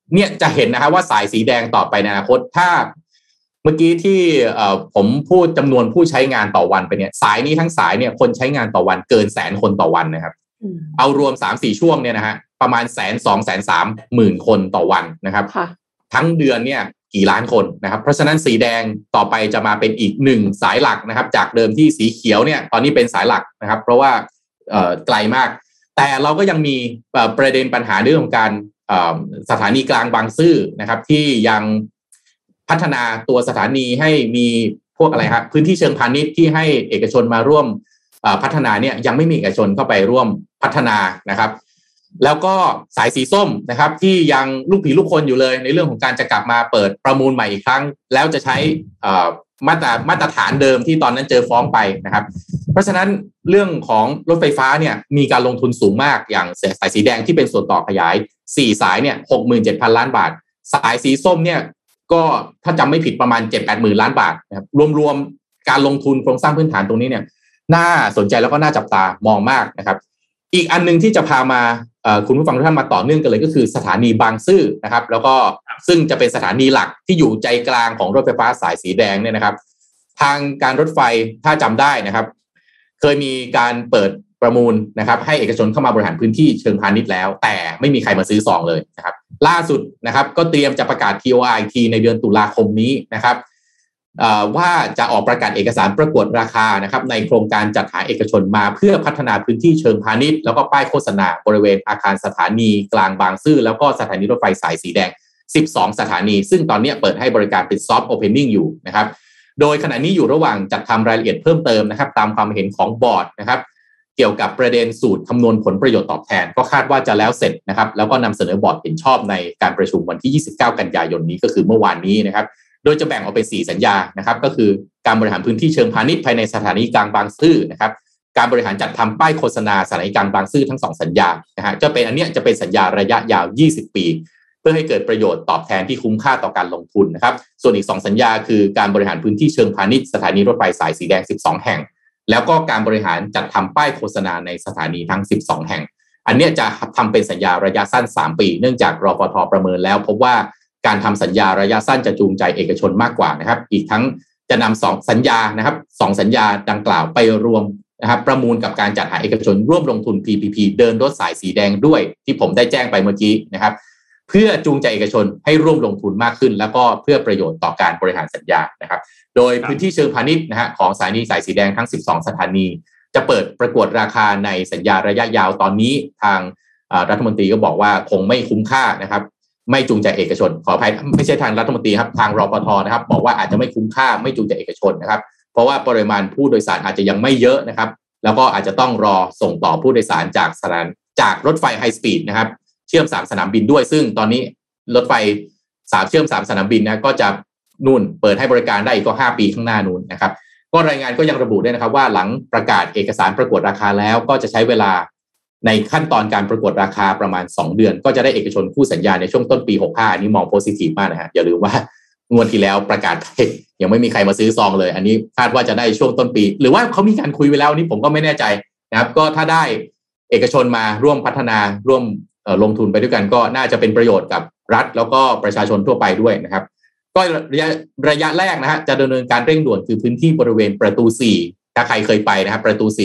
เนี่ยจะเห็นนะฮะว่าสายสีแดงต่อไปในอนาคตถ้าเมื่อกี้ที่ผมพูดจำนวนผู้ใช้งานต่อวันไปเนี่ยสายนี้ทั้งสายเนี่ยคนใช้งานต่อวันเกิน100,000 คนต่อวันนะครับเอารวม 3-4 ช่วงเนี่ยนะฮะประมาณ120,000-130,000 คนต่อวันนะครับทั้งเดือนเนี่ยกี่ล้านคนนะครับเพราะฉะนั้นสีแดงต่อไปจะมาเป็นอีก1สายหลักนะครับจากเดิมที่สีเขียวเนี่ยตอนนี้เป็นสายหลักนะครับเพราะว่าไกลมากแต่เราก็ยังมีประเด็นปัญหาเรื่องของการสถานีกลางบางซื่อนะครับที่ยังพัฒนาตัวสถานีให้มีพวกอะไรครับพื้นที่เชิงพาณิชย์ที่ให้เอกชนมาร่วมพัฒนาเนี่ยยังไม่มีเอกชนเข้าไปร่วมพัฒนานะครับแล้วก็สายสีส้มนะครับที่ยังลูกผีลูกคนอยู่เลยในเรื่องของการจะกลับมาเปิดประมูลใหม่อีกครั้งแล้วจะใช้มาตรฐานเดิมที่ตอนนั้นเจอฟ้องไปนะครับเพราะฉะนั้นเรื่องของรถไฟฟ้าเนี่ยมีการลงทุนสูงมากอย่างสายสีแดงที่เป็นส่วนต่อขยาย4สายเนี่ย 67,000 ล้านบาทสายสีส้มเนี่ยก็ถ้าจำไม่ผิดประมาณ 7-8 หมื่นล้านบาทนะครับรวมๆการลงทุนโครงสร้างพื้นฐานตรงนี้เนี่ยน่าสนใจแล้วก็น่าจับตามองมากนะครับอีกอันนึงที่จะพามาคุณผู้ฟังทุกท่านมาต่อเนื่องกันเลยก็คือสถานีบางซื่อนะครับแล้วก็ซึ่งจะเป็นสถานีหลักที่อยู่ใจกลางของรถไฟฟ้าสายสีแดงเนี่ยนะครับทางการรถไฟถ้าจำได้นะครับเคยมีการเปิดประมูลนะครับให้เอกชนเข้ามาบริหารพื้นที่เชิงพาณิชย์แล้วแต่ไม่มีใครมาซื้อซองเลยนะครับล่าสุดนะครับก็เตรียมจะประกาศ TOR อีกทีในเดือนตุลาคมนี้นะครับว่าจะออกประกาศเอกสารประกวดราคานะครับในโครงการจัดหาเอกชนมาเพื่อพัฒนาพื้นที่เชิงพาณิชย์แล้วก็ป้ายโฆษณาบริเวณอาคารสถานีกลางบางซื่อแล้วก็สถานีรถไฟสายสีแดง12สถานีซึ่งตอนนี้เปิดให้บริการเป็นซอฟต์โอเพนนิ่งอยู่นะครับโดยขณะนี้อยู่ระหว่างจัดทำรายละเอียดเพิ่มเติมนะครับตามความเห็นของบอร์ดนะครับเกี่ยวกับประเด็นสูตรคำนวณผลประโยชน์ตอบแทนก็คาดว่าจะแล้วเสร็จนะครับแล้วก็นำเสนอบอร์ดเห็นชอบในการประชุมวันที่29กันยายนนี้ก็คือเมื่อวานนี้นะครับโดยจะแบ่งออกเป็น4สัญญานะครับก็คือการบริหารพื้นที่เชิงพาณิชย์ภายในสถานีกลางบางซื่อนะครับการบริหารจัดทำป้ายโฆษณาสถานีกลางบางซื่อทั้ง2สัญญานะฮะจะเป็นอันเนี้ยจะเป็นสัญญาระยะยาว20 ปีเพื่อให้เกิดประโยชน์ตอบแทนที่คุ้มค่าต่อการลงทุนนะครับส่วนอีก2สัญญาคือการบริหารพื้นที่เชิงพาณิชย์สถานีรถไฟสายสีแดง12แห่งแล้วก็การบริหารจัดทำป้ายโฆษณาในสถานีทั้ง12แห่งอันเนี้ยจะทำเป็นสัญญาระยะสั้น3ปีเนื่องจากรฟท.ประเมินแล้วพบว่าการทำสัญญาระยะสั้นจะจูงใจเอกชนมากกว่านะครับอีกทั้งจะนำ2สัญญานะครับ2สัญญาดังกล่าวไปรวมนะครับประมูลกับการจัดหาเอกชนร่วมลงทุน PPP เดินรถสายสีแดงด้วยที่ผมได้แจ้งไปเมื่อกี้นะครับเพื่อจูงใจเอกชนให้ร่วมลงทุนมากขึ้นแล้วก็เพื่อประโยชน์ต่อการบริหารสัญญานะครับโดยพื้นที่เชิงพาณิชย์นะฮะของสายสีแดงทั้ง12สถานีจะเปิดประกวดราคาในสัญญาระยะยาวตอนนี้ทางรัฐมนตรีก็บอกว่าคงไม่คุ้มค่านะครับไม่จูงใจเอกชนขออภัยไม่ใช่ทางรัฐมนตรีครับทางรปภ.นะครับบอกว่าอาจจะไม่คุ้มค่าไม่จูงใจเอกชนนะครับเพราะว่าปริมาณผู้โดยสารอาจจะยังไม่เยอะนะครับแล้วก็อาจจะต้องรอส่งต่อผู้โดยสารจากรถไฟไฮสปีดนะครับเชื่อม3สนามบินด้วยซึ่งตอนนี้รถไฟเชื่อม3สนามบินนะก็จะนู่นเปิดให้บริการได้อีกก็5 ปีข้างหน้านู่นนะครับก็รายงานก็ยังระบุด้วยนะครับว่าหลังประกาศเอกสารประกวดราคาแล้วก็จะใช้เวลาในขั้นตอนการประกวดราคาประมาณ2 เดือนก็จะได้เอกชนคู่สัญญาในช่วงต้นปี65อันนี้มองโพสิทีฟมากนะฮะอย่าลืมว่างวดที่แล้วประกาศไปยังไม่มีใครมาซื้อซองเลยอันนี้คาดว่าจะได้ช่วงต้นปีหรือว่าเขามีการคุยไว้แล้วนี่ผมก็ไม่แน่ใจนะครับก็ถ้าได้เอกชนมาร่วมพัฒนาร่วมลงทุนไปด้วยกันก็น่าจะเป็นประโยชน์กับรัฐแล้วก็ประชาชนทั่วไปด้วยนะครับก็ระยะแรกนะฮะจะดำเนินการเร่งด่วนคือพื้นที่บริเวณประตู4ถ้าใครเคยไปนะครับประตู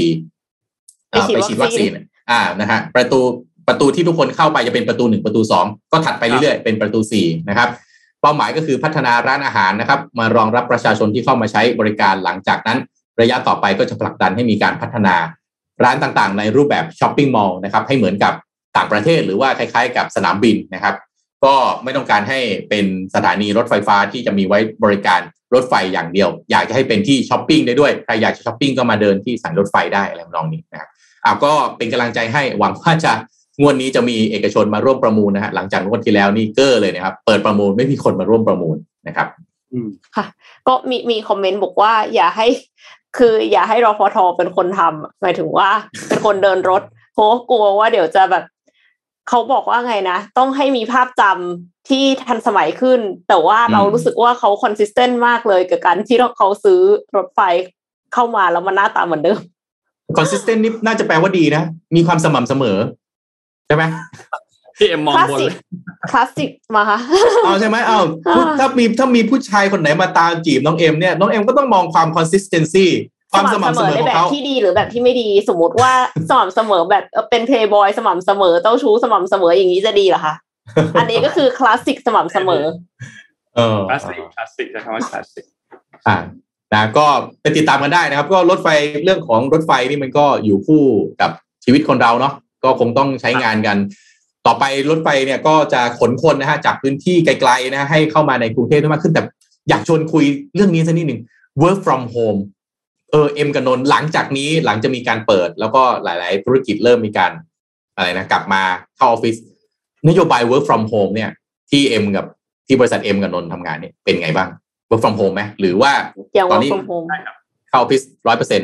4ไปฉีดวัคซีนนะฮะประตูที่ทุกคนเข้าไปจะเป็นประตู1ประตู2ก็ถัดไปเรื่อยๆเป็นประตู4นะครับเป้าหมายก็คือพัฒนาร้านอาหารนะครับมารองรับประชาชนที่เข้ามาใช้บริการหลังจากนั้นระยะต่อไปก็จะผลักดันให้มีการพัฒนาร้านต่างๆในรูปแบบช้อปปิ้งมอลล์นะครับให้เหมือนกับต่างประเทศหรือว่าคล้ายๆกับสนามบินนะครับก็ไม่ต้องการให้เป็นสถานีรถไฟฟ้าที่จะมีไว้บริการรถไฟอย่างเดียวอยากจะให้เป็นที่ช้อปปิ้งได้ด้วยใครอยากจะช้อปปิ้งก็มาเดินที่สถานีรถไฟได้อะไรแบบนี้นะครับก็เป็นกำลังใจให้หวังว่าจะงวดนี้จะมีเอกชนมาร่วมประมูลนะฮะหลังจากงวดที่แล้วนี่เก้อเลยนะครับเปิดประมูลไม่มีคนมาร่วมประมูลนะครับค่ะก็มีคอมเมนต์บอกว่าอย่าให้รฟท.เป็นคนทำหมายถึงว่าเป็นคนเดินรถเพราะกลัวว่าเดี๋ยวจะแบบเขาบอกว่าไงนะต้องให้มีภาพจำที่ทันสมัยขึ้นแต่ว่าเรารู้สึกว่าเขาคอนซิสเทนต์มากเลยกับการที่เขาซื้อรถไฟเข้ามาแล้วมันหน้าตาเหมือนเดิม consistent นี่น่าจะแปลว่าดีนะมีความสม่ำเสมอใช่ไหมพี่เอ็มมองบนเลยคลาสสิกมาค่ะเอาใช่ไหมเอาถ้ามีผู้ชายคนไหนมาตามจีบน้องเอ็มเนี่ยน้องเอ็มก็ต้องมองความ consistency ความสม่ำเสมอในแบบที่ดีหรือแบบที่ไม่ดีสมมติว่าสม่ำเสมอแบบเป็นเพลย์บอยสม่ำเสมอเจ้าชู้สม่ำเสมออย่างนี้จะดีเหรอคะอันนี้ก็คือคลาสสิกสม่ำเสมอคลาสสิกใช้คำว่าคลาสสิกนะก็ไปติดตามกันได้นะครับก็รถไฟเรื่องของรถไฟนี่มันก็อยู่คู่กับชีวิตคนเราเนาะก็คงต้องใช้งานกันต่อไปรถไฟเนี่ยก็จะขนคนนะฮะจากพื้นที่ไกลๆนะให้เข้ามาในกรุงเทพมากขึ้นแต่อยากชวนคุยเรื่องนี้สักนิดนึง work from home เอ็มกับนนท์หลังจากนี้หลังจะมีการเปิดแล้วก็หลายๆธุรกิจเริ่มมีการอะไรนะกลับมาเข้าออฟฟิศนโยบาย work from home เนี่ยที่เอ็มกับที่บริษัทเอ็มกับนนท์ทำงานเนี่ยเป็นไงบ้าง work from home ไหมหรือว่าตอนนี้เข้าออฟฟิศ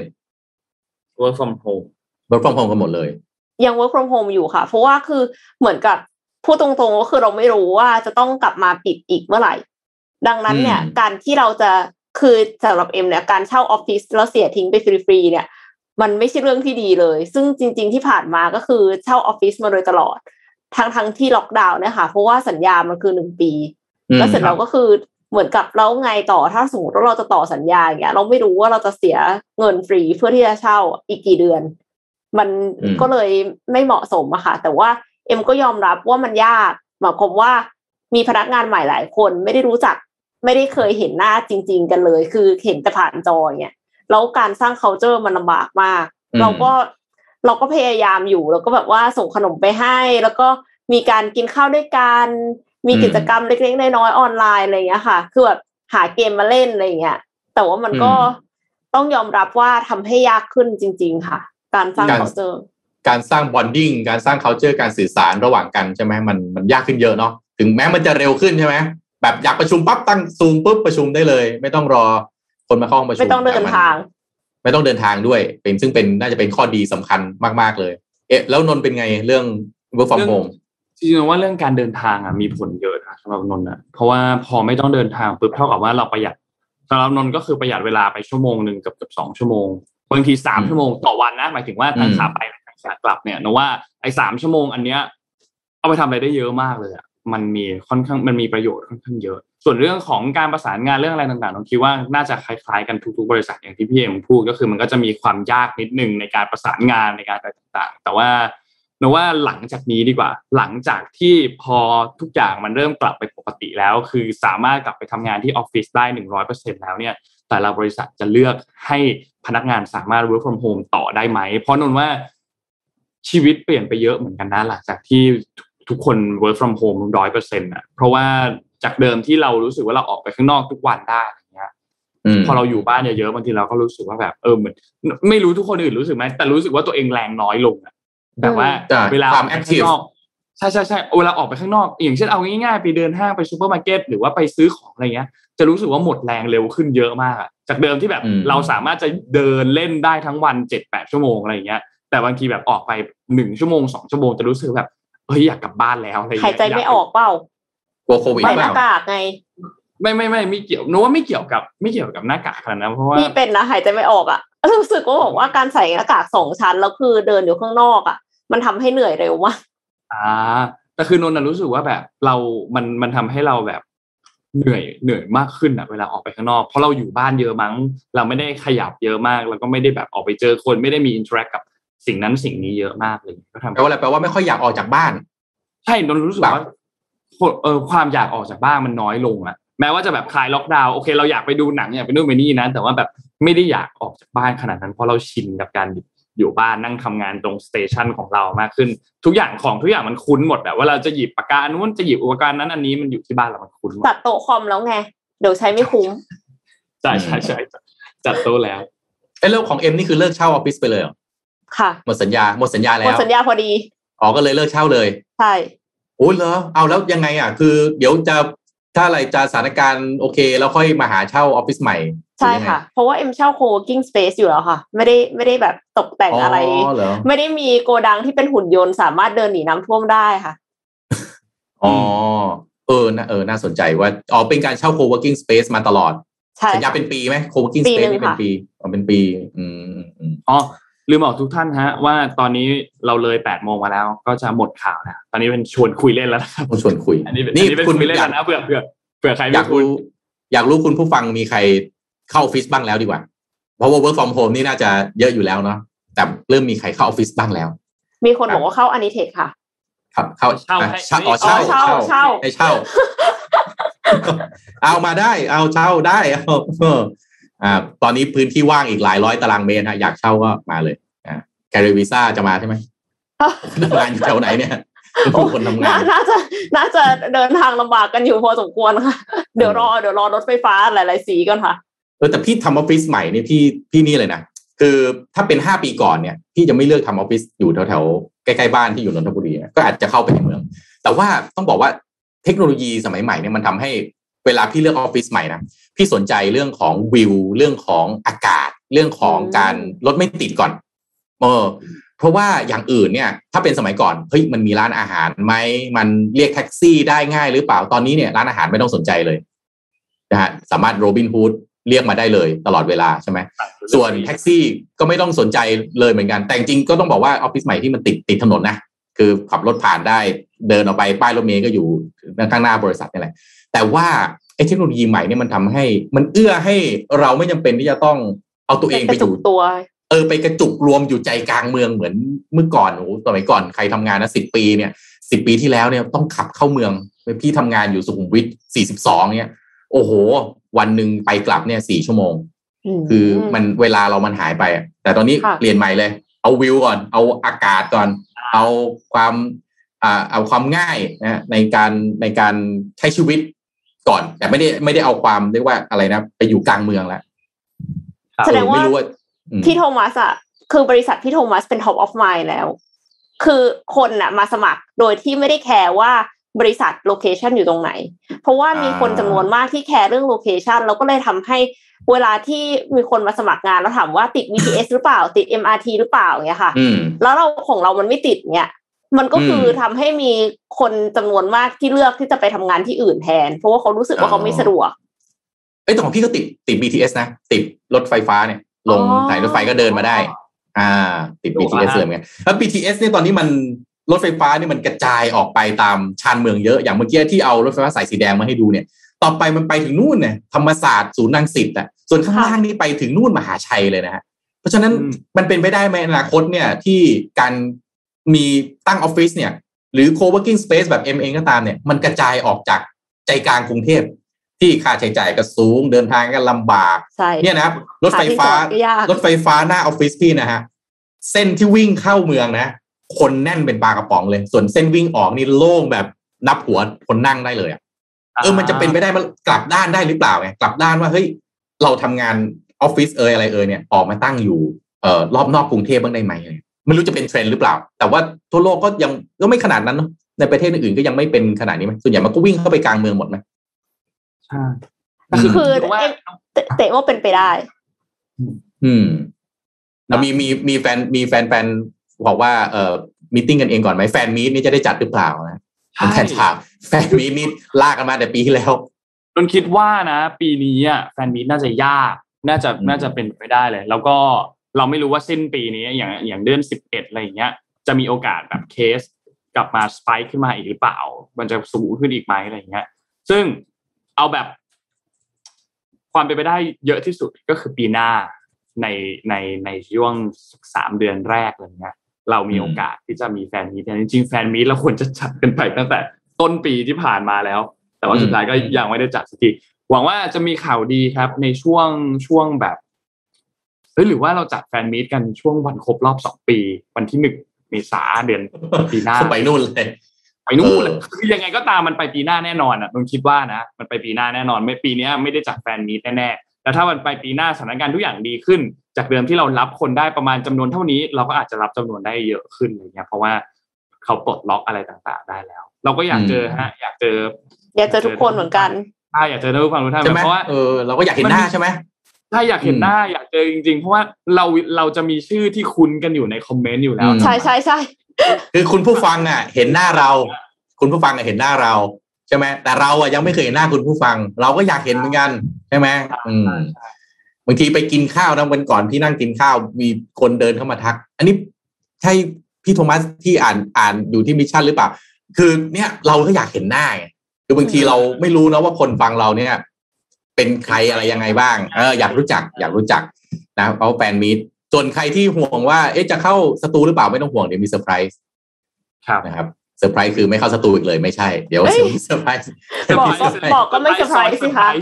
100% work from home work from home กันหมดเลยยัง work from home อยู่ค่ะเพราะว่าคือเหมือนกับพูดตรงๆก็คือเราไม่รู้ว่าจะต้องกลับมาปิดอีกเมื่อไหร่ดังนั้นเนี่ยการที่เราจะคือสำหรับเอ็มเนี่ยการเช่าออฟฟิศแล้วเสียทิ้งไปฟรีๆเนี่ยมันไม่ใช่เรื่องที่ดีเลยซึ่งจริงๆที่ผ่านมาก็คือเช่าออฟฟิศมาโดยตลอดทั้งที่ล็อกดาวน์เนี่ยค่ะเพราะว่าสัญญามันคือ1 ปีแล้วเสร็จเราก็คือเหมือนกับแล้วไงต่อถ้าสมมติว่าเราจะต่อสัญญาอย่างเงี้ยเราไม่รู้ว่าเราจะเสียเงินฟรีเพื่อที่จะเช่าอีกกี่เดือนมันก็เลยไม่เหมาะสมอะค่ะแต่ว่าเอ็มก็ยอมรับว่ามันยากหมายความว่ามีพนักงานใหม่หลายคนไม่ได้รู้จักไม่ได้เคยเห็นหน้าจริงๆกันเลยคือเห็นแต่ผ่านจออย่างเงี้ยแล้วการสร้าง culture มันลำบากมากเราก็พยายามอยู่แล้วก็แบบว่าส่งขนมไปให้แล้วก็มีการกินข้าวด้วยกันมีกิจกรรมเล็กๆน้อยๆออนไลน์อะไรอย่างเงี้ยค่ะคือแบบหาเกมมาเล่นอะไรอย่างเงี้ยแต่ว่ามันก็ต้องยอมรับว่าทำให้ยากขึ้นจริงๆค่ะการสร้าง culture การสร้าง bonding การสร้าง culture การสื่อสารระหว่างกันใช่ไหมมันยากขึ้นเยอะเนาะถึงแม้มันจะเร็วขึ้นใช่ไหมแบบอยากประชุมปั๊บตั้งซูมปุ๊บประชุมได้เลยไม่ต้องรอคนมาเข้าห้องประชุมไม่ต้องเดินทางด้วยซึ่งเป็นน่าจะเป็นข้อดีสำคัญมากๆเลยแล้วนนท์เป็นไงเรื่อง work from home จริงๆว่าเรื่องการเดินทางมีผลเยอะนะสำหรับนนท์เพราะว่าพอไม่ต้องเดินทางปุ๊บเท่ากับว่าเราประหยัดสำหรับนนท์ก็คือประหยัดเวลาไปชั่วโมงนึงกับ2 ชั่วโมงบางที3 ชั่วโมงต่อวันนะหมายถึงว่าทั้งขาไปและขากลับเนี่ยนะว่าไอ้3 ชั่วโมงอันเนี้ยเอาไปทำอะไรได้เยอะมากเลยมันมีประโยชน์ค่อนข้างเยอะส่วนเรื่องของการประสานงานเรื่องอะไรต่างๆผมคิดว่าน่าจะคล้ายๆกันทุกๆบริษัทอย่างที่พี่เอ็มพูดก็คือมันก็จะมีความยากนิดนึงในการประสานงานในการอะไรต่างๆแต่ว่าหลังจากนี้ดีกว่าหลังจากที่พอทุกอย่างมันเริ่มกลับไปปกติแล้วคือสามารถกลับไปทำงานที่ออฟฟิศได้ 100% แล้วเนี่ยแต่ละบริษัทจะเลือกให้พนักงานสามารถ work from home ต่อได้ไหมเพราะนนว่าชีวิตเปลี่ยนไปเยอะเหมือนกันนะหลังจากที่ทุกคน work from home 100% อ่ะเพราะว่าจากเดิมที่เรารู้สึกว่าเราออกไปข้างนอกทุกวันได้อย่างเงี้ยพอเราอยู่บ้านเยอะๆบางทีเราก็รู้สึกว่าแบบเหมือนไม่รู้ทุกคนอื่นรู้สึกไหมแต่รู้สึกว่าตัวเองแรงน้อยลงอ่ะแบบว่าเวลาออกไปข้างนอกใช่ๆๆเวลาออกไปข้างนอกอย่างเช่นเอาง่ายๆไปเดินห้างไปซุปเปอร์มาร์เก็ตหรือว่าไปซื้อของอะไรเงี้ยจะรู้สึกว่าหมดแรงเร็วขึ้นเยอะมากจากเดิมที่แบบเราสามารถจะเดินเล่นได้ทั้งวัน 7-8 ชั่วโมงอะไรอย่างเงี้ยแต่บางทีแบบออกไป1 ชั่วโมง 2 ชั่วโมงจะรู้สึกแบบอยากกลับบ้านแล้วอะไรอย่างเงี้ยหายใจไม่ออกเปล่ากลัวโควิดใส่หน้ากากไงไม่เกี่ยวนึกว่าไม่เกี่ยวกับหน้ากากขนาดนั้นเพราะว่าพี่เป็นนะหายใจไม่ออกรู้สึกว่าบอกว่าการใส่หน้ากาก2 ชั้นแล้วคือเดินอยู่ข้างนอกมันทำให้เหนื่อยเร็วมากแต่คือนนท์รู้สึกว่าแบบมันทำให้เราแบบเหนื่อยมากขึ้นเวลาออกไปข้างนอกเพราะเราอยู่บ้านเยอะมั้งเราไม่ได้ขยับเยอะมากแล้วก็ไม่ได้แบบออกไปเจอคนไม่ได้มีอินเทอร์แอคกับสิ่งนั้นสิ่งนี้เยอะมากเลยก็ทำแปลว่าอะไรแปลว่าไม่ค่อยอยากออกจากบ้านใช่นนท์รู้สึกว่าความอยากออกจากบ้านมันน้อยลงแม้ว่าจะแบบคลายล็อกดาวน์โอเคเราอยากไปดูหนังอยากไปนู่นไปนี่นะแต่ว่าแบบไม่ได้อยากออกจากบ้านขนาดนั้นเพราะเราชินกับการอยู่บ้านนั่งทำงานตรงสเตชันของเรามากขึ้นทุกอย่างมันคุ้นหมดว่าเราจะหยิบปากกานู้นจะหยิบอุปกรณ์นั้นอันนี้มันอยู่ที่บ้านเรามันคุ้นจัดโต๊ะคอมแล้วไงเดี๋ยวใช้ไม่คุ้มใช่จัดโต๊ะแล้วเรื่องของเอ็มนี่คือเลิกเช่าออฟฟิศไปเลยเหรอค่ะหมดสัญญาแล้วหมดสัญญาพอดีก็เลยเลิกเช่าเลยใช่โอ้เหรอเอาแล้วยังไงคือเดี๋ยวจะถ้าอะไรจะสถานการณ์โอเคแล้วค่อยมาหาเช่าออฟฟิศใหม่ใช่ค่ะเพราะว่าเอ็มเช่า co-working space อยู่แล้วค่ะไม่ได้แบบตกแต่งอะไรไม่ได้มีโกดังที่เป็นหุ่นยนต์สามารถเดินหนีน้ำท่วมได้ค่ะน่าสนใจว่าเป็นการเช่า co-working space มาตลอดสัญญาเป็นปีไหม co-working space นี่เป็นปีเป็นปีลืมบอกทุกท่านฮะว่าตอนนี้เราเลย8 โมงมาแล้วก็จะหมดข่าวนะตอนนี้เป็นชวนคุยเล่นแล้วนะครับชวนคุยนี่เป็นคุยเล่นแล้วนะเผื่อใครอยากรู้คุณผู้ฟังมีใครเข้าออฟฟิศบ้างแล้วดีกว่าเพราะว่า work from home นี่น่าจะเยอะอยู่แล้วเนาะแต่เริ่มมีใครเข้าออฟฟิศบ้างแล้วมีคนบอกว่าเข้าอานิเทคค่ะครับเข้าเช่าให้เช่าเอามาได้เอาเช่าได้ตอนนี้พื้นที่ว่างอีกหลายร้อยตารางเมตรฮะอยากเช่าก็มาเลยแคริวีซ่าจะมาใช่ไหมทำงานอยู่แถวไหนเนี่ยคนทำงานน่าจะเดินทางลำบากกันอยู่พอสมควรค่ะเดี๋ยวรอรถไฟฟ้าหลายๆสีก่อนค่ะแต่พี่ทำออฟฟิศใหม่เนี่ยพี่นี่เลยนะคือถ้าเป็น5 ปีก่อนเนี่ยพี่จะไม่เลือกทำออฟฟิศอยู่แถวๆใกล้ๆบ้านที่อยู่นนทบุรีก็อาจจะเข้าไปในเมืองแต่ว่าต้องบอกว่าเทคโนโลยีสมัยใหม่เนี่ยมันทำให้เวลาพี่เลือกออฟฟิศใหม่นะพี่สนใจเรื่องของวิวเรื่องของอากาศเรื่องของการรถไม่ติดก่อนเพราะว่าอย่างอื่นเนี่ยถ้าเป็นสมัยก่อนเฮ้ยมันมีร้านอาหารไหมมันเรียกแท็กซี่ได้ง่ายหรือเปล่าตอนนี้เนี่ยร้านอาหารไม่ต้องสนใจเลยนะฮะสามารถโรบินฮูดเรียกมาได้เลยตลอดเวลาใช่ไหมส่วนแท็กซี่ก็ไม่ต้องสนใจเลยเหมือนกันแต่จริงก็ต้องบอกว่าออฟฟิศใหม่ที่มันติดถนนนะคือขับรถผ่านได้เดินออกไปป้ายรถเมล์ก็อยู่ข้างหน้าบริษัทนี่แหละแต่ว่าไอ้เทคโนโลยีใหม่เนี่ยมันทำให้มันเอื้อให้เราไม่จำเป็นที่จะต้องเอาตัวเองไปอยู่ตัวไปกระจุกรวมอยู่ใจกลางเมืองเหมือนเมื่อก่อนสมัยก่อนใครทำงานนะ10 ปีเนี่ย10 ปีที่แล้วเนี่ยต้องขับเข้าเมืองพี่ทำงานอยู่สุขุมวิท42เนี่ยโอ้โหวันหนึ่งไปกลับเนี่ย4 ชั่วโมงคือมันเวลาเรามันหายไปแต่ตอนนี้เปลี่ยนใหม่เลยเอาวิวก่อนเอาอากาศก่อนเอาความง่ายนะในการใช้ชีวิตก่อนแต่ไม่ได้เอาความเรียกว่าอะไรนะไปอยู่กลางเมืองแล้วแสดงว่าพี่โทมัสอ่ะคือบริษัทพี่โทมัสเป็น top of mind แล้วคือคนน่ะมาสมัครโดยที่ไม่ได้แคร์ว่าบริษัทโลเคชันอยู่ตรงไหนเพราะว่ามีคนจำนวนมากที่แคร์เรื่องโลเคชันแล้วก็เลยทำให้เวลาที่มีคนมาสมัครงานแล้วถามว่าติด BTS หรือเปล่าติด MRT หรือเปล่าเงี้ยค่ะแล้วของเรามันไม่ติดเงี้ยมันก็คือทำให้มีคนจำนวนมากที่เลือกที่จะไปทำงานที่อื่นแทนเพราะว่าเขารู้สึกว่าเขาไม่สะดวกแต่ของพี่ก็ติด BTS นะติดรถไฟฟ้าเนี่ยลงสายรถไฟก็เดินมาได้ติด BTS เลยไงแล้ว BTS เนี่ยตอนนี้มันรถไฟฟ้านี่มันกระจายออกไปตามชานเมืองเยอะอย่างเมื่อกี้ที่เอารถไฟฟ้าสายสีแดงมาให้ดูเนี่ยต่อไปมันไปถึงนู่นเนี่ยธรรมศาสตร์ศูนย์รังสิตอ่ะส่วนข้างล่างนี่ไปถึงนู่นมหาชัยเลยนะฮะเพราะฉะนั้นมันเป็นไปได้ไหมอนาคตเนี่ยที่การมีตั้งออฟฟิศเนี่ยหรือ co-working space แบบ M เองก็ตามเนี่ยมันกระจายออกจากใจกลางกรุงเทพที่ค่าใช้จ่ายก็สูงเดินทางก็ลำบากเนี่ยนะครับรถไฟฟ้าหน้าออฟฟิศพี่นะฮะเส้นที่วิ่งเข้าเมืองนะคนแน่นเป็นปลากระป๋องเลยส่วนเส้นวิ่งออกนี่โล่งแบบนับหัวคนนั่งได้เลยมันจะเป็นไปได้มันกลับด้านได้หรือเปล่าไงกลับด้านว่าเฮ้ยเราทำงานออฟฟิศอะไรเนี่ยออกมาตั้งอยู่รอบนอกกรุงเทพบ้างได้ไหมไม่รู้จะเป็นเทรนด์หรือเปล่าแต่ว่าทั่วโลกก็ไม่ขนาดนั้นเนาะในประเทศอื่นๆก็ยังไม่เป็นขนาดนี้ไหมส่วนใหญ่มันก็วิ่งเข้าไปกลางเมืองหมดไหมใช่คือเตะว่าเป็นไปได้แล้วมีแฟนบอกว่ามีติ้งกันเองก่อนไหมแฟนมีตนี่จะได้จัดหรือเปล่านะแฟนถามแฟนมีตนี่ลากกันมาแต่ปีที่แล้วนนคิดว่านะปีนี้อ่ะแฟนมีตน่าจะยากน่าจะเป็นไปได้เลยแล้วก็เราไม่รู้ว่าสิ้นปีนี้อย่างเดือน11อะไรอย่างเงี้ยจะมีโอกาสแบบเคสกลับมาสไปค์ขึ้นมาอีกหรือเปล่ามันจะสูงขึ้นอีกไหมอะไรอย่างเงี้ยซึ่งเอาแบบความเป็นไปได้เยอะที่สุดก็คือปีหน้าในช่วง3 เดือนแรกอะไรเงี้ยเรามีโอกาสที่จะมีแฟนมีตแต่จริงๆแฟนมีตเราควรจะจัดกันไปตั้งแต่ต้นปีที่ผ่านมาแล้วแต่ว่าสุดท้ายก็ยังไม่ได้จัดสักทีหวังว่าจะมีข่าวดีครับในช่วงแบบหรือว่าเราจัดแฟนมีตกันช่วงวันครบรอบ2 ปีวันที่1 เมษายนเดือนปีหน้าไปนู่นเลยคือยังไงก็ตามมันไปปีหน้าแน่นอนอ่ะนนคิดว่านะมันไปปีหน้าแน่นอนไม่ปีนี้ไม่ได้จัดแฟนมีตแน่ๆแต่ถ้ามันไปปีหน้าสถานการณ์ทุกอย่างดีขึ้นจากเดิมที่เรารับคนได้ประมาณจำนวนเท่านี้เราก็อาจจะรับจำนวนได้เยอะขึ้นอะไรเงี้ยเพราะว่าเขาปลดล็อกอะไรต่างๆได้แล้วเราก็อยากเจออยากเจอทุกคนเหมือนกันใช่อยากเจอทุกคนทุกท่านเพราะว่าเราก็อยากเห็นหน้าใช่ไหมใช่อยากเห็นหน้าอยากเจอจริงๆเพราะว่าเราจะมีชื่อที่คุ้นกันอยู่ในคอมเมนต์อยู่แล้วใช่คือคุณผู้ฟังอ่ะเห็นหน้าเราคุณผู้ฟังเห็นหน้าเราใช่ไหมแต่เราอ่ะยังไม่เคยเห็นหน้าคุณผู้ฟังเราก็อยากเห็นเหมือนกันใช่ไหมบางทีไปกินข้าวนะวันก่อนพี่นั่งกินข้าวมีคนเดินเข้ามาทักอันนี้ใช่พี่โทมัสที่อ่านอยู่ที่มิชชั่นหรือเปล่าคือเนี่ยเราก็อยากเห็นหน้าไงคือบางทีเราไม่รู้นะว่าคนฟังเราเนี่ยเป็นใครอะไรยังไงบ้างอยากรู้จักนะเอาแฟนมีตส่วนใครที่ห่วงว่าจะเข้าสตูหรือเปล่าไม่ต้องห่วงเดี๋ยวมีเซอร์ไพรส์นะครับเซอร์ไพรส์คือไม่เข้าสตูอีกเลยไม่ใช่เดี๋ยวมีเซอร์ไพรส์บอกก็ไม่เซอร์ไพรส์สิคะ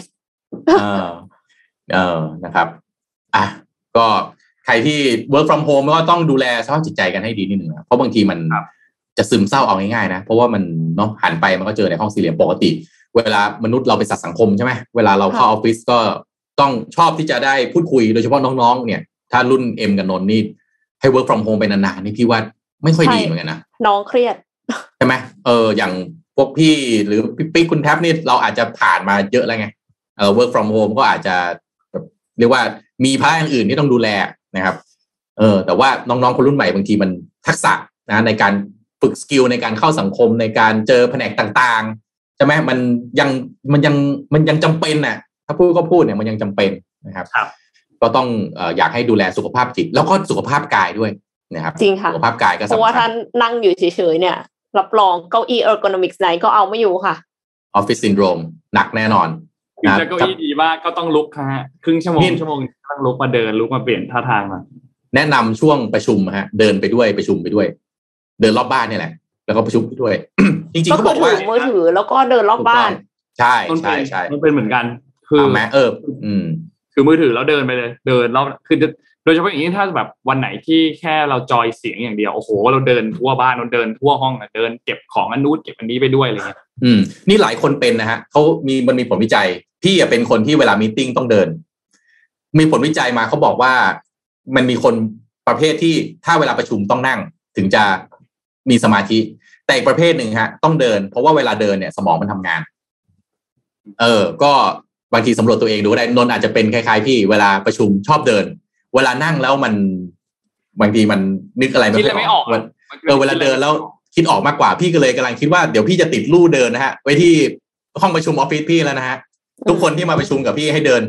นะครับก็ใครที่ work from home ก็ต้องดูแลสภาพจิตใจกันให้ดีนิดนึงนะเพราะบางทีมันจะซึมเศร้าเอาง่ายๆนะเพราะว่ามันเนาะหันไปมันก็เจอในห้องสี่เหลี่ยมปกติเวลามนุษย์เราเป็นสัตว์สังคมใช่ไหมเวลาเราเข้าออฟฟิศก็ต้องชอบที่จะได้พูดคุยโดยเฉพาะน้องๆเนี่ยถ้ารุ่นเอ็มกับนนท์นี่ให้ work from home ไปนานๆนี่พี่ว่าไม่ค่อยดีเหมือนกันนะน้องเครียดใช่ไหมอย่างพวกพี่หรือพี่ปิ๊กคุณแท็บนี่เราอาจจะผ่านมาเยอะแล้วไงwork from home ก็อาจจะเรียกว่ามีภาระอื่นที่ต้องดูแลนะครับแต่ว่าน้องๆคนรุ่นใหม่บางทีมันทักษะนะในการฝึกสกิลในการเข้าสังคมในการเจอแผนกต่างๆใช่ไหมมันยังจำเป็นน่ะถ้าพูดก็พูดเนี่ยมันยังจำเป็นนะครับก็ต้องอยากให้ดูแลสุขภาพจิตแล้วก็สุขภาพกายด้วยนะครับจริงค่ะสุขภาพกายก็สำคัญเพราะว่าท่านนั่งอยู่เฉยๆเนี่ยรับรองเก้าอี้ ergonomics ไหนก็เอาไม่อยู่ค่ะ Office Syndrome หนักแน่นอนคือจะเก้าอี้ดีมากก็ต้องลุกฮะครึ่งชั่วโมงต้องลุกมาเดินลุกมาเปลี่ยนท่าทางมาแนะนำช่วงประชุมฮะเดินไปด้วยประชุมไปด้วยเดินรอบบ้านนี่แหละแล้วก็ประชุมไปด้วยจริงๆเขาบอกว่ามือถือแล้วก็เดินรอบบ้านใช่มันเป็นเหมือนกันคือคือมือถือแล้วเดินไปเลยเดินรอบคือโดยเฉพาะอย่างนี้ถ้าแบบวันไหนที่แค่เราจอยเสียงอย่างเดียวโอ้โหเราเดินทั่วบ้านเราเดินทั่วห้องเดินเก็บของอันนู้นเก็บอันนี้ไปด้วยอะไรเงี้ยนี่หลายคนเป็นนะฮะมันมีผลวิจัยพี่เป็นคนที่เวลามีตติ้งต้องเดินมีผลวิจัยมาเขาบอกว่ามันมีคนประเภทที่ถ้าเวลาประชุมต้องนั่งถึงจะมีสมาธิแต่อีกประเภทหนึ่งฮะต้องเดินเพราะว่าเวลาเดินเนี่ยสมองมันทำงานก็บางทีสำรวจตัวเองดูได้นนอาจจะเป็นคล้ายๆพี่เวลาประชุมชอบเดินเวลานั่งแล้วมันบางทีมันนึกอะไรไม่ออกเวลาเดินแล้วคิดออกมากกว่าพี่ก็เลยกำลังคิดว่าเดี๋ยวพี่จะติดลู่เดินนะฮะไว้ที่ห้องประชุมออฟฟิศพี่แล้วนะฮะทุกคนที่มาประชุมกับพี่ให้เดิน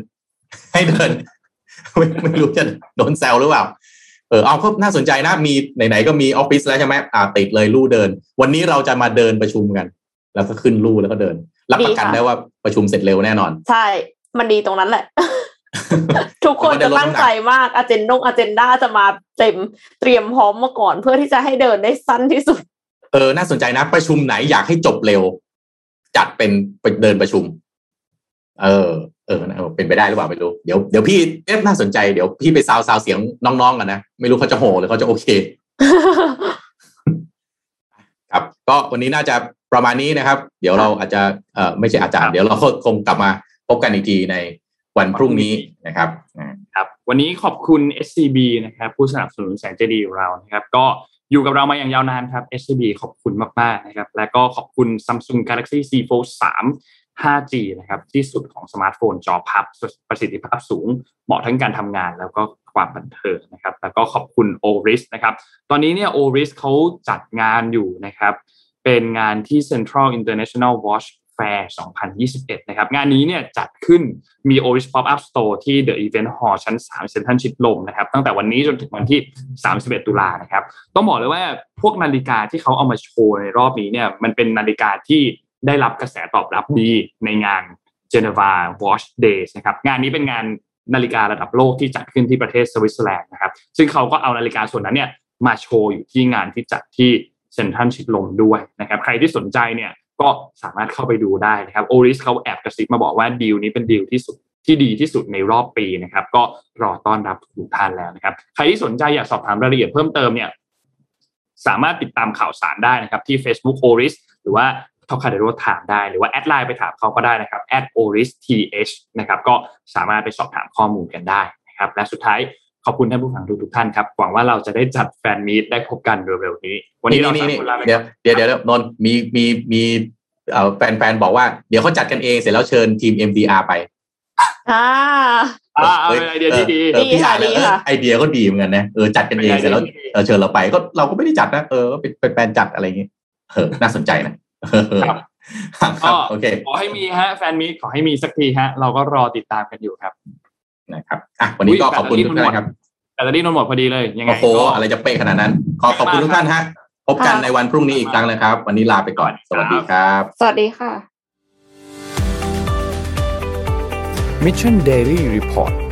ไม่รู้จะโดนแซวหรือเปล่าเอาก็น่าสนใจนะมีไหนๆก็มีออฟฟิศแล้วใช่ไหมติดเลยลู่เดินวันนี้เราจะมาเดินประชุมกันแล้วก็ขึ้นลู่แล้วก็เดินรับประกันได้ว่าประชุมเสร็จเร็วแน่นอนใช่มันดีตรงนั้นแหละ ทุกคนจะตั้งใจมากอเจนดาจะมาเตรียมพร้อมมาก่อนเพื่อที่จะให้เดินได้สั้นที่สุดน่าสนใจนะประชุมไหนอยากให้จบเร็วจัดเป็นเดินประชุมเป็นไปได้หรือเปล่าไม่รู้เดี๋ยวพี่น่าสนใจเดี๋ยวพี่ไปซาวเสียงน้องๆกันนะไม่รู้เขาจะโหหรือเขาจะโอเค ครับก็วันนี้น่าจะประมาณนี้นะครับเดี๋ยวเราอาจจะไม่ใช่อาจารย์เดี๋ยวเราคงกลับมาพบกันอีกทีในวันพรุ่งนี้นะครับครับวันนี้ขอบคุณ SCB นะครับผู้สนับสนุนแสนใจดีของเรานะครับก็อยู่กับเรามาอย่างยาวนานครับ SCB ขอบคุณมากๆนะครับและก็ขอบคุณ Samsung Galaxy Z Fold 3 5G นะครับที่สุดของสมาร์ทโฟนจอพับประสิทธิภาพสูงเหมาะทั้งการทำงานแล้วก็ความบันเทิงนะครับแล้วก็ขอบคุณ Oris นะครับตอนนี้เนี่ย Oris เขาจัดงานอยู่นะครับเป็นงานที่ Central International Watch Fair 2021 นะครับงานนี้เนี่ยจัดขึ้นมี Oris Pop-up Store ที่ The Event Hall ชั้น 3 Central ชิดลมนะครับตั้งแต่วันนี้จนถึงวันที่31 ตุลานะครับต้องบอกเลยว่าพวกนาฬิกาที่เขาเอามาโชว์ในรอบนี้เนี่ยมันเป็นนาฬิกาที่ได้รับกระแสตอบรับดีในงาน Geneva Watch Days นะครับงานนี้เป็นงานนาฬิการะดับโลกที่จัดขึ้นที่ประเทศสวิตเซอร์แลนด์นะครับซึ่งเขาก็เอานาฬิกาส่วนนั้นเนี่ยมาโชว์อยู่ที่งานที่จัดที่เซ็นทรัลชิดลมด้วยนะครับใครที่สนใจเนี่ยก็สามารถเข้าไปดูได้นะครับ Oris เขาแอบกระซิบมาบอกว่าดีลนี้เป็นดีลที่ดีที่สุดในรอบปีนะครับก็รอต้อนรับทุกท่านแล้วนะครับใครที่สนใจอยากสอบถามรายละเอียดเพิ่มเติมเนี่ยสามารถติดตามข่าวสารได้นะครับที่ Facebook Oris หรือว่าTocadero ถามได้หรือว่าแอดไลน์ไปถามเขาก็ได้นะครับ @oristh นะครับก็สามารถไปสอบถามข้อมูลกันได้นะครับและสุดท้ายขอบคุณท่านผู้ฟังทุกท่านครับหวังว่าเราจะได้จัดแฟนมีตได้พบกันเร็วๆนี้วันนี้เราสามคนลาไปก่อนเดี๋ยวนนท์มีแฟนบอกว่าเดี๋ยวเขาจัดกันเองเสร็จแล้วเชิญทีม MDR ไปไอเดียที่ดีพี่อ่านไอเดียก็ดีเหมือนกันนะจัดกันเองเสร็จแล้วเชิญเราไปก็เราก็ไม่ได้จัดนะก็เป็นแฟนจัดอะไรอย่างเงี้ยน่าสนใจนะครับโอเคขอให้มีฮะแฟนมีตขอให้มีสักทีฮะเราก็รอติดตามกันอยู่ครับนะครับวันนี้ก็ขอบคุณทุกท่านครับแต่ตอนนี้นนหมดพอดีเลยยังไงโอ้โหอะไรจะเป๊ะขนาดนั้นขอบคุณทุกท่านฮะพบกันในวันพรุ่งนี้อีกครั้งนะครับวันนี้ลาไปก่อนสวัสดีครับสวัสดีค่ะ Mission Daily Report